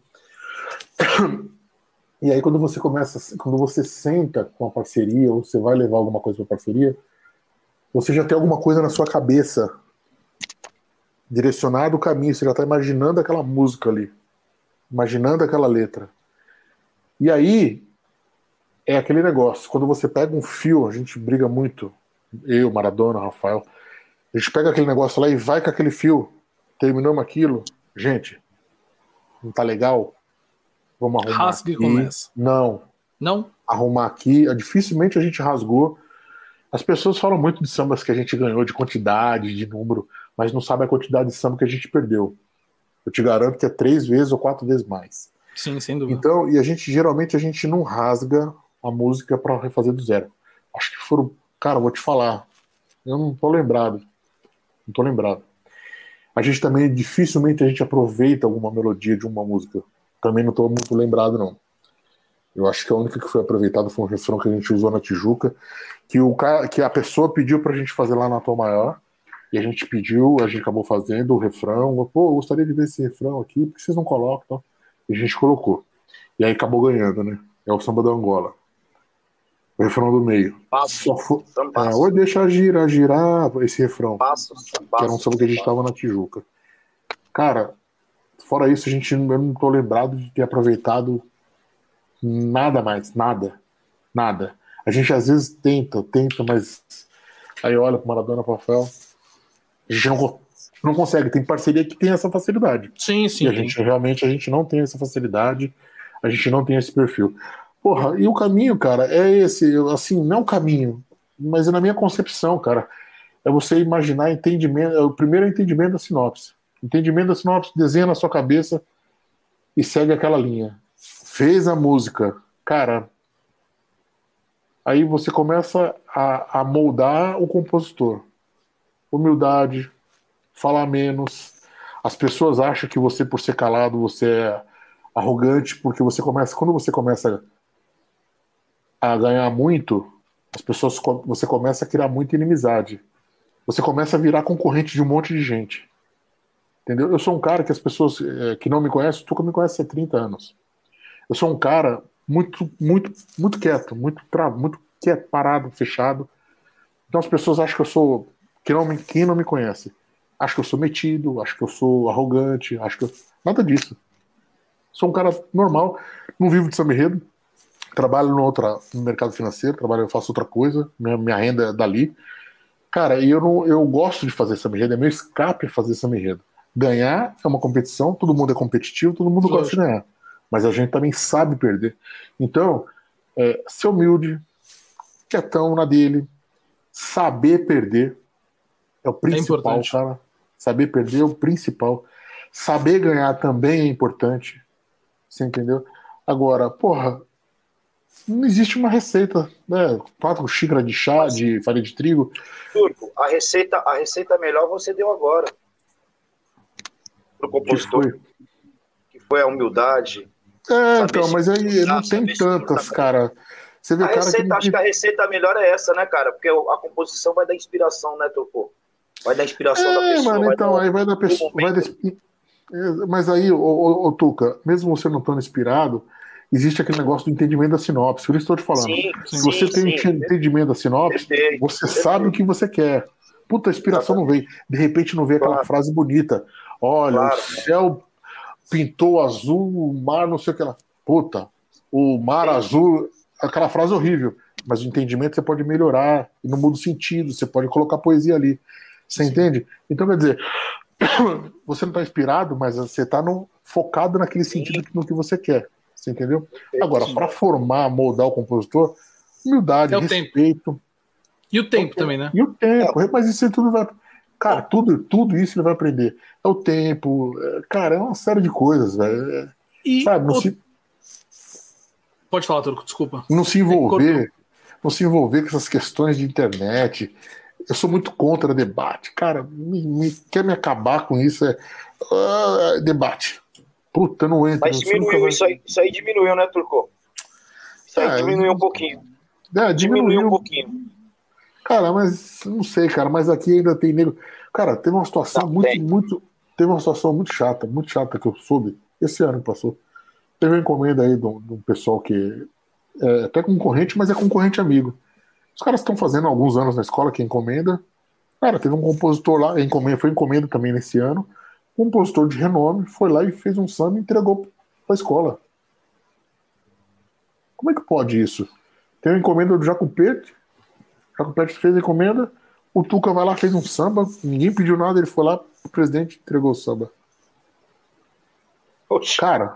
[SPEAKER 1] E aí quando você começa, quando você senta com a parceria, ou você vai levar alguma coisa para parceria, você já tem alguma coisa na sua cabeça direcionado o caminho, você já está imaginando aquela música ali, imaginando aquela letra. E aí é aquele negócio, quando você pega um fio, a gente briga muito, eu, Maradona, Rafael, a gente pega aquele negócio lá e vai com aquele fio, terminamos aquilo, gente, não tá legal? Vamos arrumar
[SPEAKER 2] Rasga
[SPEAKER 1] aqui.
[SPEAKER 2] E começa.
[SPEAKER 1] Não.
[SPEAKER 2] Não?
[SPEAKER 1] Arrumar aqui. Dificilmente a gente rasgou. As pessoas falam muito de sambas que a gente ganhou, de quantidade, de número, mas não sabem a quantidade de samba que a gente perdeu. Eu te garanto que é três vezes ou quatro vezes mais.
[SPEAKER 2] Sim, sem dúvida.
[SPEAKER 1] Então, e a gente, geralmente, a gente não rasga a música para refazer do zero. Acho que foram... Cara, vou te falar. Eu não tô lembrado. Não tô lembrado. A gente também, dificilmente, a gente aproveita alguma melodia de uma música. Também não estou muito lembrado, não. Eu acho que a única que foi aproveitada foi um refrão que a gente usou na Tijuca, que, o cara, que a pessoa pediu pra gente fazer lá na Tom Maior, e a gente pediu, a gente acabou fazendo o refrão. Pô, eu gostaria de ver esse refrão aqui, por que vocês não colocam? Então, e a gente colocou. E aí acabou ganhando, né? É o samba da Angola. O refrão do meio.
[SPEAKER 3] Passo,
[SPEAKER 1] Só foi... ah, Oi, deixa girar, girar, esse refrão.
[SPEAKER 3] Passo,
[SPEAKER 1] que era um samba que a gente tava na Tijuca. Cara, fora isso, a gente, eu não tô lembrado de ter aproveitado nada mais, nada, nada. A gente às vezes tenta, tenta, mas aí olha pro Maradona, pro Rafael, a gente não, não consegue. Tem parceria que tem essa facilidade.
[SPEAKER 2] Sim, sim.
[SPEAKER 1] E a gente realmente a gente não tem essa facilidade, a gente não tem esse perfil. Porra, e o caminho, cara, é esse, assim, não é o caminho, mas é na minha concepção, cara, é você imaginar entendimento, é o primeiro entendimento da sinopse. Entendimento da sinopse, desenha na sua cabeça e segue aquela linha. Fez a música, cara. Aí você começa a, a moldar o compositor. Humildade, falar menos. As pessoas acham que você, por ser calado, você é arrogante, porque você começa. Quando você começa a ganhar muito, as pessoas, você começa a criar muita inimizade. Você começa a virar concorrente de um monte de gente. Entendeu? Eu sou um cara que as pessoas é, que não me conhecem, tu que me conhece há trinta anos. Eu sou um cara muito, muito, muito quieto, muito, tra... muito quieto, parado, fechado. Então as pessoas acham que eu sou. Que não me... Quem não me conhece? Acho que eu sou metido, acho que eu sou arrogante, acho que eu... Nada disso. Sou um cara normal, não vivo de samba enredo, trabalho no, outra... no mercado financeiro, trabalho, eu faço outra coisa, minha, minha renda é dali. Cara, e eu, não... eu gosto de fazer samba enredo, é meu escape fazer samba enredo. Ganhar é uma competição, todo mundo é competitivo, todo mundo gosta de ganhar. Mas a gente também sabe perder. Então, é, ser humilde, quietão na dele, saber perder é o principal, é cara. Saber perder é o principal. Saber ganhar também é importante. Você entendeu? Agora, porra, não existe uma receita, né? Quatro xícaras de chá, Mas, de farinha de trigo.
[SPEAKER 3] Turco, a receita, a receita melhor você deu agora. Pro compositor. Que foi, que foi a humildade.
[SPEAKER 1] É, então, mas aí não tem tantas, cara. Você vê,
[SPEAKER 3] a
[SPEAKER 1] cara,
[SPEAKER 3] receita,
[SPEAKER 1] que...
[SPEAKER 3] acho que a receita melhor é essa, né, cara? Porque a composição vai dar inspiração, né, Turco? Vai dar inspiração
[SPEAKER 1] é,
[SPEAKER 3] da pessoa.
[SPEAKER 1] Mano,
[SPEAKER 3] vai
[SPEAKER 1] então,
[SPEAKER 3] dar...
[SPEAKER 1] aí vai dar pessoa. Vai dar... Mas aí, ô, ô, ô, Tuca, mesmo você não estando inspirado, existe aquele negócio do entendimento da sinopse. Por isso estou te falando. Sim, Se sim, você tem sim, entendimento da sinopse, perfeito, você perfeito. sabe o que você quer. Puta, a inspiração Exatamente. não veio. De repente não veio aquela claro. frase bonita. Olha, claro. o céu pintou azul, o mar não sei o que lá. Puta, o mar sim. azul, aquela frase horrível. Mas o entendimento você pode melhorar, e não muda o sentido, você pode colocar poesia ali. Você sim. entende? Então, quer dizer, você não está inspirado, mas você está focado naquele sim. sentido no que você quer. Você entendeu? Perfeito. Agora, para formar, moldar o compositor, humildade, é respeito.
[SPEAKER 2] Tempo. E o tempo também, né?
[SPEAKER 1] E o tempo, é. mas isso tudo vai. Cara, tudo, tudo isso ele vai aprender. É o tempo, é, cara, é uma série de coisas, velho.
[SPEAKER 2] E
[SPEAKER 1] sabe, não
[SPEAKER 2] o...
[SPEAKER 1] se...
[SPEAKER 2] Pode falar, Turco, desculpa.
[SPEAKER 1] Não se envolver, não se envolver com essas questões de internet. Eu sou muito contra debate. Cara, me, me, quer me acabar com isso? É uh, debate. Puta, não entra.
[SPEAKER 3] Mas diminuiu, vai... isso, aí, isso aí diminuiu, né, Turco? Isso aí é, diminuiu um pouquinho.
[SPEAKER 1] É, diminuiu,
[SPEAKER 3] diminuiu um pouquinho.
[SPEAKER 1] Cara, mas não sei, cara, mas aqui ainda tem nego. Cara, teve uma situação não, muito, tem. muito. Teve uma situação muito chata, muito chata que eu soube. Esse ano passou. Teve uma encomenda aí de um, de um pessoal que é até concorrente, mas é concorrente amigo. Os caras estão fazendo há alguns anos na escola que é encomenda. Cara, teve um compositor lá, encomenda, foi encomenda também nesse ano. Um compositor de renome foi lá e fez um samba e entregou pra escola. Como é que pode isso? Tem uma encomenda do Jacupete. Jacupete fez a encomenda. O Tuca vai lá, fez um samba. Ninguém pediu nada, ele foi lá, o presidente entregou o samba. Oxi. Cara.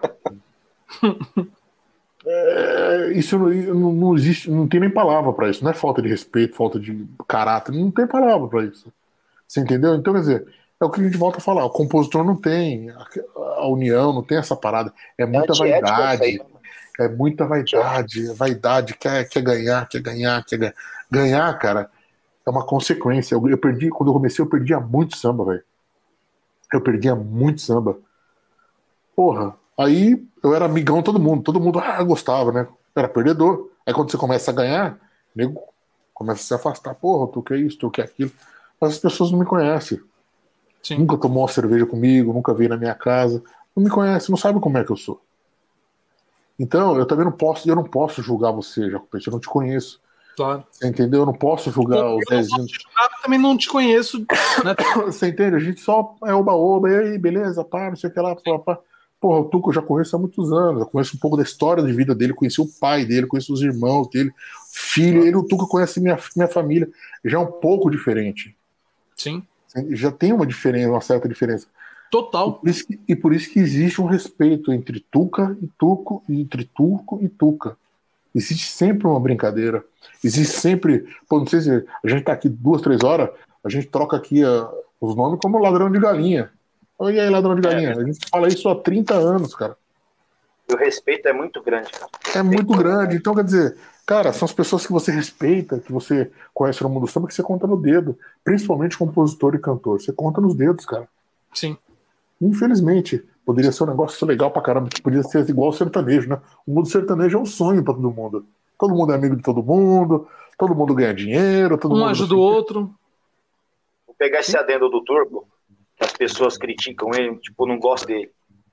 [SPEAKER 1] É, isso não, não, não existe, não tem nem palavra pra isso. Não é falta de respeito, falta de caráter, não tem palavra pra isso. Você entendeu? Então, quer dizer, é o que a gente volta a falar. O compositor não tem a, a união, não tem essa parada. É muita é vaidade. É muita vaidade. É vaidade, quer, quer ganhar, quer ganhar, quer ganhar. Ganhar, cara, é uma consequência. Eu, eu perdi, quando eu comecei, eu perdia muito samba, velho. Eu perdia muito samba. Porra. Aí eu era amigão de todo mundo, todo mundo ah, gostava, né? Era perdedor. Aí quando você começa a ganhar, o nego começa a se afastar. Porra, tu quer isso, tu quer aquilo. Mas as pessoas não me conhecem. Sim. Nunca tomou uma cerveja comigo, nunca veio na minha casa. Não me conhece, não sabe como é que eu sou. Então, eu também não posso, eu não posso julgar você, Jacopete, eu não te conheço.
[SPEAKER 2] Claro.
[SPEAKER 1] Você entendeu? Eu não posso julgar eu os Zezinhos.
[SPEAKER 2] Eu também não te conheço. Né?
[SPEAKER 1] Você entende? A gente só é oba-oba, e aí, beleza, pá, não sei o que lá, pá, pá. Porra, o Tuco eu já conheço há muitos anos, eu conheço um pouco da história de vida dele, conheci o pai dele, conheço os irmãos dele, filho, ele, o Tuco conhece minha, minha família, já é um pouco diferente.
[SPEAKER 2] Sim.
[SPEAKER 1] Já tem uma diferença, uma certa diferença.
[SPEAKER 2] Total.
[SPEAKER 1] E por isso que, e por isso que existe um respeito entre Tuca e Tuco, entre Turco e Tuca. Existe sempre uma brincadeira. Existe sempre. Pô, não sei se a gente tá aqui duas, três horas, a gente troca aqui uh, os nomes como ladrão de galinha. E aí, ladrão de galinha? É. A gente fala isso há trinta anos, cara.
[SPEAKER 3] E o respeito é muito grande, cara.
[SPEAKER 1] É muito grande. Então, quer dizer, cara, são as pessoas que você respeita, que você conhece no mundo do samba, que você conta no dedo. Principalmente compositor e cantor. Você conta nos dedos, cara.
[SPEAKER 2] Sim.
[SPEAKER 1] Infelizmente. Poderia ser um negócio legal pra caramba, que poderia ser igual ao sertanejo, né? O mundo sertanejo é um sonho pra todo mundo. Todo mundo é amigo de todo mundo, todo mundo ganha dinheiro, todo
[SPEAKER 2] um
[SPEAKER 1] mundo...
[SPEAKER 2] ajuda o outro.
[SPEAKER 3] Vou pegar esse adendo do Turco. as pessoas criticam ele, tipo, não gostam dele.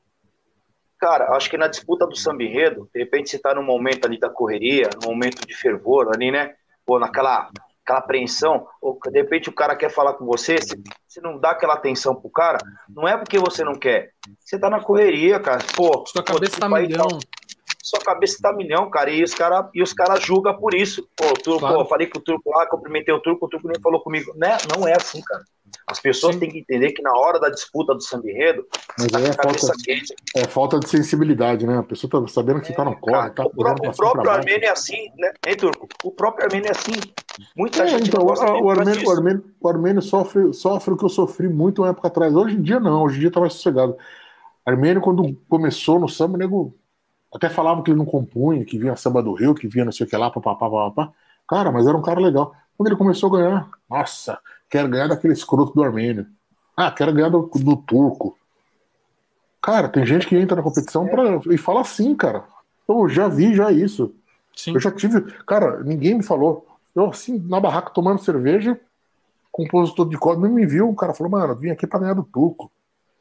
[SPEAKER 3] Cara, acho que na disputa do samba enredo, de repente você tá num momento ali da correria, num momento de fervor ali, né? Pô, naquela aquela apreensão, ou de repente o cara quer falar com você, você, você não dá aquela atenção pro cara, não é porque você não quer. Você tá na correria, cara. Pô,
[SPEAKER 2] sua
[SPEAKER 3] pô,
[SPEAKER 2] cabeça tá milhão.
[SPEAKER 3] Tá, sua cabeça tá milhão, cara, e os caras e os cara julgam por isso. Pô, o turco, claro. Pô, falei com o turco lá, cumprimentei o turco, o turco nem falou comigo. Né? Não é assim, cara. As pessoas Sim. têm que entender que na hora da disputa do samba enredo,
[SPEAKER 1] mas tá é, falta, quente. é falta de sensibilidade, né? A pessoa tá sabendo que você é, tá no corre. Tá
[SPEAKER 3] o, pró o próprio Armênio é assim, né? Hein, turco? O próprio Armênio é assim. Muita
[SPEAKER 1] é,
[SPEAKER 3] gente
[SPEAKER 1] então,
[SPEAKER 3] não gosta
[SPEAKER 1] o, o, Armênio, o, Armênio, o Armênio sofre, sofre o que eu sofri muito uma época atrás. Hoje em dia não, hoje em dia tá mais sossegado. Armênio, quando começou no samba, o nego até falava que ele não compunha, que vinha samba do Rio, que vinha não sei o que lá, papapá, papapá. Cara, mas era um cara legal. Quando ele começou a ganhar, nossa, quero ganhar daquele escroto do Armênio. Ah, quero ganhar do, do turco. Cara, tem gente que entra na competição pra, e fala assim, cara. Eu já vi já isso. Sim. Eu já tive. Cara, ninguém me falou. Eu, assim, na barraca tomando cerveja, compositor de código me viu. O cara falou, mano, vim aqui pra ganhar do turco.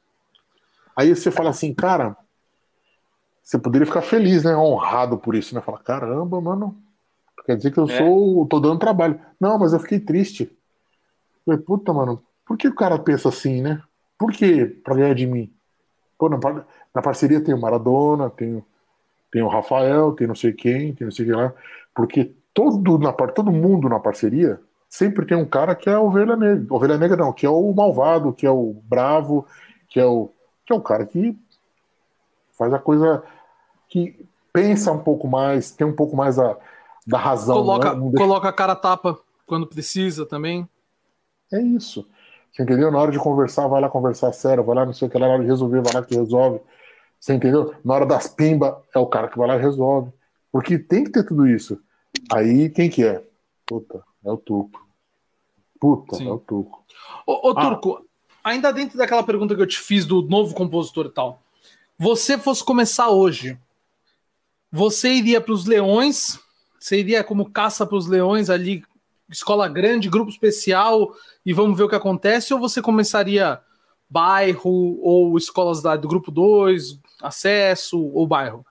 [SPEAKER 1] Aí você fala assim, cara, você poderia ficar feliz, né? Honrado por isso, né? Fala, caramba, mano. Quer dizer que eu é. sou. tô dando trabalho. Não, mas eu fiquei triste. Eu falei, puta, mano. Por que o cara pensa assim, né? Por que pra ganhar de mim? Pô, na, na parceria tem o Maradona, tem, tem o Rafael, tem não sei quem, tem não sei quem lá. Porque todo, na, todo mundo na parceria sempre tem um cara que é a ovelha negra. Ovelha negra não, que é o malvado, que é o bravo, que é o, que é o cara que faz a coisa, que pensa um pouco mais, tem um pouco mais a, da razão.
[SPEAKER 2] Coloca,
[SPEAKER 1] né?
[SPEAKER 2] coloca a cara a tapa quando precisa também.
[SPEAKER 1] É isso. Você entendeu? Na hora de conversar, vai lá conversar sério, vai lá não sei o que lá, na hora de resolver, vai lá que resolve. Você entendeu? Na hora das pimbas, é o cara que vai lá e resolve. Porque tem que ter tudo isso. Aí, quem que é? Puta, é o turco. Puta, Sim. é o turco.
[SPEAKER 2] Ô, ô ah. Turco, ainda dentro daquela pergunta que eu te fiz do novo compositor e tal, você fosse começar hoje, você iria para os Leões, você iria como caça para os Leões ali, escola grande, grupo especial, e vamos ver o que acontece, ou você começaria bairro, ou escolas da, do grupo dois, acesso, ou bairro?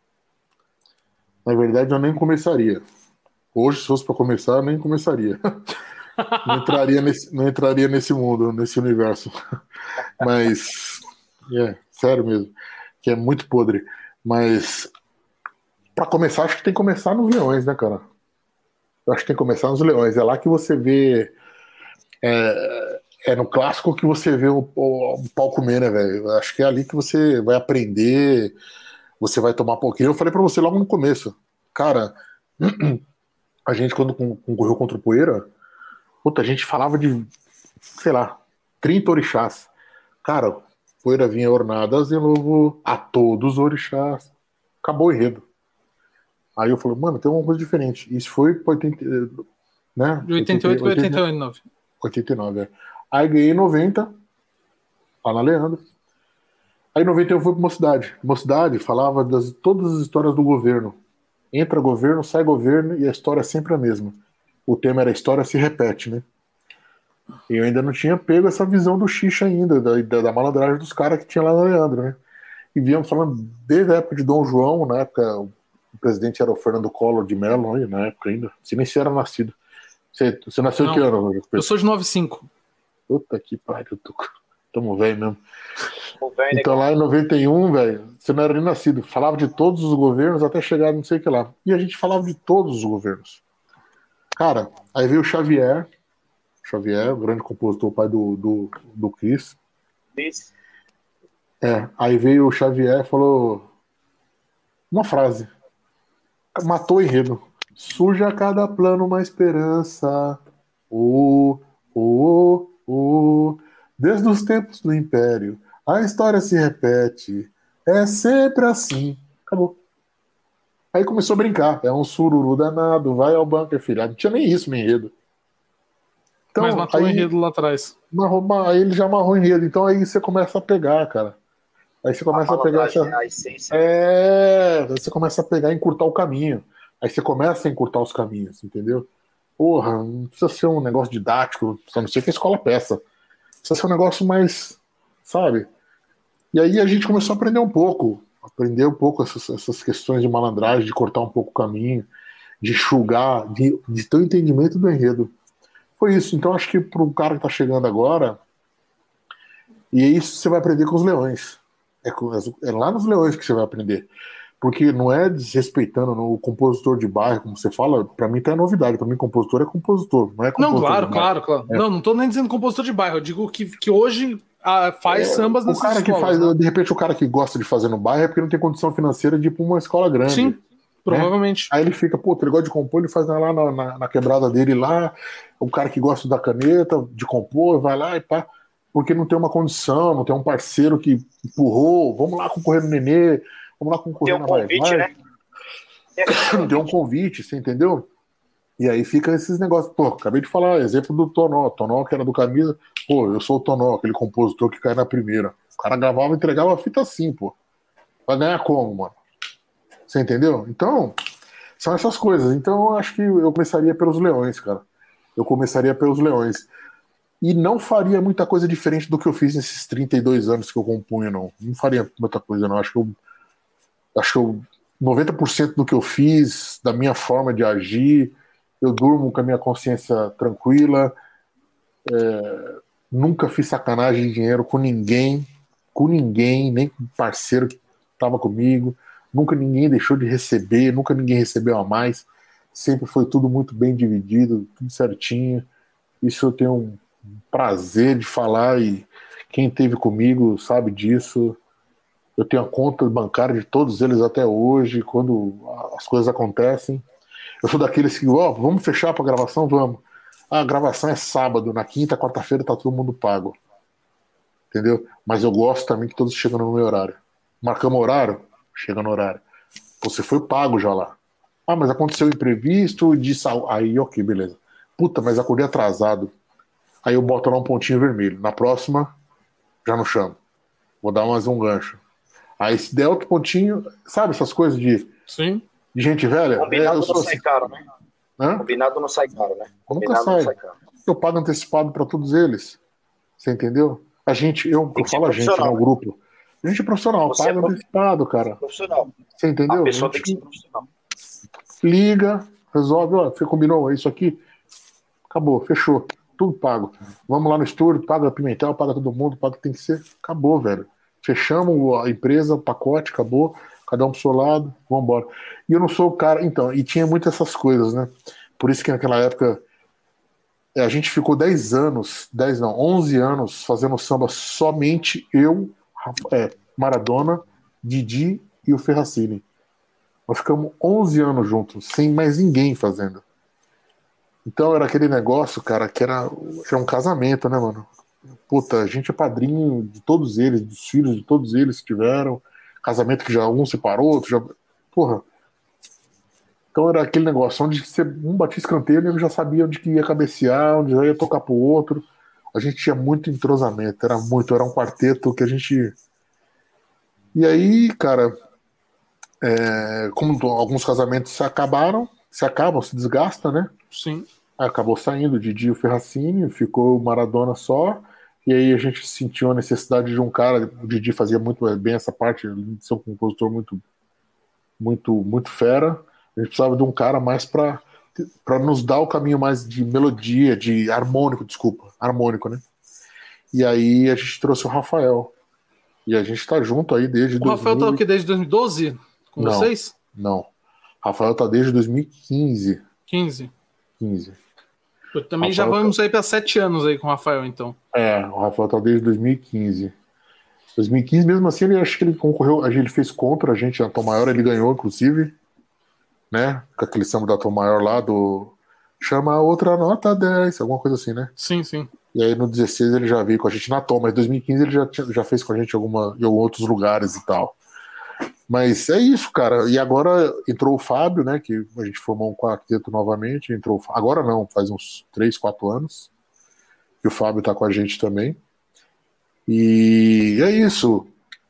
[SPEAKER 1] Na verdade, eu nem começaria. Hoje, se fosse para começar, eu nem começaria. Não entraria nesse, não entraria nesse mundo, nesse universo. Mas, é, sério mesmo, que é muito podre. Mas, para começar, acho que tem que começar nos Leões, né, cara? Eu acho que tem que começar nos Leões. É lá que você vê. É, é no clássico que você vê o, o, o pau comer, né, velho? Acho que é ali que você vai aprender, você vai tomar pouquinho. Eu falei pra você logo no começo. Cara, a gente, quando concorreu contra o Poeira, puta, a gente falava de, sei lá, trinta orixás. Cara, Poeira vinha ornadas e louvor a todos os orixás. Acabou o enredo. Aí eu falei, mano, tem uma coisa diferente. Isso foi para oitenta, né?
[SPEAKER 2] De oitenta e oito para oitenta e nove.
[SPEAKER 1] oitenta e nove, é. Aí ganhei noventa, lá na Leandro. Aí em noventa eu fui para Mocidade. Mocidade falava das todas as histórias do governo. Entra governo, sai governo e a história é sempre a mesma. O tema era a história se repete, né? E eu ainda não tinha pego essa visão do Xixa ainda, da, da, da malandragem dos caras que tinha lá na Leandro, né? E viemos falando desde a época de Dom João, na época... O presidente era o Fernando Collor de Mello, aí, na época ainda. Você nem se era nascido. Você, você nasceu em que ano?
[SPEAKER 2] Eu sou de noventa e cinco.
[SPEAKER 1] Puta que pariu, tô... tamo velho mesmo. Véio, então lá em noventa e um, velho, você não era nem nascido. Falava de todos os governos até chegar não sei o que lá. E a gente falava de todos os governos. Cara, aí veio o Xavier. Xavier, o grande compositor, o pai do, do, do Chris.
[SPEAKER 3] Isso.
[SPEAKER 1] É, aí veio o Xavier e falou uma frase. Matou o enredo. Surge a cada plano uma esperança. Oh, oh, oh. Desde os tempos do Império, a história se repete. É sempre assim. Acabou. Aí começou a brincar. É um sururu danado. Vai ao bunker, filho. Não tinha nem isso no enredo.
[SPEAKER 2] Então, mas matou aí, o enredo lá atrás.
[SPEAKER 1] Aí ele já amarrou o enredo. Então aí você começa a pegar, cara. Aí você começa a, a pegar essa...
[SPEAKER 3] a essência.
[SPEAKER 1] É, você começa a pegar e encurtar o caminho. Aí você começa a encurtar os caminhos, entendeu? Porra, não precisa ser um negócio didático, só não sei que a escola peça. Precisa ser um negócio mais sabe? E aí a gente começou a aprender um pouco, aprender um pouco essas, essas questões de malandragem, de cortar um pouco o caminho, de enxugar, de, de ter o entendimento do enredo. Foi isso. Então acho que para o cara que está chegando agora, e é isso que você vai aprender com os leões. É, com, é lá nos leões que você vai aprender. Porque não é desrespeitando no, o compositor de bairro, como você fala, para mim tá novidade. Para mim, compositor é compositor, não é compositor.
[SPEAKER 2] Não, claro,
[SPEAKER 1] de bairro.
[SPEAKER 2] claro, claro.
[SPEAKER 1] É.
[SPEAKER 2] Não, não tô nem dizendo compositor de bairro, eu digo que, que hoje ah, faz
[SPEAKER 1] É,
[SPEAKER 2] sambas
[SPEAKER 1] o
[SPEAKER 2] nessas
[SPEAKER 1] cara que
[SPEAKER 2] escolas,
[SPEAKER 1] faz,
[SPEAKER 2] né?
[SPEAKER 1] de repente, o cara que gosta de fazer no bairro é porque não tem condição financeira de ir para uma escola grande.
[SPEAKER 2] Sim,
[SPEAKER 1] né?
[SPEAKER 2] provavelmente.
[SPEAKER 1] Aí ele fica, pô, ele gosta de compor, ele faz lá na, na, na quebrada dele lá. O cara que gosta da caneta, de compor, vai lá e pá. Porque não tem uma condição, não tem um parceiro que empurrou, vamos lá concorrer no Nenê, vamos lá concorrer
[SPEAKER 3] Tem um
[SPEAKER 1] na Vai
[SPEAKER 3] convite,
[SPEAKER 1] Vai.
[SPEAKER 3] né?
[SPEAKER 1] Deu um convite, você entendeu? E aí fica esses negócios. Pô, acabei de falar, exemplo do Tonó. Tonó, que era do Camisa. Pô, eu sou o Tonó, aquele compositor que cai na primeira. O cara gravava e entregava a fita assim, pô. Vai ganhar como, mano? Você entendeu? Então, são essas coisas. Então, eu acho que eu começaria pelos leões, cara. Eu começaria pelos leões. E não faria muita coisa diferente do que eu fiz nesses trinta e dois anos que eu compunho, não. Não faria muita coisa, não. Acho que eu. Acho que eu. noventa por cento do que eu fiz, da minha forma de agir, eu durmo com a minha consciência tranquila, é, nunca fiz sacanagem de dinheiro com ninguém, com ninguém, nem com parceiro que estava comigo, nunca ninguém deixou de receber, nunca ninguém recebeu a mais, sempre foi tudo muito bem dividido, tudo certinho. Isso eu tenho um prazer de falar e quem esteve comigo sabe disso. Eu tenho a conta bancária de todos eles até hoje, quando as coisas acontecem. Eu sou daqueles que, ó, oh, vamos fechar para gravação? Vamos. Ah, a gravação é sábado, na quinta, quarta-feira tá todo mundo pago. Entendeu? Mas eu gosto também que todos chegam no meu horário. Marcamos horário? Chega no horário. Você foi pago já lá. Ah, mas aconteceu imprevisto de saúde. Aí, ok, beleza. Puta, mas acordei atrasado. Aí eu boto lá um pontinho vermelho. Na próxima, já não chamo. Vou dar mais um gancho. Aí se der outro pontinho, sabe essas coisas de,
[SPEAKER 2] Sim.
[SPEAKER 1] de gente velha?
[SPEAKER 3] Combinado
[SPEAKER 1] é,
[SPEAKER 3] não
[SPEAKER 1] sou
[SPEAKER 3] sai
[SPEAKER 1] assim.
[SPEAKER 3] caro, né?
[SPEAKER 1] Hã?
[SPEAKER 3] Combinado não sai caro, né?
[SPEAKER 1] Nunca
[SPEAKER 3] Combinado
[SPEAKER 1] sai.
[SPEAKER 3] não sai caro.
[SPEAKER 1] Eu pago antecipado para todos eles. Você entendeu? A gente, eu, eu falo a gente, né? O grupo. A gente é profissional,
[SPEAKER 3] Você
[SPEAKER 1] paga
[SPEAKER 3] é prof...
[SPEAKER 1] antecipado, cara.
[SPEAKER 3] Profissional.
[SPEAKER 1] Você entendeu?
[SPEAKER 3] A pessoa
[SPEAKER 1] a
[SPEAKER 3] tem que ser profissional.
[SPEAKER 1] Liga, resolve, ó, você combinou, é isso aqui. Acabou, fechou. Tudo pago. Vamos lá no estúdio, paga Pimentel, paga todo mundo, paga o que tem que ser. Acabou, velho. Fechamos a empresa, o pacote, acabou. Cada um pro seu lado, vamos embora. E eu não sou o cara. Então, e tinha muitas essas coisas, né? Por isso que naquela época a gente ficou dez anos, dez não, onze anos fazendo samba somente eu, é, Maradona, Didi e o Ferracini. Nós ficamos onze anos juntos, sem mais ninguém fazendo. Então era aquele negócio, cara, que era, era um casamento, né, mano? Puta, a gente é padrinho de todos eles, dos filhos de todos eles que tiveram. Casamento que já um separou, outro já. Porra. Então era aquele negócio onde você, um batia escanteio, ele já sabia onde que ia cabecear, onde já ia tocar pro outro. A gente tinha muito entrosamento, era muito, era um quarteto que a gente. E aí, cara, é, como alguns casamentos se acabaram, se acabam, se desgasta, né?
[SPEAKER 2] Sim.
[SPEAKER 1] Acabou saindo o Didi e o Ferracini, ficou o Maradona só. E aí a gente sentiu a necessidade de um cara. O Didi fazia muito bem essa parte, de ser um compositor muito, muito, muito fera. A gente precisava de um cara mais para para nos dar o caminho mais de melodia, de harmônico, desculpa, harmônico, né? E aí a gente trouxe o Rafael. E a gente tá junto aí desde.
[SPEAKER 2] O Rafael tá o quê? Desde dois mil e doze? Com
[SPEAKER 1] não,
[SPEAKER 2] vocês?
[SPEAKER 1] Não. Rafael tá desde dois mil e quinze.
[SPEAKER 2] quinze.
[SPEAKER 1] quinze.
[SPEAKER 2] Eu também
[SPEAKER 1] Rafael
[SPEAKER 2] já vamos
[SPEAKER 1] tá...
[SPEAKER 2] aí para sete anos aí com o Rafael, então.
[SPEAKER 1] É, o Rafael tá desde dois mil e quinze. dois mil e quinze, mesmo assim, ele acho que ele concorreu, a gente ele fez contra a gente na Tom Maior, ele ganhou, inclusive, né? Com aquele samba da Tom Maior lá do chama a outra nota dez, alguma coisa assim, né?
[SPEAKER 2] Sim, sim.
[SPEAKER 1] E aí no dezesseis ele já veio com a gente na Tom, mas em dois mil e quinze ele já, já fez com a gente alguma, em outros lugares e tal. Mas é isso, cara. E agora entrou o Fábio, né? Que a gente formou um quarteto novamente. Entrou, agora não, faz uns três, quatro anos. E o Fábio tá com a gente também. E é isso.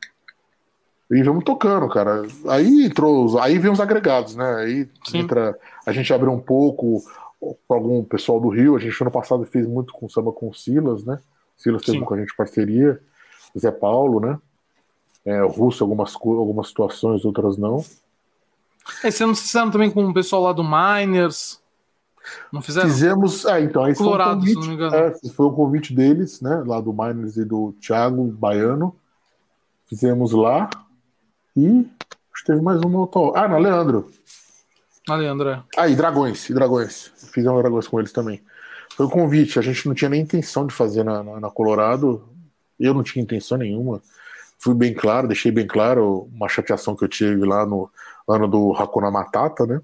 [SPEAKER 1] E vamos tocando, cara. Aí entrou, aí vem os agregados, né? Aí
[SPEAKER 2] Sim.
[SPEAKER 1] entra, a gente abriu um pouco com algum pessoal do Rio. A gente ano passado fez muito com samba com o Silas, né? O Silas teve
[SPEAKER 2] Sim.
[SPEAKER 1] com a gente parceria. Zé Paulo, né? É, o Russo, algumas, algumas situações, outras não.
[SPEAKER 2] É, vocês não fizeram também com o pessoal lá do Miners? Não fizeram?
[SPEAKER 1] Fizemos, ah, então, aí
[SPEAKER 2] Colorado,
[SPEAKER 1] foi um
[SPEAKER 2] se não me
[SPEAKER 1] convite,
[SPEAKER 2] engano.
[SPEAKER 1] é, foi o convite deles, né? Lá do Miners e do Thiago Baiano. Fizemos lá. E acho que teve mais uma outra. Ah, não, Leandro.
[SPEAKER 2] Ah, Leandro, é.
[SPEAKER 1] Ah, e Dragões, e Dragões. Fizemos Dragões com eles também. Foi o convite, a gente não tinha nem intenção de fazer na, na, na Colorado. Eu não tinha intenção nenhuma. Fui bem claro, deixei bem claro uma chateação que eu tive lá no ano do Hakuna Matata, né?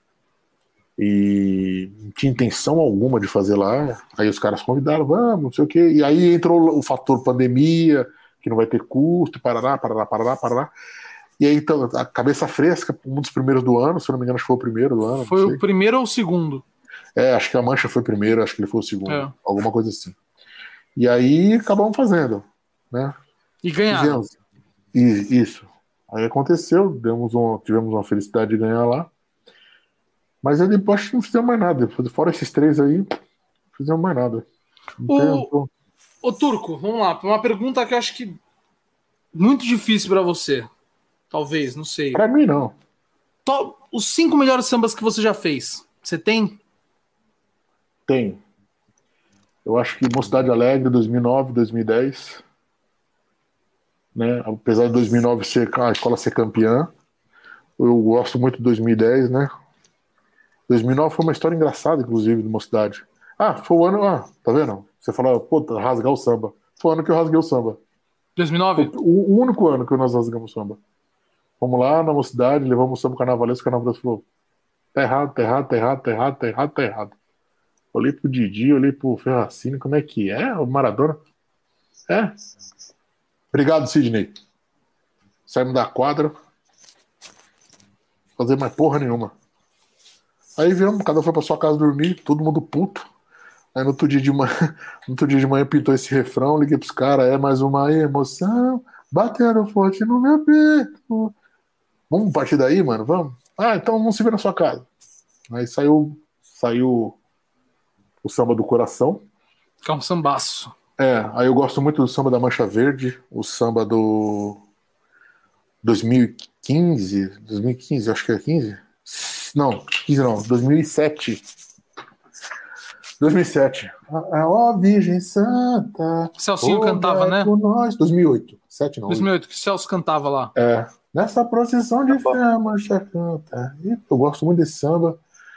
[SPEAKER 1] E não tinha intenção alguma de fazer lá. Aí os caras convidaram, vamos, não sei o quê. E aí entrou o fator pandemia, que não vai ter custo, parará, parará, parará, parará. E aí, então, a cabeça fresca, um dos primeiros do ano, se eu não me engano, acho que foi o primeiro do ano.
[SPEAKER 2] Foi o primeiro ou o segundo?
[SPEAKER 1] É, acho que a Mancha foi o primeiro, acho que ele foi o segundo.
[SPEAKER 2] É.
[SPEAKER 1] Alguma coisa assim. E aí acabamos fazendo, né?
[SPEAKER 2] E ganharam.
[SPEAKER 1] Fizemos. E, isso. Aí aconteceu, demos um, tivemos uma felicidade de ganhar lá. Mas aí depois acho que não fizemos mais nada. Fora esses três aí, não fizemos mais nada.
[SPEAKER 2] O... Ô, Turco, vamos lá. Uma pergunta que eu acho que muito difícil pra você. Talvez, não sei.
[SPEAKER 1] Pra mim, não.
[SPEAKER 2] Top, os cinco melhores sambas que você já fez. Você tem?
[SPEAKER 1] Tem. Eu acho que Mocidade Alegre, dois mil e nove, dois mil e dez. Né? Apesar de dois mil e nove ser a escola ser campeã, eu gosto muito de dois mil e dez, né? dois mil e nove foi uma história engraçada, inclusive, de Mocidade. Ah, foi o ano. Ah, tá vendo? Você falou, pô, rasgar o samba. Foi o ano que eu rasguei o samba.
[SPEAKER 2] dois mil e nove?
[SPEAKER 1] Foi o único ano que nós rasgamos o samba. Fomos lá na Mocidade, levamos o samba carnavalesco, o carnavalesco falou: tá errado, tá errado, tá errado, tá errado, tá errado, tá errado. Olhei pro Didi, olhei pro Ferracini, como é que é? O Maradona? É. Obrigado, Sidney. Saímos da quadra. Fazer mais porra nenhuma. Aí viemos, cada um foi pra sua casa dormir, todo mundo puto. Aí no outro dia de manhã, no outro dia de manhã pintou esse refrão, liguei pros caras, é mais uma emoção, bateram forte no meu peito. Vamos partir daí, mano? Vamos? Ah, então vamos se ver na sua casa. Aí saiu, saiu o samba do coração.
[SPEAKER 2] Que é um sambaço.
[SPEAKER 1] É, aí eu gosto muito do samba da Mancha Verde, o samba do dois mil e quinze, dois mil e quinze, acho que é quinze? Não, quinze não, dois mil e sete. dois mil e sete. A ó Virgem Santa.
[SPEAKER 2] Celcinho cantava, né?
[SPEAKER 1] Nós. dois mil e oito. sete não.
[SPEAKER 2] dois mil e oito, que o Celso cantava lá.
[SPEAKER 1] É. Nessa procissão de fé, a Mancha canta. E eu gosto muito desse samba.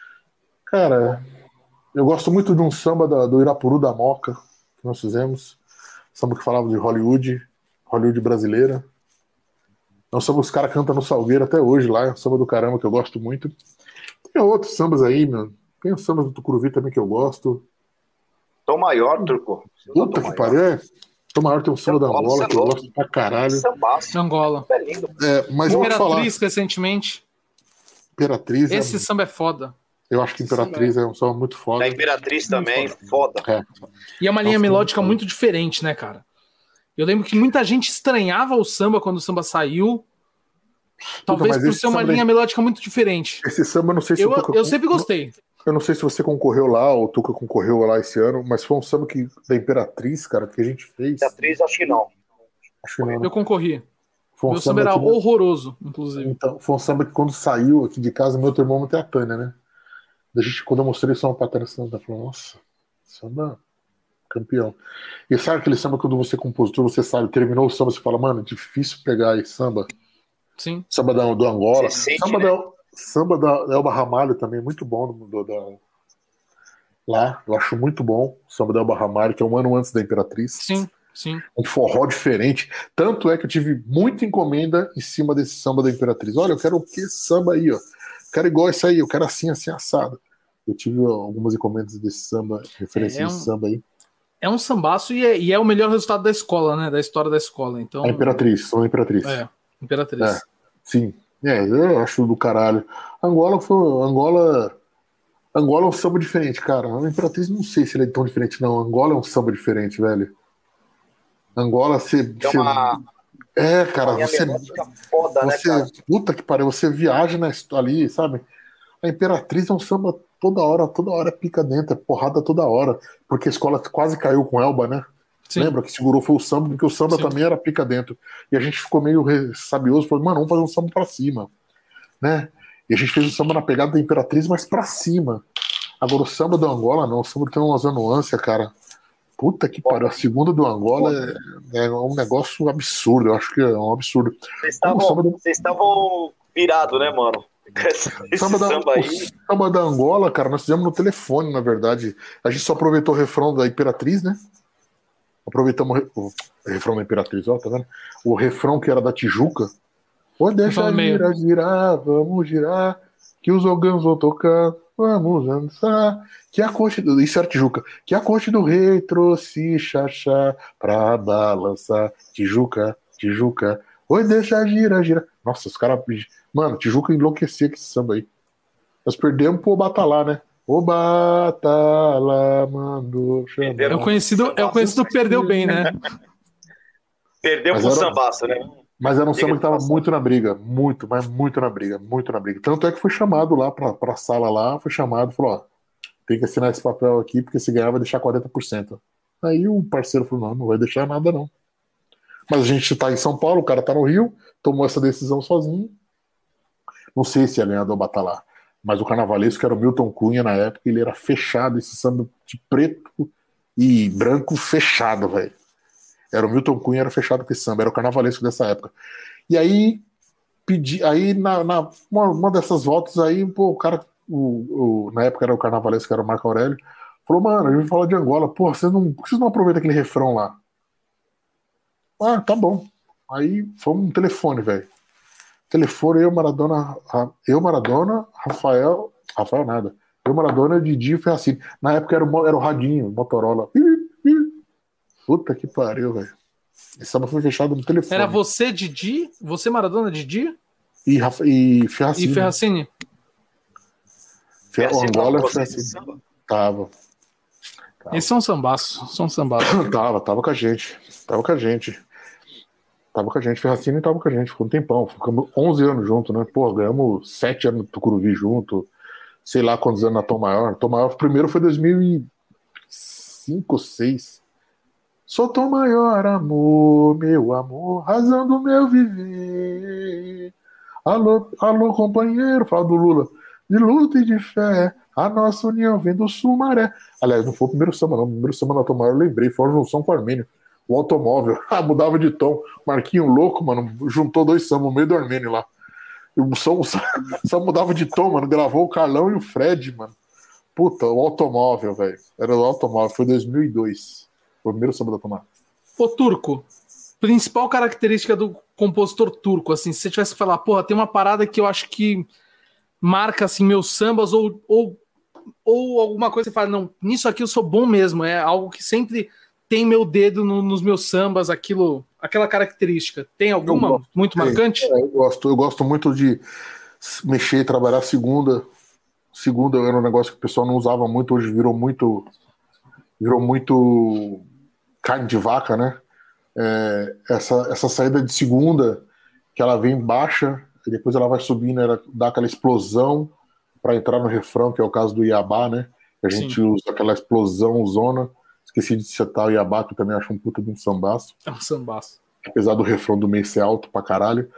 [SPEAKER 1] Cara, eu gosto muito de um samba da, do Irapuru da Moca que nós fizemos. Samba que falava de Hollywood, Hollywood brasileira. É um samba que os caras cantam no Salgueiro até hoje lá. É um samba do caramba que eu gosto muito. Tem outros sambas aí, meu. Tem os sambas do Tucuruvi também que eu gosto.
[SPEAKER 3] Tom Maior, Turco.
[SPEAKER 1] Puta que pariu. É. Tom Maior tem um samba da Angola que eu gosto pra caralho.
[SPEAKER 2] De Angola.
[SPEAKER 3] É lindo.
[SPEAKER 1] É, mas eu vou te falar.
[SPEAKER 2] Imperatriz, recentemente.
[SPEAKER 1] Imperatriz.
[SPEAKER 2] Esse
[SPEAKER 1] é...
[SPEAKER 2] samba é foda.
[SPEAKER 1] Eu acho que Imperatriz é um samba muito foda.
[SPEAKER 3] A Imperatriz também, foda.
[SPEAKER 1] É.
[SPEAKER 2] E é uma linha
[SPEAKER 1] Nossa,
[SPEAKER 2] melódica
[SPEAKER 1] muito,
[SPEAKER 2] muito diferente, né, cara? Eu lembro que muita gente estranhava o samba quando o samba saiu. Talvez
[SPEAKER 1] Puta,
[SPEAKER 2] por ser uma linha
[SPEAKER 1] aí...
[SPEAKER 2] melódica muito diferente.
[SPEAKER 1] Esse samba, eu não sei se
[SPEAKER 2] eu,
[SPEAKER 1] o Tuca...
[SPEAKER 2] eu sempre gostei.
[SPEAKER 1] Eu não sei se você concorreu lá, ou o Tuca concorreu lá esse ano, mas foi um samba que, da Imperatriz, cara, que a gente fez.
[SPEAKER 3] Imperatriz, acho que não.
[SPEAKER 1] Acho que não, né?
[SPEAKER 2] Eu concorri.
[SPEAKER 1] Foi um
[SPEAKER 2] meu samba era
[SPEAKER 1] que...
[SPEAKER 2] horroroso, inclusive.
[SPEAKER 1] Então, foi um samba que quando saiu aqui de casa, meu termômetro é a Tânia, né? Da gente, quando eu mostrei o samba pra Tânia, ela falou, nossa, samba campeão. E sabe aquele samba quando você é compositor, você sabe, terminou o samba, você fala, mano, difícil pegar esse samba.
[SPEAKER 2] Sim.
[SPEAKER 1] Samba da, do Angola.
[SPEAKER 3] Sente,
[SPEAKER 1] samba,
[SPEAKER 3] né?
[SPEAKER 1] da, samba da Elba Ramalho também, muito bom do, da, lá. Eu acho muito bom o samba da Elba Ramalho, que é um ano antes da Imperatriz.
[SPEAKER 2] Sim, sim.
[SPEAKER 1] Um forró diferente. Tanto é que eu tive muita encomenda em cima desse samba da Imperatriz. Olha, eu quero o que samba aí, ó. Quero igual esse aí, eu quero assim, assim, assado. Eu tive algumas encomendas desse samba, referência
[SPEAKER 2] é um,
[SPEAKER 1] desse samba aí.
[SPEAKER 2] É um sambaço e é, e é o melhor resultado da escola, né? Da história da escola. Então,
[SPEAKER 1] a Imperatriz, são a Imperatriz.
[SPEAKER 2] É, Imperatriz.
[SPEAKER 1] É, sim. É, eu acho do caralho. Angola foi. Angola. Angola é um samba diferente, cara. A Imperatriz não sei se ele é tão diferente, não. Angola é um samba diferente, velho. Angola, você.
[SPEAKER 3] É uma.
[SPEAKER 1] É, cara,
[SPEAKER 3] uma
[SPEAKER 1] você.
[SPEAKER 3] Foda,
[SPEAKER 1] você
[SPEAKER 3] né, cara?
[SPEAKER 1] Puta que pariu, você viaja na ali, sabe? A Imperatriz é um samba toda hora, toda hora pica dentro, é porrada toda hora. Porque a escola quase caiu com Elba, né?
[SPEAKER 2] Sim.
[SPEAKER 1] Lembra que segurou foi o samba, porque o samba Sim. também era pica dentro. E a gente ficou meio sabioso, falou, mano, vamos fazer um samba pra cima, né? E a gente fez o samba na pegada da Imperatriz, mas pra cima. Agora o samba do Angola não, o samba tem umas nuances, cara. Puta que pariu, a segunda do Angola é, é um negócio absurdo, eu acho que é um absurdo.
[SPEAKER 3] Vocês estavam do... estavam virados, né, mano? Esse, esse
[SPEAKER 1] samba, da,
[SPEAKER 3] samba aí.
[SPEAKER 1] O samba da Angola, cara, nós fizemos no telefone, na verdade. A gente só aproveitou o refrão da Imperatriz, né? Aproveitamos o refrão da Imperatriz, ó, tá vendo? O refrão que era da Tijuca. Ô, deixa girar, girar, vamos girar, que os órgãos vão tocar, vamos dançar. Que a corte do... Isso era Tijuca. Que a corte do rei trouxe xaxá pra balançar. Tijuca, Tijuca. Oi, deixa girar, girar. Nossa, os caras... Mano, Tijuca enlouquecia com esse samba aí. Nós perdemos pro Batalá, né? O Batalá mandou chamar.
[SPEAKER 2] É o conhecido, é o conhecido perdeu bem, né?
[SPEAKER 3] Perdeu mas pro era, sambaço, né?
[SPEAKER 1] Mas era um samba que tava muito na briga. Muito, mas muito na briga. Muito na briga. Tanto é que foi chamado lá pra, pra sala lá, foi chamado e falou, ó, tem que assinar esse papel aqui, porque se ganhar vai deixar quarenta por cento. Aí o parceiro falou, não, não vai deixar nada não. Mas a gente tá em São Paulo, o cara tá no Rio, tomou essa decisão sozinho. Não sei se ia ganhar do Batalá. Mas o carnavalesco era o Milton Cunha na época, ele era fechado, esse samba de preto e branco fechado, velho. Era o Milton Cunha, era fechado com esse samba, era o carnavalesco dessa época. E aí, pedi, aí na, na uma, uma dessas voltas aí, pô, o cara, o, o, na época era o carnavalesco, que era o Marco Aurélio, falou, mano, a gente fala de Angola, pô, vocês não, vocês não aproveitam aquele refrão lá? Ah, tá bom. Aí fomos no telefone, velho. Telefone, eu, Maradona, eu, Maradona, Rafael, Rafael nada. Eu, Maradona, Didi e Ferracini. Na época era o, era o radinho, Motorola. Puta que pariu, velho. Esse samba foi fechado no telefone.
[SPEAKER 2] Era você, Didi? Você, Maradona, Didi?
[SPEAKER 1] E, Rafa, e Ferracini.
[SPEAKER 2] E Ferracini?
[SPEAKER 1] Fer... O Angola e Ferracini. Tava.
[SPEAKER 2] tava. Eles são sambaços, são sambaços.
[SPEAKER 1] tava, tava com a gente. Tava com a gente. Tava com a gente, Ferracini tava com a gente, ficou um tempão, ficamos onze anos juntos, né? Pô, ganhamos sete anos no Tucuruvi junto, sei lá quantos anos na Tom Maior. Tom Maior, o primeiro foi dois mil e cinco, seis. Sou Tom Maior, amor, meu amor, razão do meu viver. Alô, alô, companheiro, fala do Lula. De luta e de fé, a nossa união vem do Sumaré. Aliás, não foi o primeiro samba, não. O primeiro samba da Tom Maior eu lembrei, foi a junção com o Armênio. O automóvel, ah, mudava de tom. Marquinho louco, mano, juntou dois sambas no meio do Armênio lá. E o som só, só mudava de tom, mano. Gravou o Carlão e o Fred, mano. Puta, o automóvel, velho. Era o automóvel, foi dois mil e dois. Foi o primeiro samba da Tomar.
[SPEAKER 2] Ô, Turco, principal característica do compositor turco, assim, se você tivesse que falar, porra, tem uma parada que eu acho que marca, assim, meus sambas, ou, ou, ou alguma coisa que você fala, não, nisso aqui eu sou bom mesmo, é algo que sempre tem meu dedo no, nos meus sambas, aquilo, aquela característica. Tem alguma muito marcante?
[SPEAKER 1] É, eu gosto, eu gosto muito de mexer e trabalhar segunda. Segunda era um negócio que o pessoal não usava muito, hoje virou muito virou muito carne de vaca, né? É, essa, essa saída de segunda, que ela vem baixa, e depois ela vai subindo, ela dá aquela explosão para entrar no refrão, que é o caso do Iabá, né? Que a gente Sim. usa aquela explosão zona. Esqueci de citar o Iabá, que eu também acho um puta de um sambaço.
[SPEAKER 2] É um sambaço.
[SPEAKER 1] Apesar do refrão do meio ser alto pra caralho.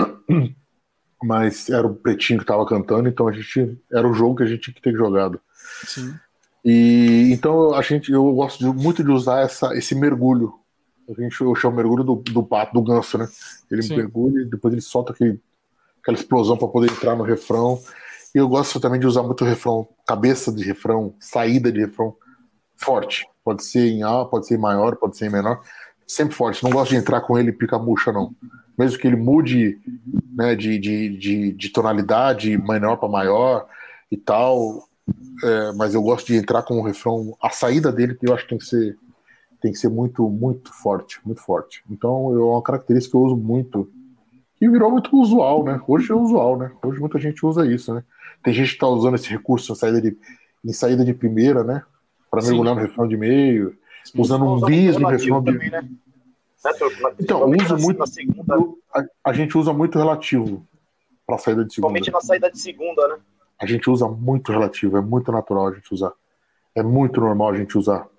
[SPEAKER 1] Mas era o Pretinho que tava cantando, então a gente era o jogo que a gente tinha que ter jogado.
[SPEAKER 2] Sim.
[SPEAKER 1] E então a gente, eu gosto de, muito de usar essa, esse mergulho. A gente, eu chamo mergulho do, do pato, do ganso, né? Ele Sim. mergulha e depois ele solta aquele, aquela explosão para poder entrar no refrão. E eu gosto também de usar muito o refrão, cabeça de refrão, saída de refrão forte. Pode ser em A, pode ser em maior, pode ser em menor. Sempre forte. Não gosto de entrar com ele pica-murcha, não. Mesmo que ele mude, né, de, de, de, de tonalidade, menor para maior e tal. É, mas eu gosto de entrar com o refrão. A saída dele, que eu acho que tem que ser, tem que ser muito, muito forte. Muito forte. Então, é uma característica que eu uso muito. E virou muito usual, né? Hoje é usual, né? Hoje muita gente usa isso, né? Tem gente que está usando esse recurso em saída de, em saída de primeira, né? Para mergulhar no refrão de meio, Sim. usando um bis no refrão de. Também, né? Então, uso muito. A, a gente usa muito relativo para saída de segunda.
[SPEAKER 3] Principalmente na saída de segunda, né?
[SPEAKER 1] A gente usa muito relativo, é muito natural a gente usar. É muito normal a gente usar.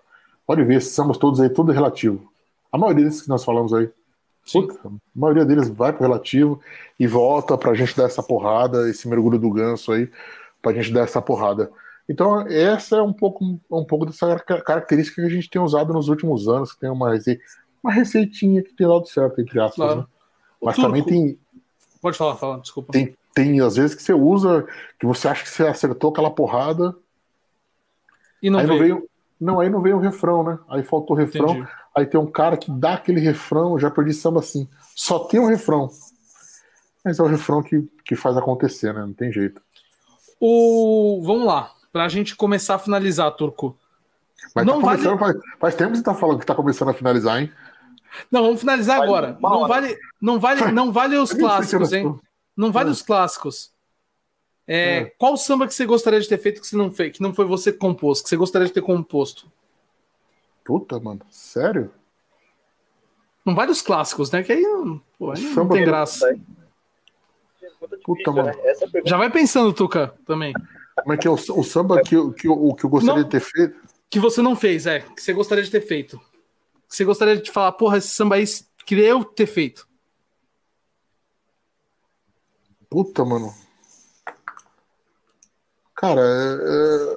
[SPEAKER 1] Pode ver, esses sambas todos aí, tudo é relativo. A maioria desses que nós falamos aí, puta, a maioria deles vai pro relativo e volta pra gente dar essa porrada, esse mergulho do ganso aí, pra gente dar essa porrada. Então, essa é um pouco, um pouco dessa característica que a gente tem usado nos últimos anos, que tem uma, rece... uma receitinha que tem dado certo, entre aspas. Claro. Né? Mas Turco, também tem.
[SPEAKER 2] Pode falar, fala, desculpa.
[SPEAKER 1] Tem, tem, às vezes, que você usa, que você acha que você acertou aquela porrada.
[SPEAKER 2] E não
[SPEAKER 1] aí
[SPEAKER 2] veio.
[SPEAKER 1] não veio. Não, aí não veio o refrão, né? Aí faltou o refrão. Entendi. Aí tem um cara que dá aquele refrão, já perdi samba assim. Só tem um refrão. Mas é o refrão que, que faz acontecer, né? Não tem jeito.
[SPEAKER 2] O... Vamos lá. Pra gente começar a finalizar, Turco.
[SPEAKER 1] Mas
[SPEAKER 2] não
[SPEAKER 1] tá começando,
[SPEAKER 2] vale...
[SPEAKER 1] faz, faz tempo que você tá falando que tá começando a finalizar, hein?
[SPEAKER 2] Não, vamos finalizar vai, agora. Não vale, não vale, não vale os clássicos, hein? Não vale é. os clássicos. É, é. Qual samba que você gostaria de ter feito que você não fez, que não foi você que compôs, que você gostaria de ter composto?
[SPEAKER 1] Puta, mano, sério?
[SPEAKER 2] Não vale os clássicos, né? Que aí, pô, aí não tem graça.
[SPEAKER 1] Puta, mano.
[SPEAKER 2] Já vai pensando, Tuca, também.
[SPEAKER 1] Como é que é o, o samba que, eu, que, eu, que eu gostaria não, de ter feito?
[SPEAKER 2] Que você não fez, é. Que você gostaria de ter feito. Que você gostaria de falar, porra, esse samba aí queria eu ter feito.
[SPEAKER 1] Puta, mano. Cara, é...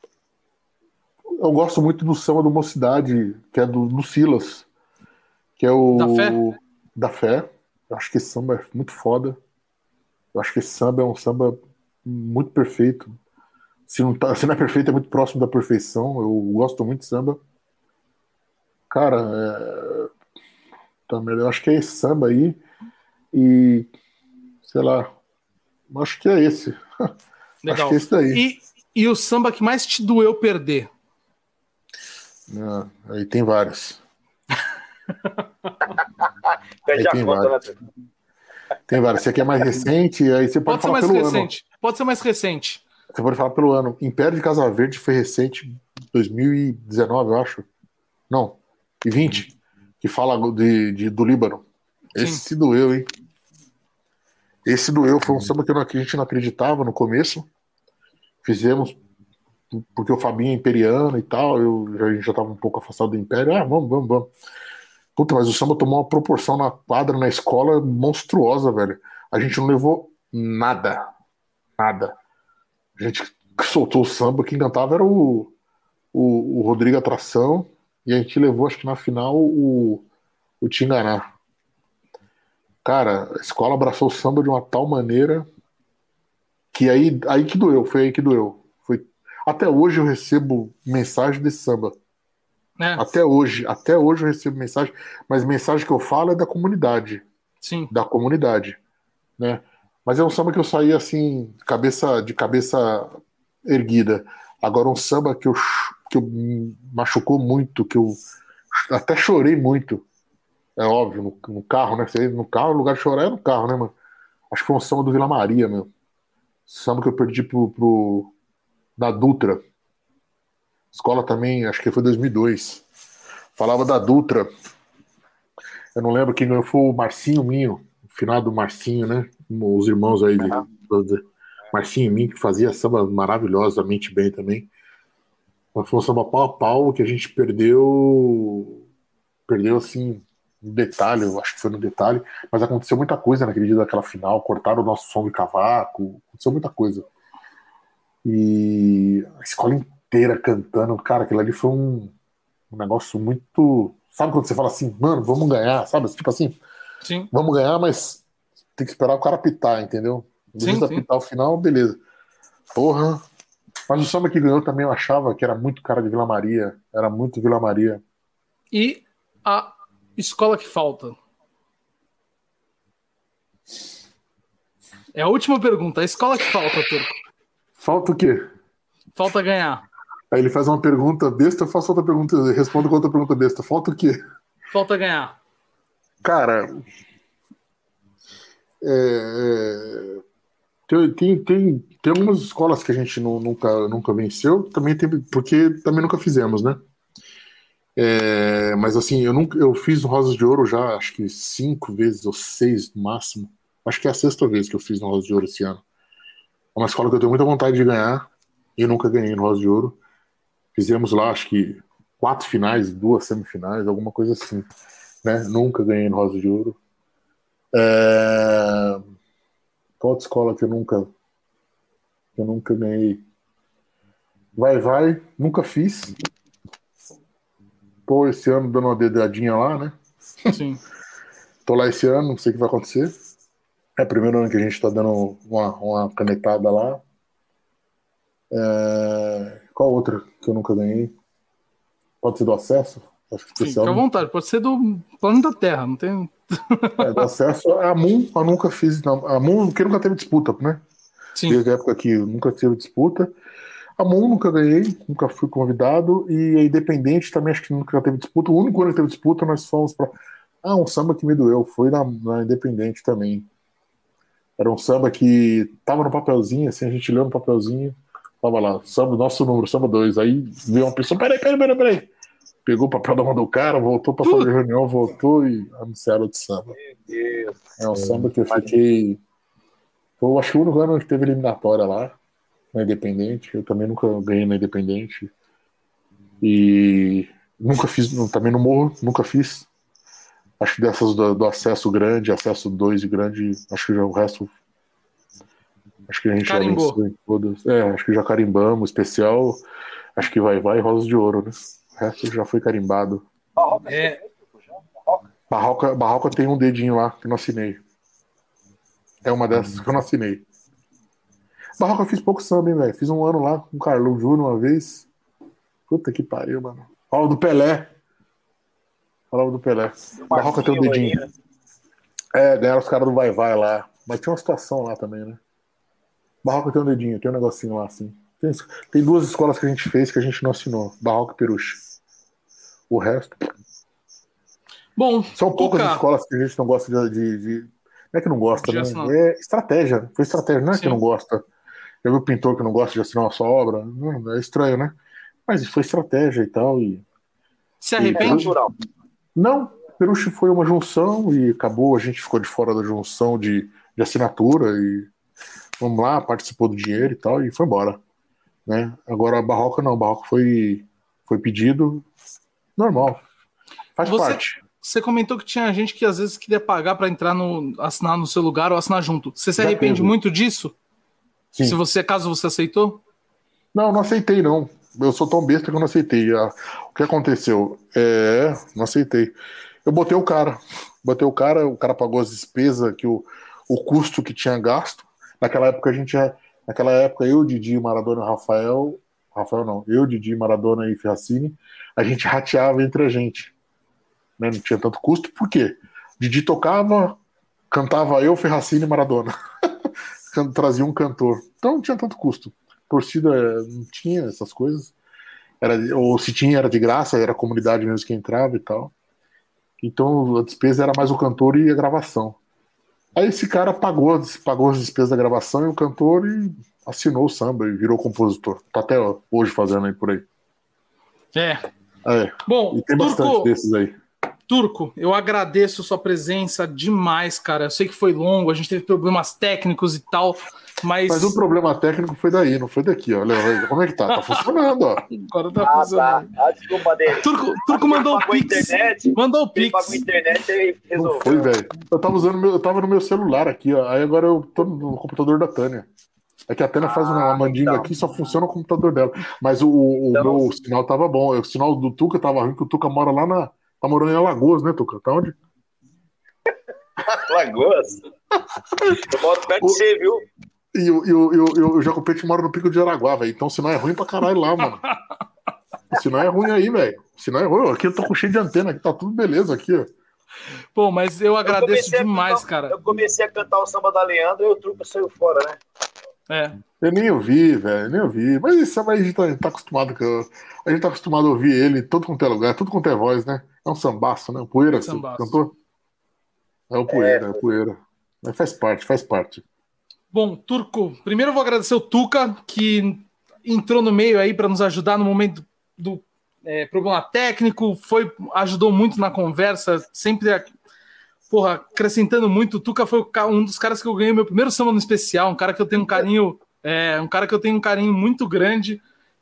[SPEAKER 1] eu gosto muito do samba do Mocidade, que é do, do Silas. Que é o...
[SPEAKER 2] Da Fé?
[SPEAKER 1] Da Fé. Eu acho que esse samba é muito foda. Eu acho que esse samba é um samba muito perfeito. Se não, tá, se não é perfeito, é muito próximo da perfeição. Eu gosto muito de samba. Cara, é... também, eu acho que é esse samba aí. E, sei lá, acho que é esse.
[SPEAKER 2] Legal.
[SPEAKER 1] Acho que é esse daí.
[SPEAKER 2] E, e o samba que mais te doeu perder?
[SPEAKER 1] Não, aí tem vários.
[SPEAKER 3] Perde a
[SPEAKER 1] tem
[SPEAKER 3] conta,
[SPEAKER 1] vários. Né? Tem vários. Esse aqui é mais recente, aí você pode, pode falar ser mais
[SPEAKER 2] pelo recente.
[SPEAKER 1] ano.
[SPEAKER 2] Pode ser mais recente.
[SPEAKER 1] Você pode falar pelo ano. Império de Casa Verde foi recente, dois mil e dezenove, eu acho. Não, e vinte, que fala de, de, do Líbano. Esse Sim. doeu, hein? Esse doeu. Foi um samba que, eu não, que a gente não acreditava no começo. Fizemos porque o Fabinho é imperiano e tal. Eu, a gente já estava um pouco afastado do Império. Ah, vamos, vamos, vamos. Puta, mas o samba tomou uma proporção na quadra, na escola, monstruosa, velho. A gente não levou nada. Nada. A gente soltou o samba, quem cantava era o, o, o Rodrigo Atração, e a gente levou, acho que na final, o, o Tinganá. Cara, a escola abraçou o samba de uma tal maneira que aí, aí que doeu, foi aí que doeu. Foi... Até hoje eu recebo mensagem desse samba. É. Até hoje, até hoje eu recebo mensagem, mas mensagem que eu falo é da comunidade.
[SPEAKER 2] Sim.
[SPEAKER 1] Da comunidade, né? Mas é um samba que eu saí assim, cabeça, de cabeça erguida. Agora um samba que eu, que eu me machucou muito, que eu até chorei muito. É óbvio, no, no carro, né? No carro, o lugar de chorar é no carro, né, mano? Acho que foi um samba do Vila Maria, meu. Samba que eu perdi pro, pro da Dutra. Escola também, acho que foi dois mil e dois. Falava da Dutra. Eu não lembro quem ganhou, foi o Marcinho Minho, o final do Marcinho, né? Os irmãos aí de, de Marcinho e Minho, que fazia samba maravilhosamente bem também. Mas foi um samba pau a pau que a gente perdeu. Perdeu assim, no detalhe, eu acho que foi no detalhe, mas aconteceu muita coisa naquele dia daquela final. Cortaram o nosso som de cavaco, aconteceu muita coisa. E a escola inteira cantando, cara, aquilo ali foi um, um negócio muito. Sabe quando você fala assim, mano, vamos ganhar, sabe? Tipo assim,
[SPEAKER 2] sim.
[SPEAKER 1] Vamos ganhar, mas tem que esperar o cara pitar, entendeu? Depois de pitar o final, beleza. Porra. Mas o samba que ganhou também eu achava que era muito cara de Vila Maria. Era muito Vila Maria.
[SPEAKER 2] E a escola que falta? É a última pergunta. A escola que falta, Turco?
[SPEAKER 1] Falta o quê?
[SPEAKER 2] Falta ganhar.
[SPEAKER 1] Aí ele faz uma pergunta besta, eu faço outra pergunta, eu respondo com outra pergunta besta. Falta o quê?
[SPEAKER 2] Falta ganhar.
[SPEAKER 1] Cara, é, tem, tem, tem, tem algumas escolas que a gente não, nunca, nunca venceu, também teve, porque também nunca fizemos, né? É, mas assim, eu, nunca, eu fiz no Rosas de Ouro já, acho que cinco vezes ou seis no máximo. Acho que é a sexta vez que eu fiz no Rosas de Ouro esse ano. É uma escola que eu tenho muita vontade de ganhar e eu nunca ganhei no Rosas de Ouro. Fizemos lá, acho que quatro finais, duas semifinais, alguma coisa assim, né? Nunca ganhei no Rosa de Ouro. É... Qual outra escola que eu nunca que eu nunca ganhei? Vai, vai, nunca fiz. Tô esse ano dando uma dedadinha lá, né?
[SPEAKER 2] Sim.
[SPEAKER 1] Tô lá esse ano, não sei o que vai acontecer. É o primeiro ano que a gente tá dando uma, uma canetada lá. É... Qual outra que eu nunca ganhei? Pode ser do acesso? Acho que
[SPEAKER 2] Sim,
[SPEAKER 1] especial.
[SPEAKER 2] fica à vontade. Pode ser do planeta Terra, não tem...
[SPEAKER 1] É, do acesso. A Moon, eu nunca fiz. Não. A Moon, porque nunca teve disputa, né?
[SPEAKER 2] Sim.
[SPEAKER 1] Desde a época que nunca teve disputa. A Moon nunca ganhei, nunca fui convidado. E a Independente também acho que nunca teve disputa. O único ano que teve disputa, nós fomos pra. Ah, um samba que me doeu. Foi na, na Independente também. Era um samba que tava no papelzinho, assim, a gente leu no papelzinho. Tava lá, samba, nosso número, samba dois. Aí veio uma pessoa, peraí, peraí, peraí, peraí. Pegou o papel da mão do cara, voltou pra sala de reunião, voltou e anunciaram de samba.
[SPEAKER 3] Meu Deus.
[SPEAKER 1] É um samba que eu fiquei. Foi, eu acho que o único ano que teve eliminatória lá, na Independente. Eu também nunca ganhei na Independente. E nunca fiz, também no Morro, nunca fiz. Acho que dessas do, do acesso grande, acesso dois e grande, acho que já o resto. Acho que a gente
[SPEAKER 2] Carimbou.
[SPEAKER 1] já venceu em todas. É, acho que já carimbamos, especial. Acho que vai, vai, Rosas de Ouro, né? O resto já foi carimbado.
[SPEAKER 3] Barroca,
[SPEAKER 2] É.
[SPEAKER 1] Barroca, Barroca tem um dedinho lá que eu não assinei. É uma dessas que eu não assinei. Barroca eu fiz pouco samba, hein, velho? Fiz um ano lá com o Carlão Júnior uma vez. Puta que pariu, mano. Falava do Pelé. Falava do Pelé. Barroca tem um dedinho.
[SPEAKER 3] Aí, né?
[SPEAKER 1] É, ganharam os caras do Vai Vai lá. Mas tinha uma situação lá também, né? Barroca tem um dedinho, tem um negocinho lá assim. Tem, tem duas escolas que a gente fez que a gente não assinou. Barroca e Peruche. O resto.
[SPEAKER 2] Bom,
[SPEAKER 1] São poucas
[SPEAKER 2] Tuca,
[SPEAKER 1] escolas que a gente não gosta de. de, de... Não é que não gosta,
[SPEAKER 2] De
[SPEAKER 1] né?
[SPEAKER 2] assinar.
[SPEAKER 1] É estratégia. Foi estratégia, não é
[SPEAKER 2] Sim.
[SPEAKER 1] que não gosta. Já viu pintor que não gosta de assinar uma sua obra? Não, é estranho, né? Mas foi estratégia e tal. E...
[SPEAKER 2] se
[SPEAKER 3] É
[SPEAKER 2] arrepende?
[SPEAKER 3] natural.
[SPEAKER 1] Não, Peruche foi uma junção e acabou, a gente ficou de fora da junção de, de assinatura e vamos lá, participou do dinheiro e tal, e foi embora. Né? Agora a Barroca não, a Barroca foi, foi pedido normal. Faz
[SPEAKER 2] Você-
[SPEAKER 1] parte.
[SPEAKER 2] Você comentou que tinha gente que às vezes queria pagar pra entrar no assinar no seu lugar ou assinar junto. Você se
[SPEAKER 1] Já
[SPEAKER 2] arrepende
[SPEAKER 1] teve.
[SPEAKER 2] muito disso?
[SPEAKER 1] Sim.
[SPEAKER 2] Se você, caso você aceitou?
[SPEAKER 1] Não, não aceitei, não. Eu sou tão besta que eu não aceitei. Ah, O que aconteceu? É, não aceitei. Eu botei o cara. Botei o cara, o cara pagou as despesas, que o, o custo que tinha gasto. Naquela época a gente já. Naquela época, eu, Didi, Maradona e Rafael. Rafael não, eu, Didi, Maradona e Ferracini, a gente rateava entre a gente. Né? Não tinha tanto custo, por quê? Didi tocava, cantava eu, Ferracini e Maradona. Trazia um cantor. Então não tinha tanto custo. Torcida eh, não tinha essas coisas. Era, ou se tinha, era de graça, era a comunidade mesmo que entrava e tal. Então a despesa era mais o cantor e a gravação. Aí esse cara pagou, pagou as despesas da gravação e o cantor e assinou o samba e virou compositor. Tá até hoje fazendo aí por aí.
[SPEAKER 2] É.
[SPEAKER 1] É,
[SPEAKER 2] Bom,
[SPEAKER 1] e tem bastante
[SPEAKER 2] Turco,
[SPEAKER 1] desses aí.
[SPEAKER 2] Turco, eu agradeço sua presença demais, cara. Eu sei que foi longo, a gente teve problemas técnicos e tal, mas,
[SPEAKER 1] Mas o problema técnico foi daí, não foi daqui, ó. Olha, como é que tá? Tá funcionando, ó.
[SPEAKER 2] agora tá
[SPEAKER 3] Ah, tá.
[SPEAKER 2] funcionando.
[SPEAKER 3] Ah, desculpa dele.
[SPEAKER 2] Turco, Turco mandou o
[SPEAKER 3] Pagou a
[SPEAKER 2] Pix.
[SPEAKER 3] internet.
[SPEAKER 2] Mandou o
[SPEAKER 3] Ele pagou a
[SPEAKER 2] Pix.
[SPEAKER 3] internet e
[SPEAKER 1] Não
[SPEAKER 3] resolveu.
[SPEAKER 1] foi, velho. Eu tava usando meu, eu tava no meu celular aqui, ó. Aí agora eu tô no computador da Tânia. É que a Tânia faz uma
[SPEAKER 3] Ah,
[SPEAKER 1] mandinga
[SPEAKER 3] então.
[SPEAKER 1] aqui, só funciona o computador dela. Mas o, o
[SPEAKER 3] Então-
[SPEAKER 1] meu sinal tava bom. O sinal do Tuca tava ruim, que o Tuca mora lá na. Tá morando em Alagoas, né, Tuca? Tá onde?
[SPEAKER 3] Lagoas? Eu moro perto de você, viu?
[SPEAKER 1] E o, e o, e o, e o Jacopete mora no Pico de Araguá, velho. Então o sinal é ruim pra caralho lá, mano. O sinal é ruim aí, velho. O sinal é ruim. Aqui eu tô com cheio de antena, aqui tá tudo beleza aqui, ó.
[SPEAKER 2] Pô, mas eu agradeço
[SPEAKER 3] comecei a
[SPEAKER 2] demais,
[SPEAKER 3] cantar-
[SPEAKER 2] cara.
[SPEAKER 3] Eu comecei a cantar o samba da Leandro e o truco saiu fora, né?
[SPEAKER 2] É.
[SPEAKER 1] Eu nem ouvi, velho, nem ouvi. Mas isso aí a gente tá, a gente tá acostumado com. A gente tá acostumado a ouvir ele em todo quanto é lugar, tudo quanto é voz, né? É um sambaço, né? O Poeira, você
[SPEAKER 2] Sambaço.
[SPEAKER 1] cantou? É o Poeira, é, o Poeira. Mas faz parte, faz parte.
[SPEAKER 2] Bom, Turco, primeiro eu vou agradecer o Tuca, que entrou no meio aí para nos ajudar no momento do é, problema técnico, foi, ajudou muito na conversa, sempre porra, acrescentando muito. O Tuca foi o ca- um dos caras que eu ganhei meu primeiro samba no especial, um cara que eu tenho um carinho, é, um cara que eu tenho um carinho muito grande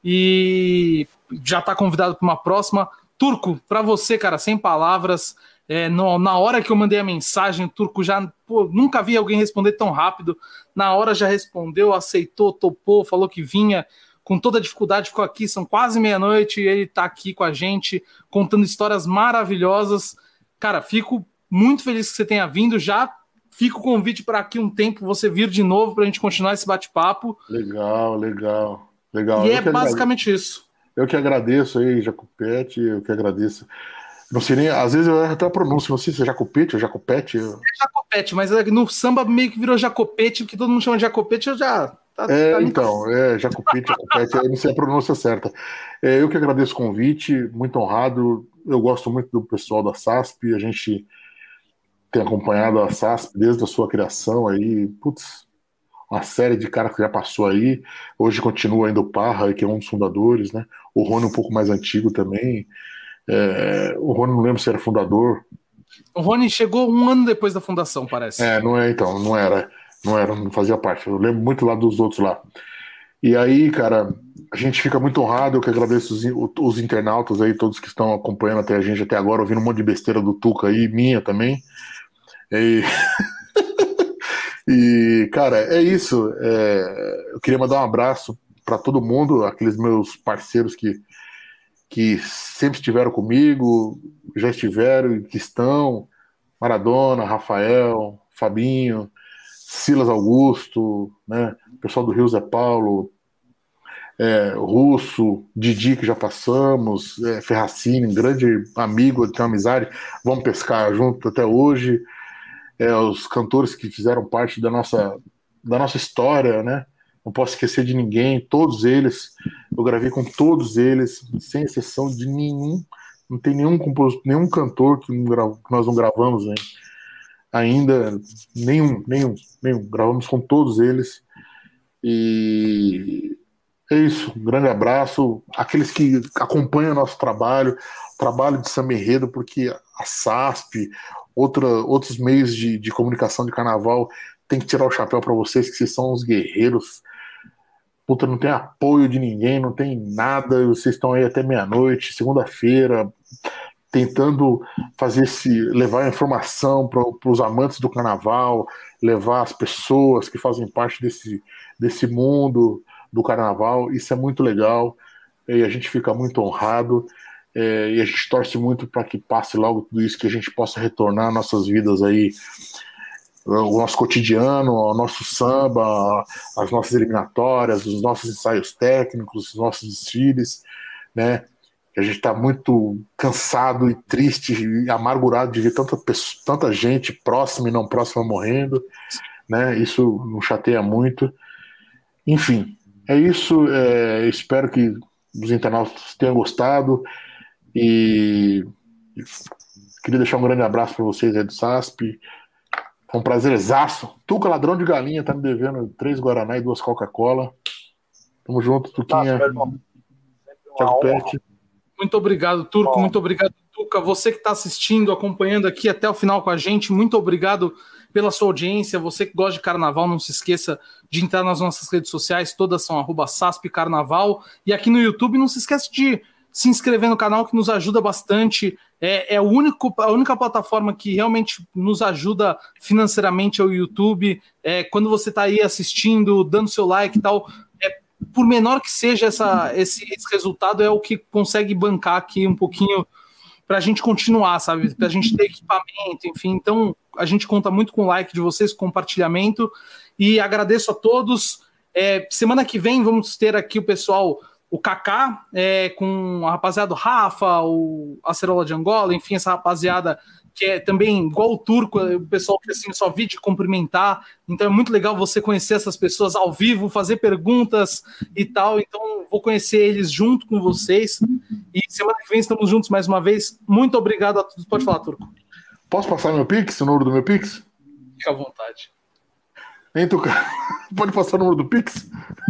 [SPEAKER 2] e já está convidado para uma próxima. Turco, para você, cara, sem palavras, é, no, na hora que eu mandei a mensagem, o Turco já, pô, nunca vi alguém responder tão rápido, na hora já respondeu, aceitou, topou, falou que vinha, com toda a dificuldade, ficou aqui, são quase meia-noite, e ele está aqui com a gente, contando histórias maravilhosas. Cara, fico muito feliz que você tenha vindo, já fica o convite para aqui um tempo você vir de novo para a gente continuar esse bate-papo.
[SPEAKER 1] Legal, legal, legal.
[SPEAKER 2] E
[SPEAKER 1] Eu
[SPEAKER 2] é basicamente agradeço. isso.
[SPEAKER 1] Eu que agradeço aí, Jacopete, eu que agradeço. Não sei nem, às vezes eu erro até a pronúncia, não sei se é Jacopete ou Jacopete. Eu...
[SPEAKER 2] É Jacopete, mas no samba meio que virou Jacopete, porque todo mundo chama de Jacopete, eu já... Tá,
[SPEAKER 1] é,
[SPEAKER 2] tá
[SPEAKER 1] então, nunca... é Jacopete, Jacopete, eu não sei a pronúncia certa. É, eu que agradeço o convite, muito honrado. Eu gosto muito do pessoal da S A S P, a gente tem acompanhado a S A S P desde a sua criação aí, putz, uma série de caras que já passou aí. Hoje continua ainda o Parra, que é um dos fundadores, né? O Rony um pouco mais antigo também. É, o Rony não lembro se era fundador.
[SPEAKER 2] O Rony chegou um ano depois da fundação, parece.
[SPEAKER 1] É, não é então, não era, não era, não fazia parte. Eu lembro muito lá dos outros lá. E aí, cara, a gente fica muito honrado. Eu que agradeço os, os internautas aí, todos que estão acompanhando até a gente até agora, ouvindo um monte de besteira do Tuca aí, minha também. E, e cara, é isso. É, eu queria mandar um abraço para todo mundo, aqueles meus parceiros que que sempre estiveram comigo, já estiveram e que estão, Maradona, Rafael, Fabinho, Silas Augusto, né, pessoal do Rio Zé Paulo, é, Russo, Didi, que já passamos, é, Ferracini, um grande amigo, tem uma amizade, vamos pescar junto até hoje, é, os cantores que fizeram parte da nossa, da nossa história, né, não posso esquecer de ninguém, todos eles, eu gravei com todos eles, sem exceção de nenhum, não tem nenhum compositor, nenhum cantor que, não grava, que nós não gravamos, né? Ainda, nenhum, nenhum, nenhum, gravamos com todos eles, e é isso, um grande abraço, aqueles que acompanham nosso trabalho, trabalho de samba enredo, porque a S A S P, outra, outros meios de, de comunicação de carnaval, tem que tirar o chapéu para vocês, que vocês são os guerreiros. Puta, não tem apoio de ninguém, não tem nada, vocês estão aí até meia-noite, segunda-feira, tentando fazer esse, levar a informação para os amantes do carnaval, levar as pessoas que fazem parte desse, desse mundo do carnaval. Isso é muito legal e a gente fica muito honrado, é, e a gente torce muito para que passe logo tudo isso, que a gente possa retornar nossas vidas aí, o nosso cotidiano, o nosso samba, as nossas eliminatórias, os nossos ensaios técnicos, os nossos desfiles, né? A gente está muito cansado e triste e amargurado de ver tanta, pessoa, tanta gente próxima e não próxima morrendo, né? Isso nos chateia muito. Enfim, é isso. É, espero que os internautas tenham gostado e queria deixar um grande abraço para vocês aí do S A S P. Foi um prazerzaço. Tuca, ladrão de galinha, tá me devendo três Guaraná e duas Coca-Cola. Tamo junto, Tuquinha. Thiago Pet.
[SPEAKER 2] Muito obrigado, Turco. Bom. Muito obrigado, Tuca. Você que está assistindo, acompanhando aqui até o final com a gente, muito obrigado pela sua audiência. Você que gosta de carnaval, não se esqueça de entrar nas nossas redes sociais, todas são arroba S A S P Carnaval. E aqui no YouTube, não se esqueça de se inscrever no canal, que nos ajuda bastante. É, é o único, a única plataforma que realmente nos ajuda financeiramente é o YouTube. É, quando você está aí assistindo, dando seu like e tal, é, por menor que seja essa, esse, esse resultado, é o que consegue bancar aqui um pouquinho para a gente continuar, sabe? Para a gente ter equipamento, enfim. Então, a gente conta muito com o like de vocês, com compartilhamento. E agradeço a todos. É, semana que vem vamos ter aqui o pessoal... O Kaká, é, com a rapaziada do Rafa, o Acerola de Angola, enfim, essa rapaziada que é também igual o Turco, o pessoal que assim, só vi de cumprimentar. Então é muito legal você conhecer essas pessoas ao vivo, fazer perguntas e tal. Então vou conhecer eles junto com vocês. E semana que vem estamos juntos mais uma vez. Muito obrigado a todos. Pode falar, Turco.
[SPEAKER 1] Posso passar meu Pix, o número do meu Pix?
[SPEAKER 2] Fica à vontade.
[SPEAKER 1] Hein, Tuca? Pode passar o número do Pix?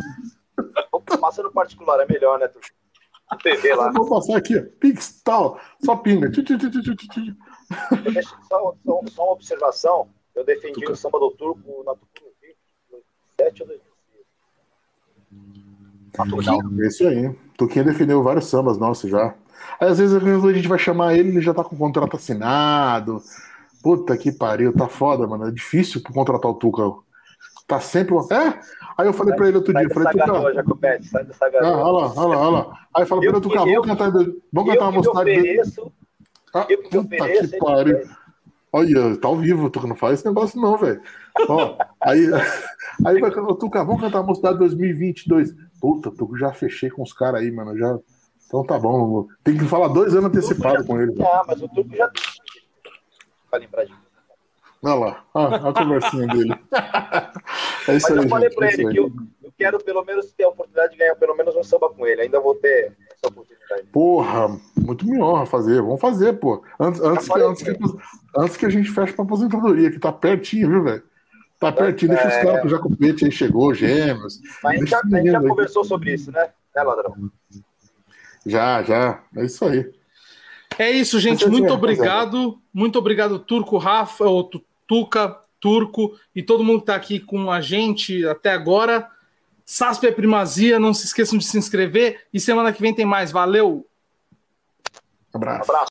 [SPEAKER 3] Passa no particular, é melhor, né? T V lá.
[SPEAKER 1] Vou passar aqui, ó. Pix, tal, só pinga.
[SPEAKER 3] Só, só, só uma observação. Eu defendi Tuca. O samba do Turco na Tucuruvi, no sete ou dois mil e seis.
[SPEAKER 1] É isso aí. Tuquinha defendeu vários sambas nossos já. Aí às vezes a gente vai chamar ele, ele já tá com o contrato assinado. Puta que pariu, tá foda, mano. É difícil contratar o Tuca. Tá sempre. É? Aí eu falei sai, pra ele outro dia, falei, Tuca. Garoa, Jacopete, sai dessa garoa. Ah, olha lá, olha lá, olha lá. Aí eu falei pra ele, Tuca, vamos cantar, vamos cantar uma mocidade.
[SPEAKER 3] Ofereço, ah,
[SPEAKER 1] eu que puta ofereço, que pariu. Olha, tá ao vivo, Tuca, não faz esse negócio não, velho. Ó, aí, aí vai cantar, Tuca, vamos cantar a mocidade dois mil e vinte e dois. Puta, Tuca, já fechei com os caras aí, mano, já. Então tá bom, tem que falar dois anos antecipado com ele.
[SPEAKER 3] Ah, mas o Tuca já falei pra gente.
[SPEAKER 1] Olha lá, a, a conversinha dele. É isso
[SPEAKER 3] mas
[SPEAKER 1] aí,
[SPEAKER 3] eu falei
[SPEAKER 1] gente,
[SPEAKER 3] pra
[SPEAKER 1] é
[SPEAKER 3] ele que eu, eu quero pelo menos ter a oportunidade de ganhar pelo menos um samba com ele. Ainda vou ter essa oportunidade.
[SPEAKER 1] Porra, muito me honra fazer. Vamos fazer, pô. Antes, antes, que, antes, que, antes que a gente feche pra aposentadoria, que tá pertinho, viu, velho? Tá pertinho. Deixa é... os caras pro Jacopete aí, chegou, Gêmeos.
[SPEAKER 3] Mas a gente já, a gente já conversou sobre isso, né? Né, Ladrão?
[SPEAKER 1] Já, já. É isso aí.
[SPEAKER 2] É isso, gente. Muito obrigado. Muito obrigado, Turco, Rafa, ou Tuca, Turco e todo mundo que tá aqui com a gente até agora. S A S P é primazia. Não se esqueçam de se inscrever. E semana que vem tem mais. Valeu!
[SPEAKER 1] Abraço.
[SPEAKER 3] Abraço.